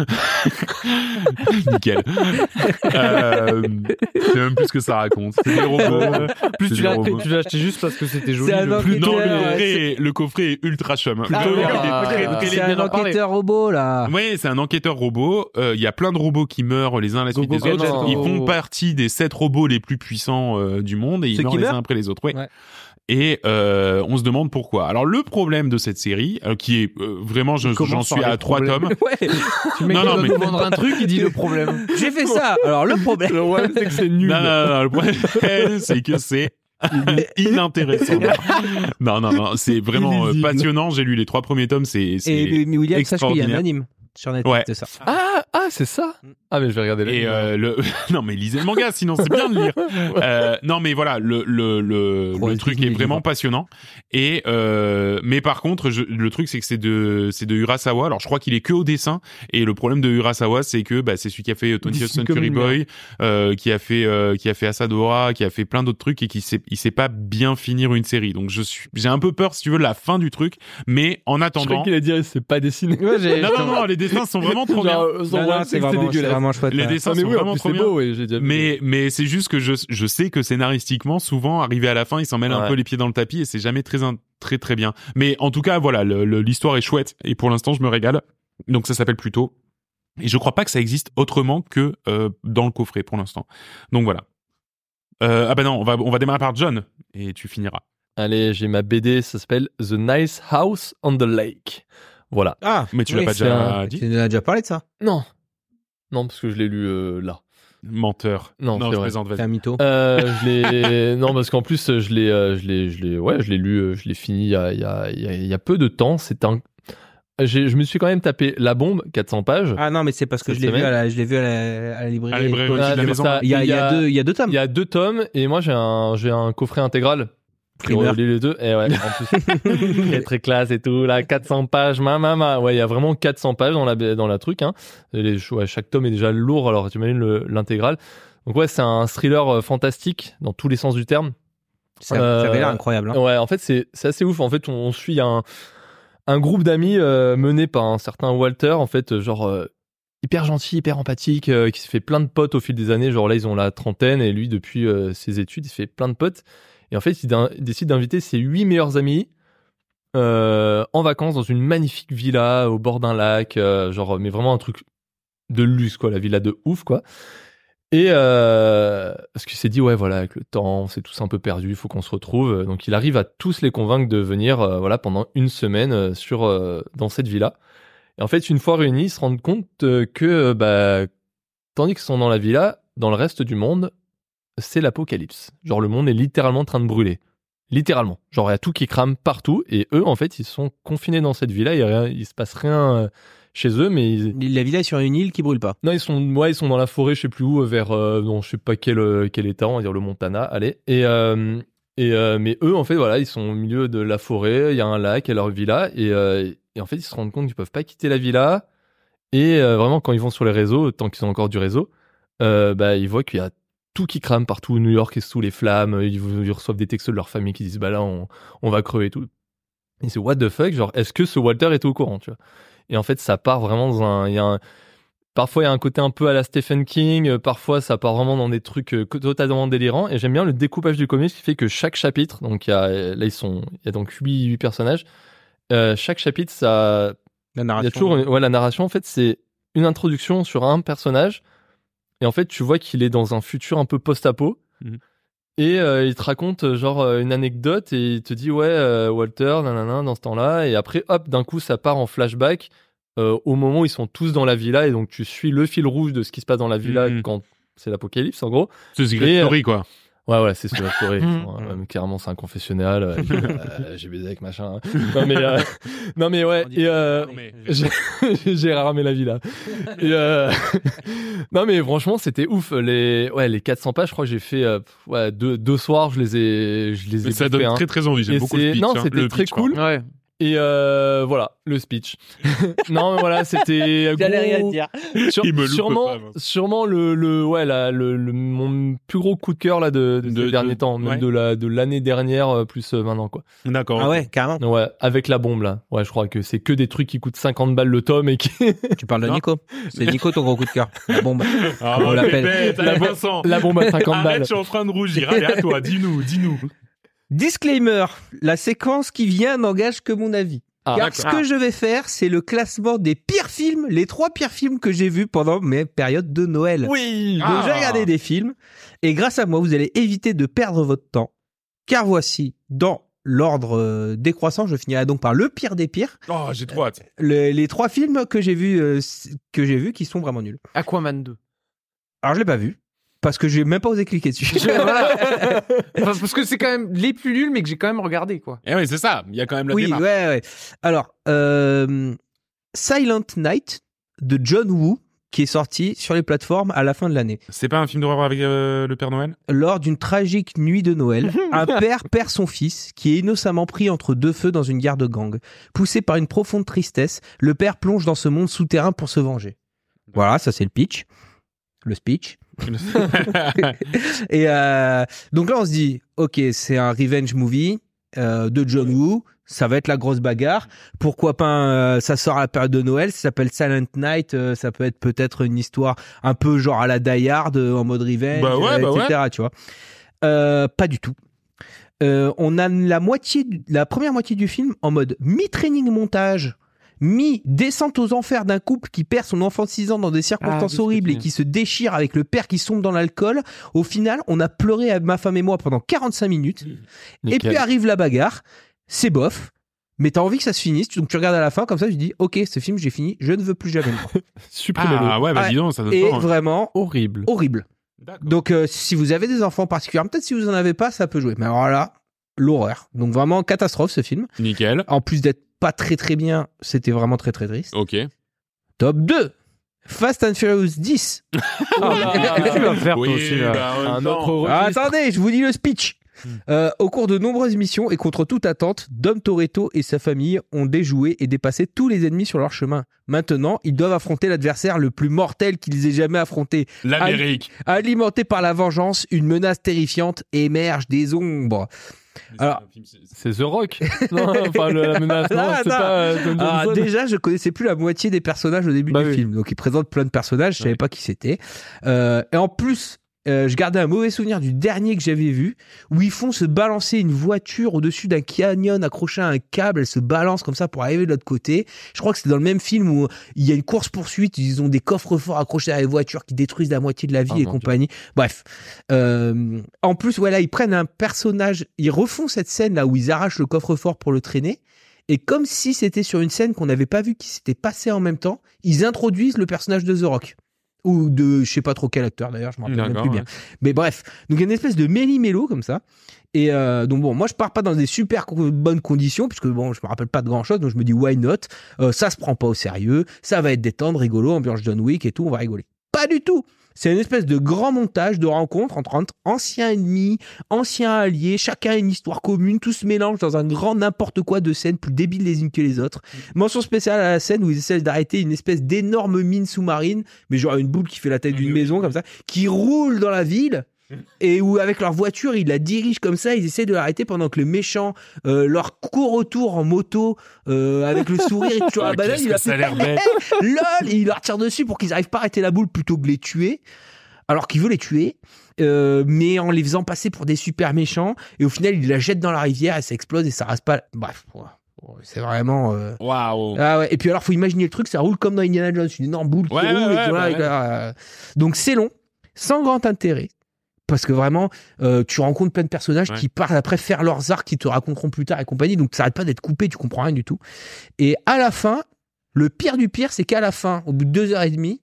nickel. euh, c'est même plus ce que ça raconte. C'est des robots. Plus C'est tu des l'as robots. tu l'as acheté juste parce que c'était joli. C'est un le- enquêteur, Plus, non, le ouais, coffret, c'est- est, le coffret est ultra chum. Ah, Le- oui, il est ah, très, ah, très C'est léger. un bien en parler. enquêteur robot, là. Ouais, c'est un enquêteur robot. Euh, Il y a plein de robots qui meurent les uns à la suite Gogo des autres. Gadget. Ils font partie des sept robots les plus puissants euh, du monde et ils Ceux meurent qui les meurent uns après les autres. Ouais. Ouais. Et euh, on se demande pourquoi. Alors le problème de cette série, euh, qui est euh, vraiment, je- Il commence j'en suis par les à trois problèmes. tomes. Ouais. Le mec Non, il non, doit mais- nous vendre un truc, il dit le problème. J'ai fait ça. Alors, le problème. Le problème, c'est que c'est nul. Non, non, non, le problème, c'est que c'est inintéressant. Non, non, non, c'est vraiment euh, Illisible. passionnant. J'ai lu les trois premiers tomes, c'est c'est Et mais William, sache qu'il y a un extraordinaire. anime sur Netflix, Ouais. c'est ça. Ah, ah, c'est ça. Ah, mais je vais regarder là. Et euh, le non mais lisez le manga sinon c'est bien de lire. Euh, non mais voilà le le le, Ouais, le truc excuse-moi, est vraiment livre. passionnant et euh, mais par contre je, le truc c'est que c'est de c'est de Urasawa. Alors je crois qu'il est que au dessin et le problème de Urasawa c'est que bah c'est celui qui a fait twentieth Dessine Century comme une Boy, euh, qui a fait euh, qui a fait Asadora, qui a fait plein d'autres trucs et qui sait il sait pas bien finir une série. Donc je suis j'ai un peu peur si tu veux de la fin du truc mais en Je croyais attendant qu'il allait dire c'est pas dessiné. Ouais, j'ai- non non non les dessins sont vraiment trop bien. Genre, euh, son Non, web, non, c'est c'est que c'était vraiment, c'est dégueulasse. vraiment chouette. Les là. dessins Ah, mais sont oui, en vraiment plus, trop c'est bien. beau, oui, j'ai déjà vu. Mais mais c'est juste que je je sais que scénaristiquement souvent arrivé à la fin ils s'en mêlent un Ouais. peu les pieds dans le tapis et c'est jamais très in- très très bien. Mais en tout cas voilà le- le- l'histoire est chouette et pour l'instant je me régale. Donc ça s'appelle Pluto et je crois pas que ça existe autrement que euh, dans le coffret pour l'instant. Donc voilà. Euh, ah bah non on va on va démarrer par John et tu finiras. Allez, j'ai ma B D, ça s'appelle The Nice House on the Lake. Voilà. Ah, Mais tu oui, l'as pas c'est déjà un- dit. Tu nous as déjà parlé de ça. Non. Non, parce que je l'ai lu euh, là. Menteur. Non, c'est je vrai. plaisante, vas-y. C'est un mytho. Euh, je l'ai non parce qu'en plus je l'ai euh, je l'ai je l'ai ouais je l'ai lu euh, je l'ai fini il y a il y a il y a, il y a peu de temps. C'est un j'ai je me suis quand même tapé La Bombe quatre cents pages. Ah non, mais c'est parce que Cette je l'ai vu semaine. à la, je l'ai vu à la, à la librairie. À la librairie Ah, de la c'est maison. ça. Il y a, il y a Il y a- deux, il y a deux tomes. Il y a deux tomes et moi j'ai un j'ai un coffret intégral. J'ai Primeur. relu les deux et ouais en plus très très classe et tout là quatre cents pages ma ma ouais il y a vraiment quatre cents pages dans la dans la truc hein. Les, ouais, chaque tome est déjà lourd alors tu imagines le- l'intégral. Donc ouais c'est un thriller euh, fantastique dans tous les sens du terme. Ça, ça Euh, avait l'air incroyable. Hein. Ouais, en fait, c'est c'est assez ouf. En fait, on, on suit un, un groupe d'amis euh, mené par un certain Walter, en fait, euh, genre euh, hyper gentil, hyper empathique, euh, qui se fait plein de potes au fil des années. Genre là, ils ont la trentaine et lui, depuis euh, ses études, il se fait plein de potes. Et en fait, il, d'in- il décide d'inviter ses huit meilleurs amis euh, en vacances dans une magnifique villa au bord d'un lac, euh, genre, mais vraiment un truc de luxe, quoi, la villa de ouf, quoi. Et euh, parce qu'il s'est dit, ouais, voilà, avec le temps, c'est tous un peu perdu, il faut qu'on se retrouve. Donc, il arrive à tous les convaincre de venir, euh, voilà, pendant une semaine euh, sur euh, dans cette villa. Et en fait, une fois réunis, ils se rendent compte euh, que, euh, bah, tandis qu'ils sont dans la villa, dans le reste du monde, c'est l'apocalypse. Genre, le monde est littéralement en train de brûler. Littéralement. Genre, il y a tout qui crame partout. Et eux, en fait, ils sont confinés dans cette villa. Il y a rien, il se passe rien euh, chez eux, mais ils, La villa est sur une île qui brûle pas. non, ils sont, ouais, ils sont dans la forêt, je sais plus où, vers, euh, non, je sais pas quel, euh, quel état, on va dire le Montana, allez. Et, euh, et euh, mais eux, en fait, voilà, ils sont au milieu de la forêt, il y a un lac, il y a leur villa, et, euh, et en fait, ils se rendent compte qu'ils peuvent pas quitter la villa. Et euh, vraiment, quand ils vont sur les réseaux, tant qu'ils ont encore du réseau, euh, bah, ils voient qu'il y a tout qui crame partout, New York est sous les flammes, ils, ils reçoivent des textos de leur famille qui disent, bah là, on, on va crever et tout. Et c'est what the fuck, genre, est-ce que ce Walter est au courant, tu vois? Et en fait, ça part vraiment dans un, il y a un, parfois il y a un côté un peu à la Stephen King, euh, parfois ça part vraiment dans des trucs euh, totalement délirants. Et j'aime bien le découpage du comics qui fait que chaque chapitre, donc il y a, là ils sont, il y a donc huit, huit personnages, euh, chaque chapitre ça, La il y narration. a toujours, une- ouais, la narration en fait c'est une introduction sur un personnage. Et en fait, tu vois qu'il est dans un futur un peu post-apo. Mhm. Et euh, il te raconte euh, genre euh, une anecdote et il te dit ouais euh, Walter nanana dans ce temps-là et après hop d'un coup ça part en flashback euh, au moment où ils sont tous dans la villa et donc tu suis le fil rouge de ce qui se passe dans la villa Mhm. quand c'est l'apocalypse en gros. C'est Secret Et, euh, Story quoi. Ouais, ouais, c'est sur la story. Ouais, même carrément, c'est un confessionnal. euh, euh, j'ai baisé avec machin. hein. Non, mais, euh, non, mais ouais. Et, euh, j'ai, j'ai ramé la vie là. Et, euh, non, mais franchement, c'était ouf. Les, ouais, les quatre cents pages, je crois que j'ai fait euh, ouais, deux, deux soirs. Je les ai, je les ai. Mais ça bouffés, donne hein. très très envie. J'aime Et beaucoup c'est- le pitch. non, hein, c'était le très pitch, quoi. cool. Ouais. Et euh, voilà, le speech. non, mais voilà, c'était. J'allais rien gros- dire. Sur- Il me loupe sûrement, pas, moi. sûrement le, le, ouais, la, le, le, mon plus gros coup de cœur là de, de, De- ces derniers de- temps, même ouais. de la, de l'année dernière euh, plus euh, maintenant quoi. D'accord. Ah ok. ouais, carrément. Ouais, avec la bombe là. Ouais, je crois que c'est que des trucs qui coûtent cinquante balles le tome et qui. Tu parles de Non. Nico. C'est Nico ton gros coup de cœur. La bombe. Ah, Comment on l'appelle pépette, La- allez, Vincent. la bombe à cinquante Arrête, balles. je suis en train de rougir. Allez, à toi, dis-nous, dis-nous. Disclaimer, la séquence qui vient n'engage que mon avis. Ah, Car ce d'accord. que je vais faire, c'est le classement des pires films, les trois pires films que j'ai vus pendant mes périodes de Noël. Oui. Donc Ah. j'ai regardé des films, et grâce à moi, vous allez éviter de perdre votre temps. Car voici, dans l'ordre euh, décroissant, je finirai donc par le pire des pires, Oh, j'ai trop hâte. le- les trois films que j'ai vus, euh, que j'ai vus qui sont vraiment nuls. Aquaman deux. Alors je l'ai pas vu, parce que j'ai même pas osé cliquer dessus. Voilà. Enfin, parce que c'est quand même les plus nuls, mais que j'ai quand même regardé, quoi. Eh oui, c'est ça. Il y a quand même la Oui, démarche. ouais, ouais. Alors, euh, Silent Night de John Woo, qui est sorti sur les plateformes à la fin de l'année. C'est pas un film d'horreur avec euh, le Père Noël? Lors d'une tragique nuit de Noël, un père perd son fils, qui est innocemment pris entre deux feux dans une guerre de gang. Poussé par une profonde tristesse, le père plonge dans ce monde souterrain pour se venger. Voilà, ça c'est le pitch. Le speech. Et euh, donc là, on se dit, ok, c'est un revenge movie euh, de John Woo. Ça va être la grosse bagarre. Pourquoi pas euh, ça sort à la période de Noël. Ça s'appelle Silent Night. euh, ça peut être peut-être une histoire un peu genre à la Die Hard euh, en mode revenge, Bah ouais, euh, bah et cetera. Tu vois. Euh, pas du tout. Euh, on a la moitié, du- la première moitié du film en mode mi-training montage, mi-descente aux enfers d'un couple qui perd son enfant de six ans dans des circonstances Ah, oui, horribles c'est et qui se déchire avec le père qui sombre dans l'alcool. Au final, on a pleuré à ma femme et moi pendant quarante-cinq minutes. Et Nickel. puis arrive la bagarre. C'est bof. Mais t'as envie que ça se finisse. Donc tu regardes à la fin comme ça, tu dis, ok, ce film, j'ai fini. Je ne veux plus jamais le voir. Supprimez-le. Ah ouais, bah Ouais. dis donc, ça donne Et pas envie. vraiment Horrible. horrible. D'accord. Donc, euh, si vous avez des enfants particuliers, peut-être si vous en avez pas, ça peut jouer. Mais alors là, l'horreur. Donc vraiment catastrophe ce film. Nickel. En plus d'être pas très très bien, c'était vraiment très très triste. Ok. Top deux. Fast and Furious dix. Ah, Qu'est-ce que tu vas faire, toi Oui, aussi, là bah, en même Un temps. autre registre. Ah, attendez, je vous dis le speech. Euh, au cours de nombreuses missions et contre toute attente, Dom Toretto et sa famille ont déjoué et dépassé tous les ennemis sur leur chemin. Maintenant, ils doivent affronter l'adversaire le plus mortel qu'ils aient jamais affronté. L'Amérique. Alimenté par la vengeance, une menace terrifiante émerge des ombres. Alors- C'est The Rock. Non, enfin le- la menace. Non, Ah, c'est non. pas. euh, Don Alors, Johnson. déjà, je connaissais plus la moitié des personnages au début Bah du oui. film. Donc, ils présentent plein de personnages, je savais Ouais. pas qui c'était. Euh, et en plus, euh, je gardais un mauvais souvenir du dernier que j'avais vu, où ils font se balancer une voiture au-dessus d'un canyon accroché à un câble. Elle se balance comme ça pour arriver de l'autre côté. Je crois que c'est dans le même film où il y a une course-poursuite. Ils ont des coffres-forts accrochés à les voitures qui détruisent la moitié de la ville Ah, et mon Dieu. compagnie. Bref. Euh, en plus, voilà, ils prennent un personnage, ils refont cette scène là où ils arrachent le coffre-fort pour le traîner. Et comme si c'était sur une scène qu'on n'avait pas vue, qui s'était passée en même temps, ils introduisent le personnage de The Rock. Ou de, je sais pas trop quel acteur d'ailleurs, je me rappelle même D'accord, plus bien. Mais bref, donc il y a une espèce de méli-mélo comme ça. Et euh, donc bon, moi je pars pas dans des super co- bonnes conditions, puisque bon, je me rappelle pas de grand chose, donc je me dis why not. Euh, ça se prend pas au sérieux, ça va être détente, rigolo, ambiance John Wick et tout, on va rigoler. Pas du tout. C'est une espèce de grand montage de rencontres entre, entre anciens ennemis, anciens alliés, chacun a une histoire commune, tout se mélange dans un grand n'importe quoi de scènes plus débiles les unes que les autres. Mention spéciale à la scène où ils essaient d'arrêter une espèce d'énorme mine sous-marine, mais genre une boule qui fait la taille d'une maison comme ça, qui roule dans la ville. Et où avec leur voiture ils la dirigent comme ça, ils essaient de l'arrêter pendant que le méchant euh, leur court autour en moto euh, avec le sourire et toujours la Ah, banane, qu'est-ce il que a ça a fait l'air bête. lol, et il leur tire dessus pour qu'ils arrivent pas à arrêter la boule plutôt que de les tuer, alors qu'il veut les tuer, euh, mais en les faisant passer pour des super méchants, et au final il la jette dans la rivière et ça explose et ça rase pas. Bref, ouais, ouais, c'est vraiment. euh, Waouh. Ah ouais. Et puis alors faut imaginer le truc, ça roule comme dans Indiana Jones, une énorme boule qui Ouais, roule. ouais, et ouais, tout, là, bah avec ouais. la- euh, Donc c'est long, sans grand intérêt. Parce que vraiment, euh, tu rencontres plein de personnages Ouais. qui partent après faire leurs arcs, qui te raconteront plus tard et compagnie. Donc ça arrête pas d'être coupé, tu comprends rien du tout. Et à la fin, le pire du pire, c'est qu'à la fin, au bout de deux heures et demie,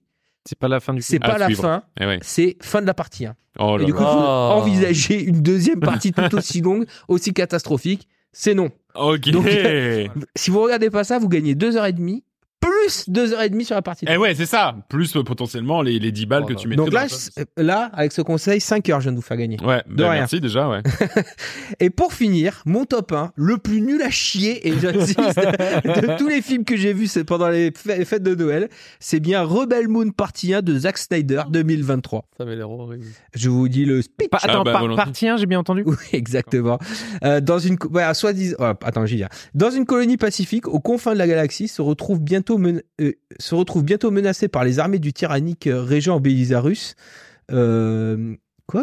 C'est pas la fin du C'est film. pas À la suivre. fin, Eh ouais. c'est fin de la partie un. Oh Et là du coup, là. vous Oh. envisagez une deuxième partie tout aussi longue, aussi catastrophique. C'est non. Ok. Donc, eh Si vous regardez pas ça, vous gagnez deux heures et demie, plus deux heures et demie sur la partie deux. ouais, c'est ça. Plus euh, potentiellement les, les dix balles Oh que là. tu mettrais. Donc là, dans la- je- là, avec ce conseil, cinq heures, je viens de vous faire gagner. Ouais, de bah, rien. merci déjà, ouais. Et pour finir, mon top un, le plus nul à chier, et j'insiste, de tous les films que j'ai vus c'est pendant les fê- fêtes de Noël, c'est bien Rebel Moon partie un de Zack Snyder deux mille vingt-trois. Ça avait l'air horrible. Je vous dis le speech. Pa- attends, Ah bah, par- volontiers. partie un, j'ai bien entendu. Oui, exactement. Euh, dans une, co- ouais, soi-disant, oh, attends, j'y viens. Dans une colonie pacifique, aux confins de la galaxie, se retrouve bientôt, men- euh, se retrouve bientôt menacée par les armées du tyrannique euh, régent Belisarius. Euh, quoi?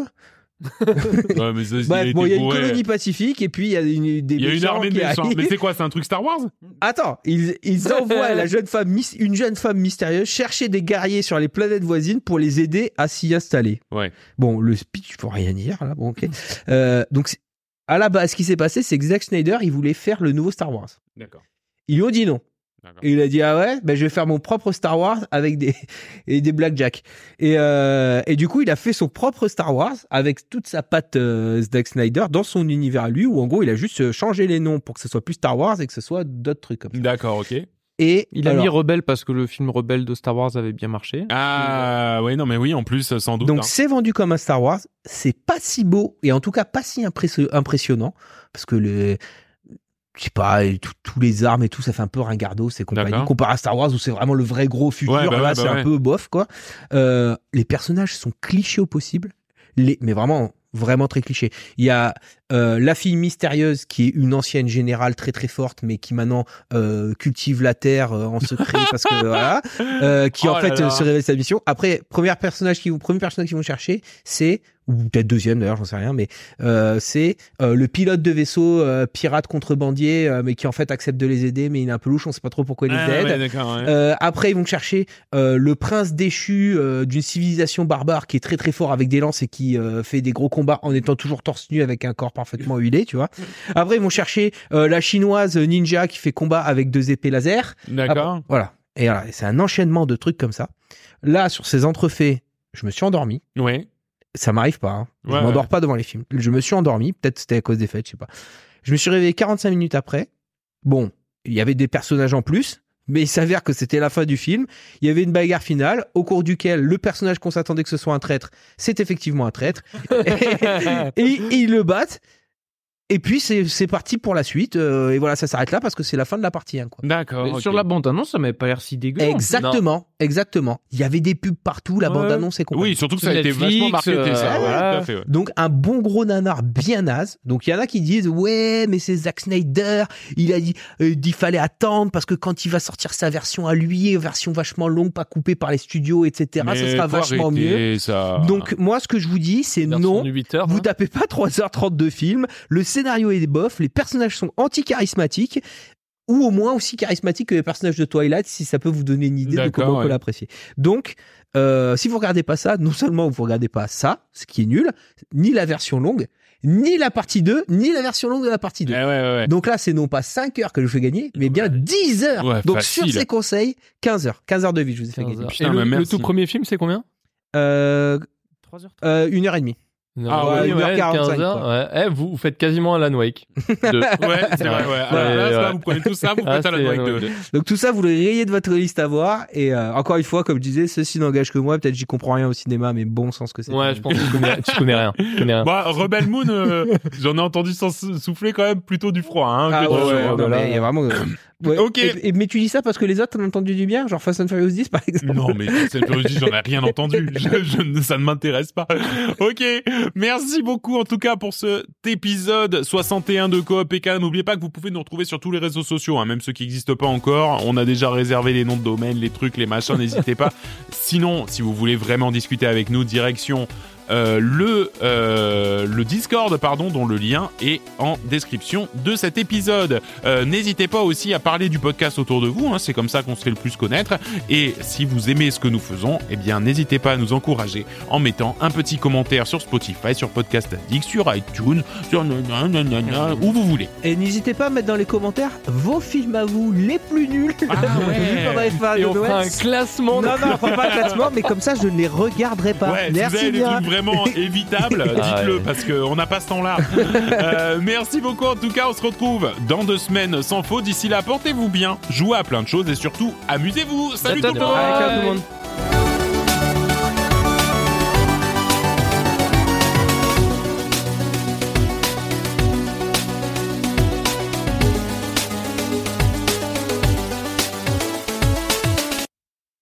Ouais, mais ça, Bref, il, bon, il y a une bourré. colonie pacifique et puis il y a une, des Il y a une méchants armée de qui méchants. arrivent. Mais c'est quoi, c'est un truc Star Wars? Attends, ils, ils envoient la jeune femme, mys- une jeune femme mystérieuse chercher des guerriers sur les planètes voisines pour les aider à s'y installer. Ouais. Bon, le speech, je peux rien dire là. Bon, ok. Euh, donc, c'est- à la base, ce qui s'est passé, c'est que Zack Snyder, il voulait faire le nouveau Star Wars. D'accord. Ils lui ont dit non. D'accord. Et il a dit ah ouais, ben je vais faire mon propre Star Wars avec des et des blackjack. Et euh, et du coup, il a fait son propre Star Wars avec toute sa patte euh, Zack Snyder dans son univers à lui, où en gros, il a juste euh, changé les noms pour que ce soit plus Star Wars et que ce soit d'autres trucs comme ça. D'accord, ok. Et Il a alors, mis Rebelle parce que le film Rebelle de Star Wars avait bien marché. Ah, ouais, non, mais oui, en plus, sans doute. donc hein. c'est vendu comme un Star Wars. C'est pas si beau et en tout cas pas si impresse- impressionnant parce que le je sais pas, et tout- tous les armes et tout, ça fait un peu ringardos et compagnie. D'accord. Comparé à Star Wars où c'est vraiment le vrai gros futur, Ouais, bah là ouais, c'est bah un ouais. peu bof quoi. Euh, les personnages sont clichés au possible, les, mais vraiment vraiment très clichés. Il y a euh, la fille mystérieuse qui est une ancienne générale très très forte, mais qui maintenant euh, cultive la terre euh, en secret parce que voilà, euh, qui Oh en là fait là. euh, se révèle sa mission. Après, premier personnage qui premier personnage qu'ils vont chercher, c'est ou peut-être deuxième d'ailleurs, j'en sais rien, mais euh, c'est euh, le pilote de vaisseau euh, pirate contrebandier, euh, mais qui en fait accepte de les aider, mais il est un peu louche, on sait pas trop pourquoi il les Ah, aide. ouais, d'accord, ouais. Euh, après, ils vont chercher euh, le prince déchu euh, d'une civilisation barbare qui est très très fort avec des lances et qui euh, fait des gros combats en étant toujours torse nu avec un corps parfaitement huilé, tu vois. Après, ils vont chercher euh, la chinoise ninja qui fait combat avec deux épées laser. D'accord. Après, voilà. Et voilà, c'est un enchaînement de trucs comme ça. Là, sur ces entrefaits, je me suis endormi. Ouais. Ça m'arrive pas. Hein. Je Ouais, m'endors ouais. pas devant les films. Je me suis endormi. Peut-être c'était à cause des fêtes, je sais pas. Je me suis réveillé quarante-cinq minutes après. Bon, il y avait des personnages en plus, mais il s'avère que c'était la fin du film. Il y avait une bagarre finale au cours duquel le personnage qu'on s'attendait que ce soit un traître, c'est effectivement un traître. et, et ils le battent. Et puis c'est c'est parti pour la suite. Euh, et voilà, ça s'arrête là parce que c'est la fin de la partie un, quoi. D'accord. Mais ok. Sur la bande-annonce, ça m'avait pas l'air si dégueu. Exactement, exactement. Il y avait des pubs partout, la Ouais. bande-annonce et compagnie. Oui, surtout que ça a été Netflix, vachement marketé, ça. euh, Ouais, voilà. tout à fait, ouais. Donc un bon gros nanar bien naze. Donc il y en a qui disent ouais mais c'est Zack Snyder, il a dit euh, il fallait attendre parce que quand il va sortir sa version à lui, version vachement longue, pas coupée par les studios, et cetera. Mais Ça sera faut vachement arrêter, mieux. Ça. Donc moi ce que je vous dis c'est Version non. de huit heures. Vous hein. tapez pas trois heures trente de film, le scénario est bof, les personnages sont anti-charismatiques, ou au moins aussi charismatiques que les personnages de Twilight, si ça peut vous donner une idée de D'accord, comment on peut ouais. l'apprécier. Donc, euh, si vous regardez pas ça, non seulement vous regardez pas ça, ce qui est nul, ni la version longue, ni la partie deux, ni la version longue de la partie deux. Eh ouais, ouais, ouais. Donc là, c'est non pas cinq heures que je vous fais gagner, mais bien dix heures. Ouais, Donc facile. sur ces conseils, quinze heures. quinze heures de vie, je vous ai fait quinze gagner. heures. Putain, Et le, bah, le merci. tout premier film, c'est combien Euh, trois heures. euh, une heure et demie. Ah ouais, une heure quarante-cinq, quinze heures. Ouais. Eh, vous, vous faites quasiment Alan Wake. Deux. Ouais, c'est vrai, ouais. Alors Ouais, là, là, ouais. vous prenez tout ça, vous Ah, faites à la c'est Wake Alan deux. Wake deux. Donc tout ça, vous le rayez de votre liste à voir. Et euh, encore une fois, comme je disais, ceci n'engage que moi. Peut-être j'y comprends rien au cinéma, mais bon sens que c'est. Ouais, je pense que tu connais, tu connais rien. Tu connais rien. Bah, Rebel Moon, euh, j'en ai entendu sans souffler quand même plutôt du froid. Hein, Ah que ouais, du ouais, chaud, ouais, hein. non, voilà. mais il y a vraiment. euh, ouais. Ok. Et, et- mais tu dis ça parce que les autres en ont entendu du bien, genre Fast and Furious dix par exemple. Non, mais cette je j'en ai rien entendu. Je, je ne- ça ne m'intéresse pas. Ok. Merci beaucoup, en tout cas, pour cet épisode soixante et un de Coop P K. N'oubliez pas que vous pouvez nous retrouver sur tous les réseaux sociaux, hein, même ceux qui n'existent pas encore. On a déjà réservé les noms de domaine, les trucs, les machins. N'hésitez pas. Sinon, si vous voulez vraiment discuter avec nous, direction euh, le, euh, le Discord, pardon, dont le lien est en description de cet épisode. Euh, n'hésitez pas aussi à parler du podcast autour de vous, hein, c'est comme ça qu'on se fait le plus connaître. Et si vous aimez ce que nous faisons, eh bien n'hésitez pas à nous encourager en mettant un petit commentaire sur Spotify, sur Podcast Addict, sur iTunes, sur nanana, où vous voulez. Et n'hésitez pas à mettre dans les commentaires vos films à vous les plus nuls. Ah ouais. pendant les fans Et de on fera Noël. un classement. Non, non, on fera pas un classement, mais comme ça, je ne les regarderai pas. Ouais, si vous Merci avez des bien. trucs vraiment évitables, Ah dites-le ouais. parce qu'on n'a pas ce temps-là. Euh, merci beaucoup en tout cas, on se retrouve dans deux semaines sans faute. D'ici là, portez-vous bien, jouez à plein de choses et surtout, amusez-vous. Salut Ciao, tout le ciao. monde. Allez, ciao tout le monde.